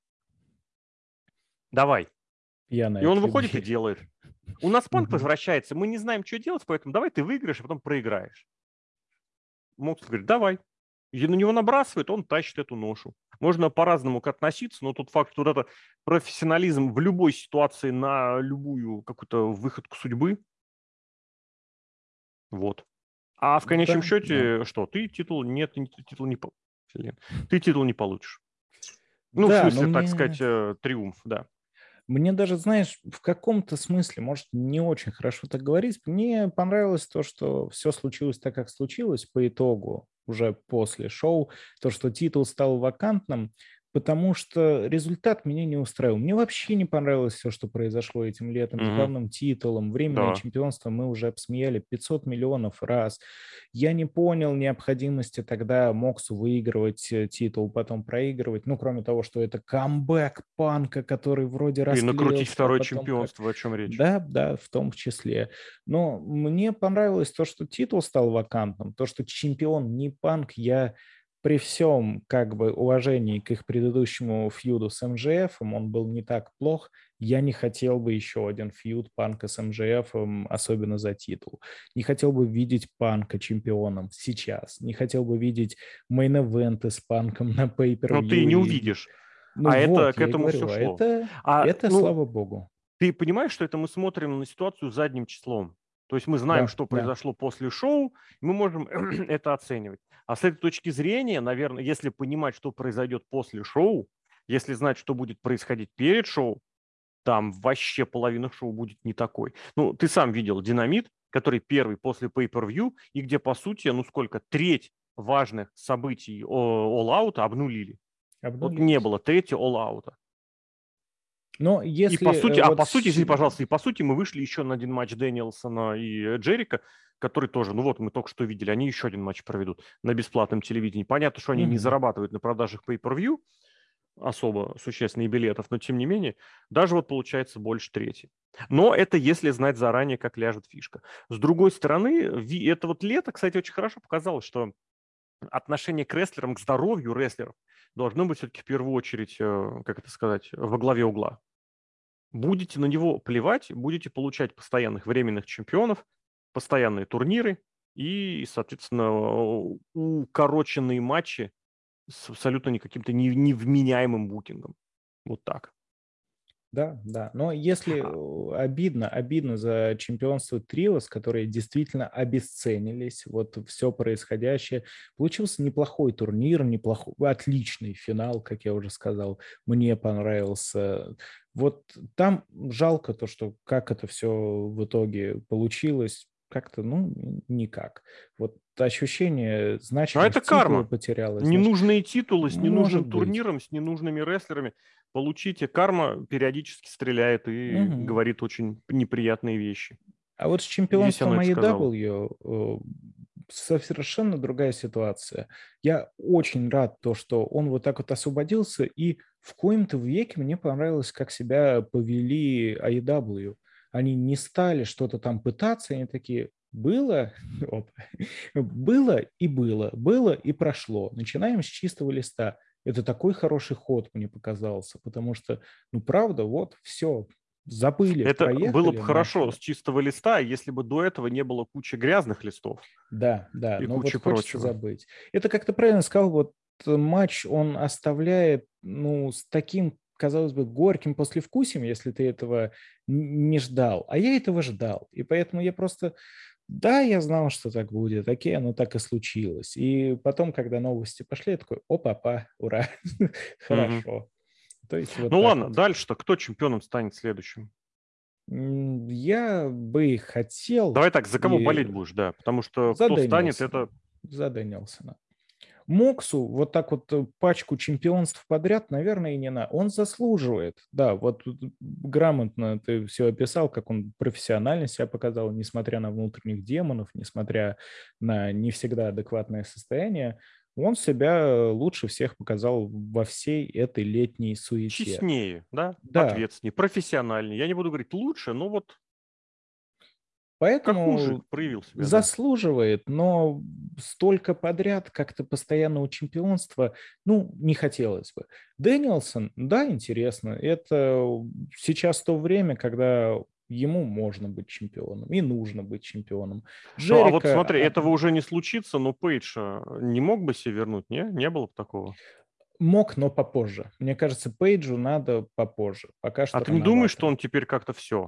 Давай. И Пьяный он от выходит и любви. делает. У нас панк Мгм. возвращается, мы не знаем, что делать, поэтому давай ты выиграешь, а потом проиграешь. Мокс говорит: давай. И на него набрасывает, он тащит эту ношу. Можно по-разному к относиться, но тот факт, что вот это профессионализм в любой ситуации на любую какую-то выходку судьбы, вот. А в конечном Да, да. счете, что, ты титул, нет, ты титул не, по- блин, ты титул не получишь. Ну, в Да, но смысле, так сказать, мне, э, триумф, да. мне даже, знаешь, в каком-то смысле, может, не очень хорошо так говорить, мне понравилось то, что все случилось так, как случилось по итогу, уже после шоу, то, что титул стал вакантным, потому что результат меня не устраивал. Мне вообще не понравилось все, что произошло этим летом с Мгм. главным титулом. Временное Да. чемпионство мы уже обсмеяли пятьсот миллионов раз. Я не понял необходимости тогда Моксу выигрывать э, титул, потом проигрывать. Ну, кроме того, что это камбэк Панка, который вроде И накрутить расклеился, а второе потом как... чемпионство, о чем речь. Да, да, в том числе. Но мне понравилось то, что титул стал вакантным, то, что чемпион не Панк. Я при всем как бы уважении к их предыдущему фьюду с эм джей эф, он был не так плох. Я не хотел бы еще один фьюд Панка с эм джей эф, особенно за титул. Не хотел бы видеть Панка чемпионом сейчас. Не хотел бы видеть мейн-эвенты с Панком на Но ты pay-per-view. не И... увидишь. Ну А это вот, к я и этому все говорю, а шло. это, А, это ну, слава богу. ты понимаешь, что это мы смотрим на ситуацию задним числом? То есть мы знаем, Да, что да. произошло после шоу, мы можем это оценивать. А с этой точки зрения, наверное, если понимать, что произойдет после шоу, если знать, что будет происходить перед шоу, там вообще половина шоу будет не такой. Ну, ты сам видел «Динамит», который первый после Pay-Per-View, и где, по сути, ну сколько, треть важных событий All Out обнулили. Вот не Обнулились. было трети All Out. Но И по если э, сути, а вот... по сути, щ- извини, пожалуйста, и по сути мы вышли еще на один матч Дэниелсона и э, Джерика, который тоже, ну вот мы только что видели, они еще один матч проведут на бесплатном телевидении. Понятно, что они не Мгм. зарабатывают на продажах pay-per-view особо существенных билетов, но тем не менее, даже вот получается больше трети. Но это если знать заранее, как ляжет фишка. С другой стороны, ви- это вот лето, кстати, очень хорошо показало, что отношение к рестлерам, к здоровью рестлеров должно быть все-таки в первую очередь, э, как это сказать, во главе угла. Будете на него плевать, будете получать постоянных временных чемпионов, постоянные турниры и, соответственно, укороченные матчи с абсолютно не каким-то не- невменяемым букингом. Вот так. Да, да. Но если А, э, обидно, обидно за чемпионство Триос, которые действительно обесценились, вот все происходящее. Получился неплохой турнир, неплохой, отличный финал, как я уже сказал. Мне понравился. Вот там жалко то, что как это все в итоге получилось. Как-то, ну, никак. Вот ощущение, а это значимость титула карма. потерялась, значит, Ненужные титулы с ненужным может быть. турниром, с ненужными рестлерами. получите. Карма периодически стреляет и Мгм. говорит очень неприятные вещи. А вот с Здесь чемпионством оно это сказала. эй и дабл ю э, совершенно другая ситуация. Я очень рад, то, что он вот так вот освободился, и в коем-то веке мне понравилось, как себя повели эй и дабл ю. Они не стали что-то там пытаться, они такие, было, оп, было и было, было и прошло. Начинаем с чистого листа. Это такой хороший ход мне показался, потому что, ну, правда, вот, все, забыли, Это было проехали, бы хорошо с начали. чистого листа, если бы до этого не было кучи грязных листов Да, да, и но вот кучи хочется прочего. забыть. Это, как ты правильно сказал, вот э, матч он оставляет, ну, с таким, казалось бы, горьким послевкусием, если ты этого н- не ждал. А я этого ждал. И поэтому я просто, да, я знал, что так будет. Окей, оно так и случилось. И потом, когда новости пошли, я такой, опа-па, ура, Мгм. хорошо. То есть вот Ну так ладно, вот. дальше-то кто чемпионом станет следующим? М, Я бы хотел Давай так, за кого и болеть будешь, да, потому что за кто станет, Дэнилсона, это за Дэнилсона. Моксу вот так вот э, пачку чемпионств подряд, наверное, и не на. Он заслуживает. Да, вот тут грамотно ты все описал, как он профессионально себя показал, несмотря на внутренних демонов, несмотря на не всегда адекватное состояние. Он себя лучше всех показал во всей этой летней суете. честнее, да, Да, ответственнее, профессиональнее. Я не буду говорить лучше, но вот как мужик поэтому проявил себя, да. заслуживает, но столько подряд как-то постоянного чемпионства, ну, не хотелось бы. Дэнилсон, да, интересно. Это сейчас то время, когда ему можно быть чемпионом и нужно быть чемпионом. Ну, а вот Джерика смотри, а, этого уже не случится, но Пейдж э, не мог бы себе вернуть, не? Не было бы такого. мог, но попозже. Мне кажется, Пейджу надо попозже. Пока А что ты не думаешь, что рановато. он теперь как-то все?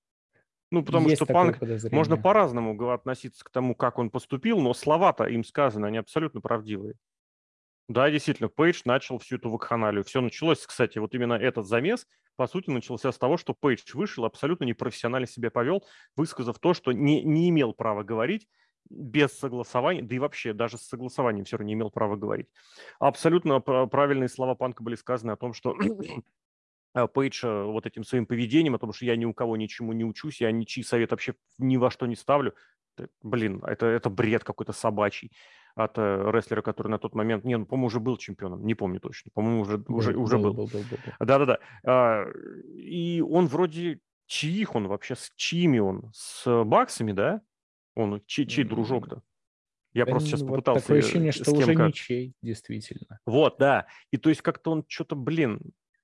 Ну, потому что Есть такое Панк, можно подозрение. по-разному г- относиться к тому, как он поступил, но слова-то им сказаны, они абсолютно правдивые. Да, действительно, Пейдж начал всю эту вакханалию. Все началось, кстати, вот именно этот замес, по сути, начался с того, что Пейдж вышел, абсолютно непрофессионально себя повел, высказав то, что не, не имел права говорить без согласования, да и вообще даже с согласованием все равно не имел права говорить. Абсолютно пра- правильные слова Панка были сказаны о том, что э, Пейдж э, вот этим своим поведением, о том, что я ни у кого ничему не учусь, я ничьи совет вообще ни во что не ставлю. Т- Блин, это, это бред какой-то собачий от э, рестлера, который на тот момент, не, ну, по-моему, уже был чемпионом, не помню точно, по-моему, уже, уже, Был, уже был, был. был, был, был. был. Да-да-да. А, И он вроде чьих он вообще, с чьими он? С баксами, да? Он чей, чей М, дружок-то? Я Да, просто н- сейчас вот попытался такое ощущение, э, что с кем уже как. ничей, действительно. Вот, да. И то есть как-то он что-то, блин,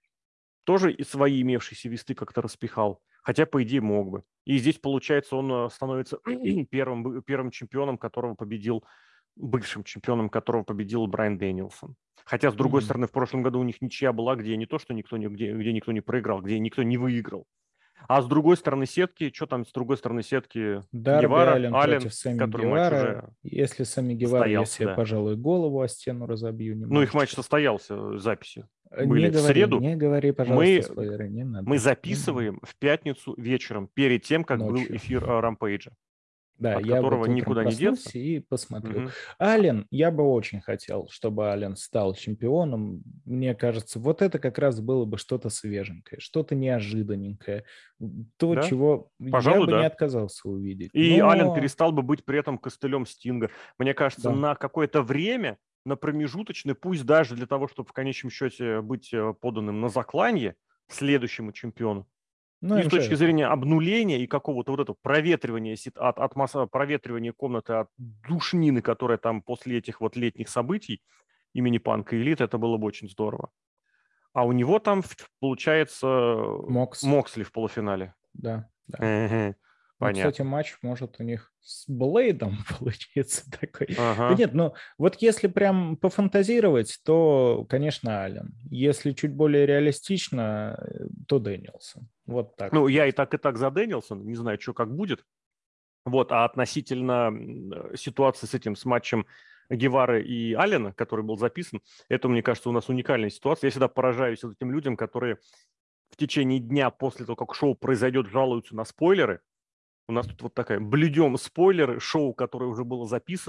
тоже и свои имевшиеся весты как-то распихал. Хотя, по идее, мог бы. И здесь, получается, он э, становится первым, бы- первым чемпионом, которого победил, бывшим чемпионом, которого победил Брайан Дэнилсон. Хотя, с другой Мгм. стороны, в прошлом году у них ничья была, где не то, что никто не, где, где никто не проиграл, где никто не выиграл. А с другой стороны сетки, что там с другой стороны сетки? Дарби Гевара, Аллен Аллен, против с Сами которым матч Гевара. уже Если Сами Гевара, я состоялся, себе, да. пожалуй, голову о стену разобью Ну, их матч немножечко. состоялся, э, записи Э, Не были в говори, среду. не говори, пожалуйста, Мы спойлеры, не Мы надо. Не надо. записываем в пятницу вечером, перед тем, как был Ночью. эфир э, Рампейджа, Да, от я которого вот утром никуда не деться. проснусь и посмотрю. Мгм. Аллен, я бы очень хотел, чтобы Аллен стал чемпионом. Мне кажется, вот это как раз было бы что-то свеженькое, что-то неожиданненькое. То, Да, чего я пожалуй, бы не да. отказался увидеть. И Аллен Но, перестал бы быть при этом костылем Стинга. Мне кажется, да, на какое-то время, на промежуточный, пусть даже для того, чтобы в конечном счете быть э, поданным на закланье следующему чемпиону, ну, и с точки МЖФ. зрения обнуления и какого-то вот этого проветривания, сит- от, от масса- проветривания комнаты от душнины, которая там после этих вот летних событий имени Панка и Элит, это было бы очень здорово. А у него там, в- получается, Мокс, Моксли в полуфинале. да, да. Мгм. Ну, кстати, Понятно. матч может у них с Блейдом получиться такой. Да Ага. нет, ну вот если прям пофантазировать, то, конечно, Аллен. Если чуть более реалистично, э, то Дэнилсон. Вот так Ну, я и вот. так, и так за Дэнилсона. Не знаю, что как будет. Вот, а относительно м, э, ситуации с этим, с матчем Гевары и Аллена, который был записан, это, мне кажется, у нас уникальная ситуация. Я всегда поражаюсь вот этим людям, которые в течение дня после того, как шоу произойдет, жалуются на спойлеры. У нас тут вот такая, блюдем спойлеры, шоу, которое уже было записано,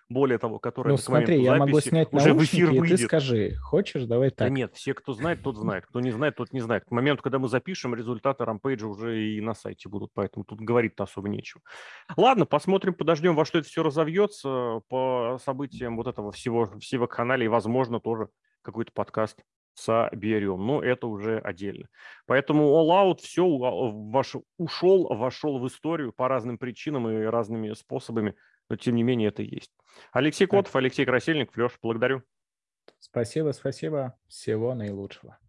более того, которая Ну, к смотри, моменту я могу записи снять уже в эфир наушники, и ты выйдет. скажи, хочешь, давай Да так. нет, все, кто знает, тот знает. Кто не знает, тот не знает. К моменту, когда мы запишем, результаты рампейджа уже и на сайте будут, поэтому тут говорить-то особо нечего. Ладно, посмотрим, подождем, во что это все разовьется по событиям вот этого всего, всего канала, и, возможно, тоже какой-то подкаст соберем. Но это уже отдельно. Поэтому All Out все ваш, ушел, вошел в историю по разным причинам и разными способами, но тем не менее это есть. Алексей Так, Котов, Алексей Красильников, Леша, благодарю. спасибо, спасибо. Всего наилучшего.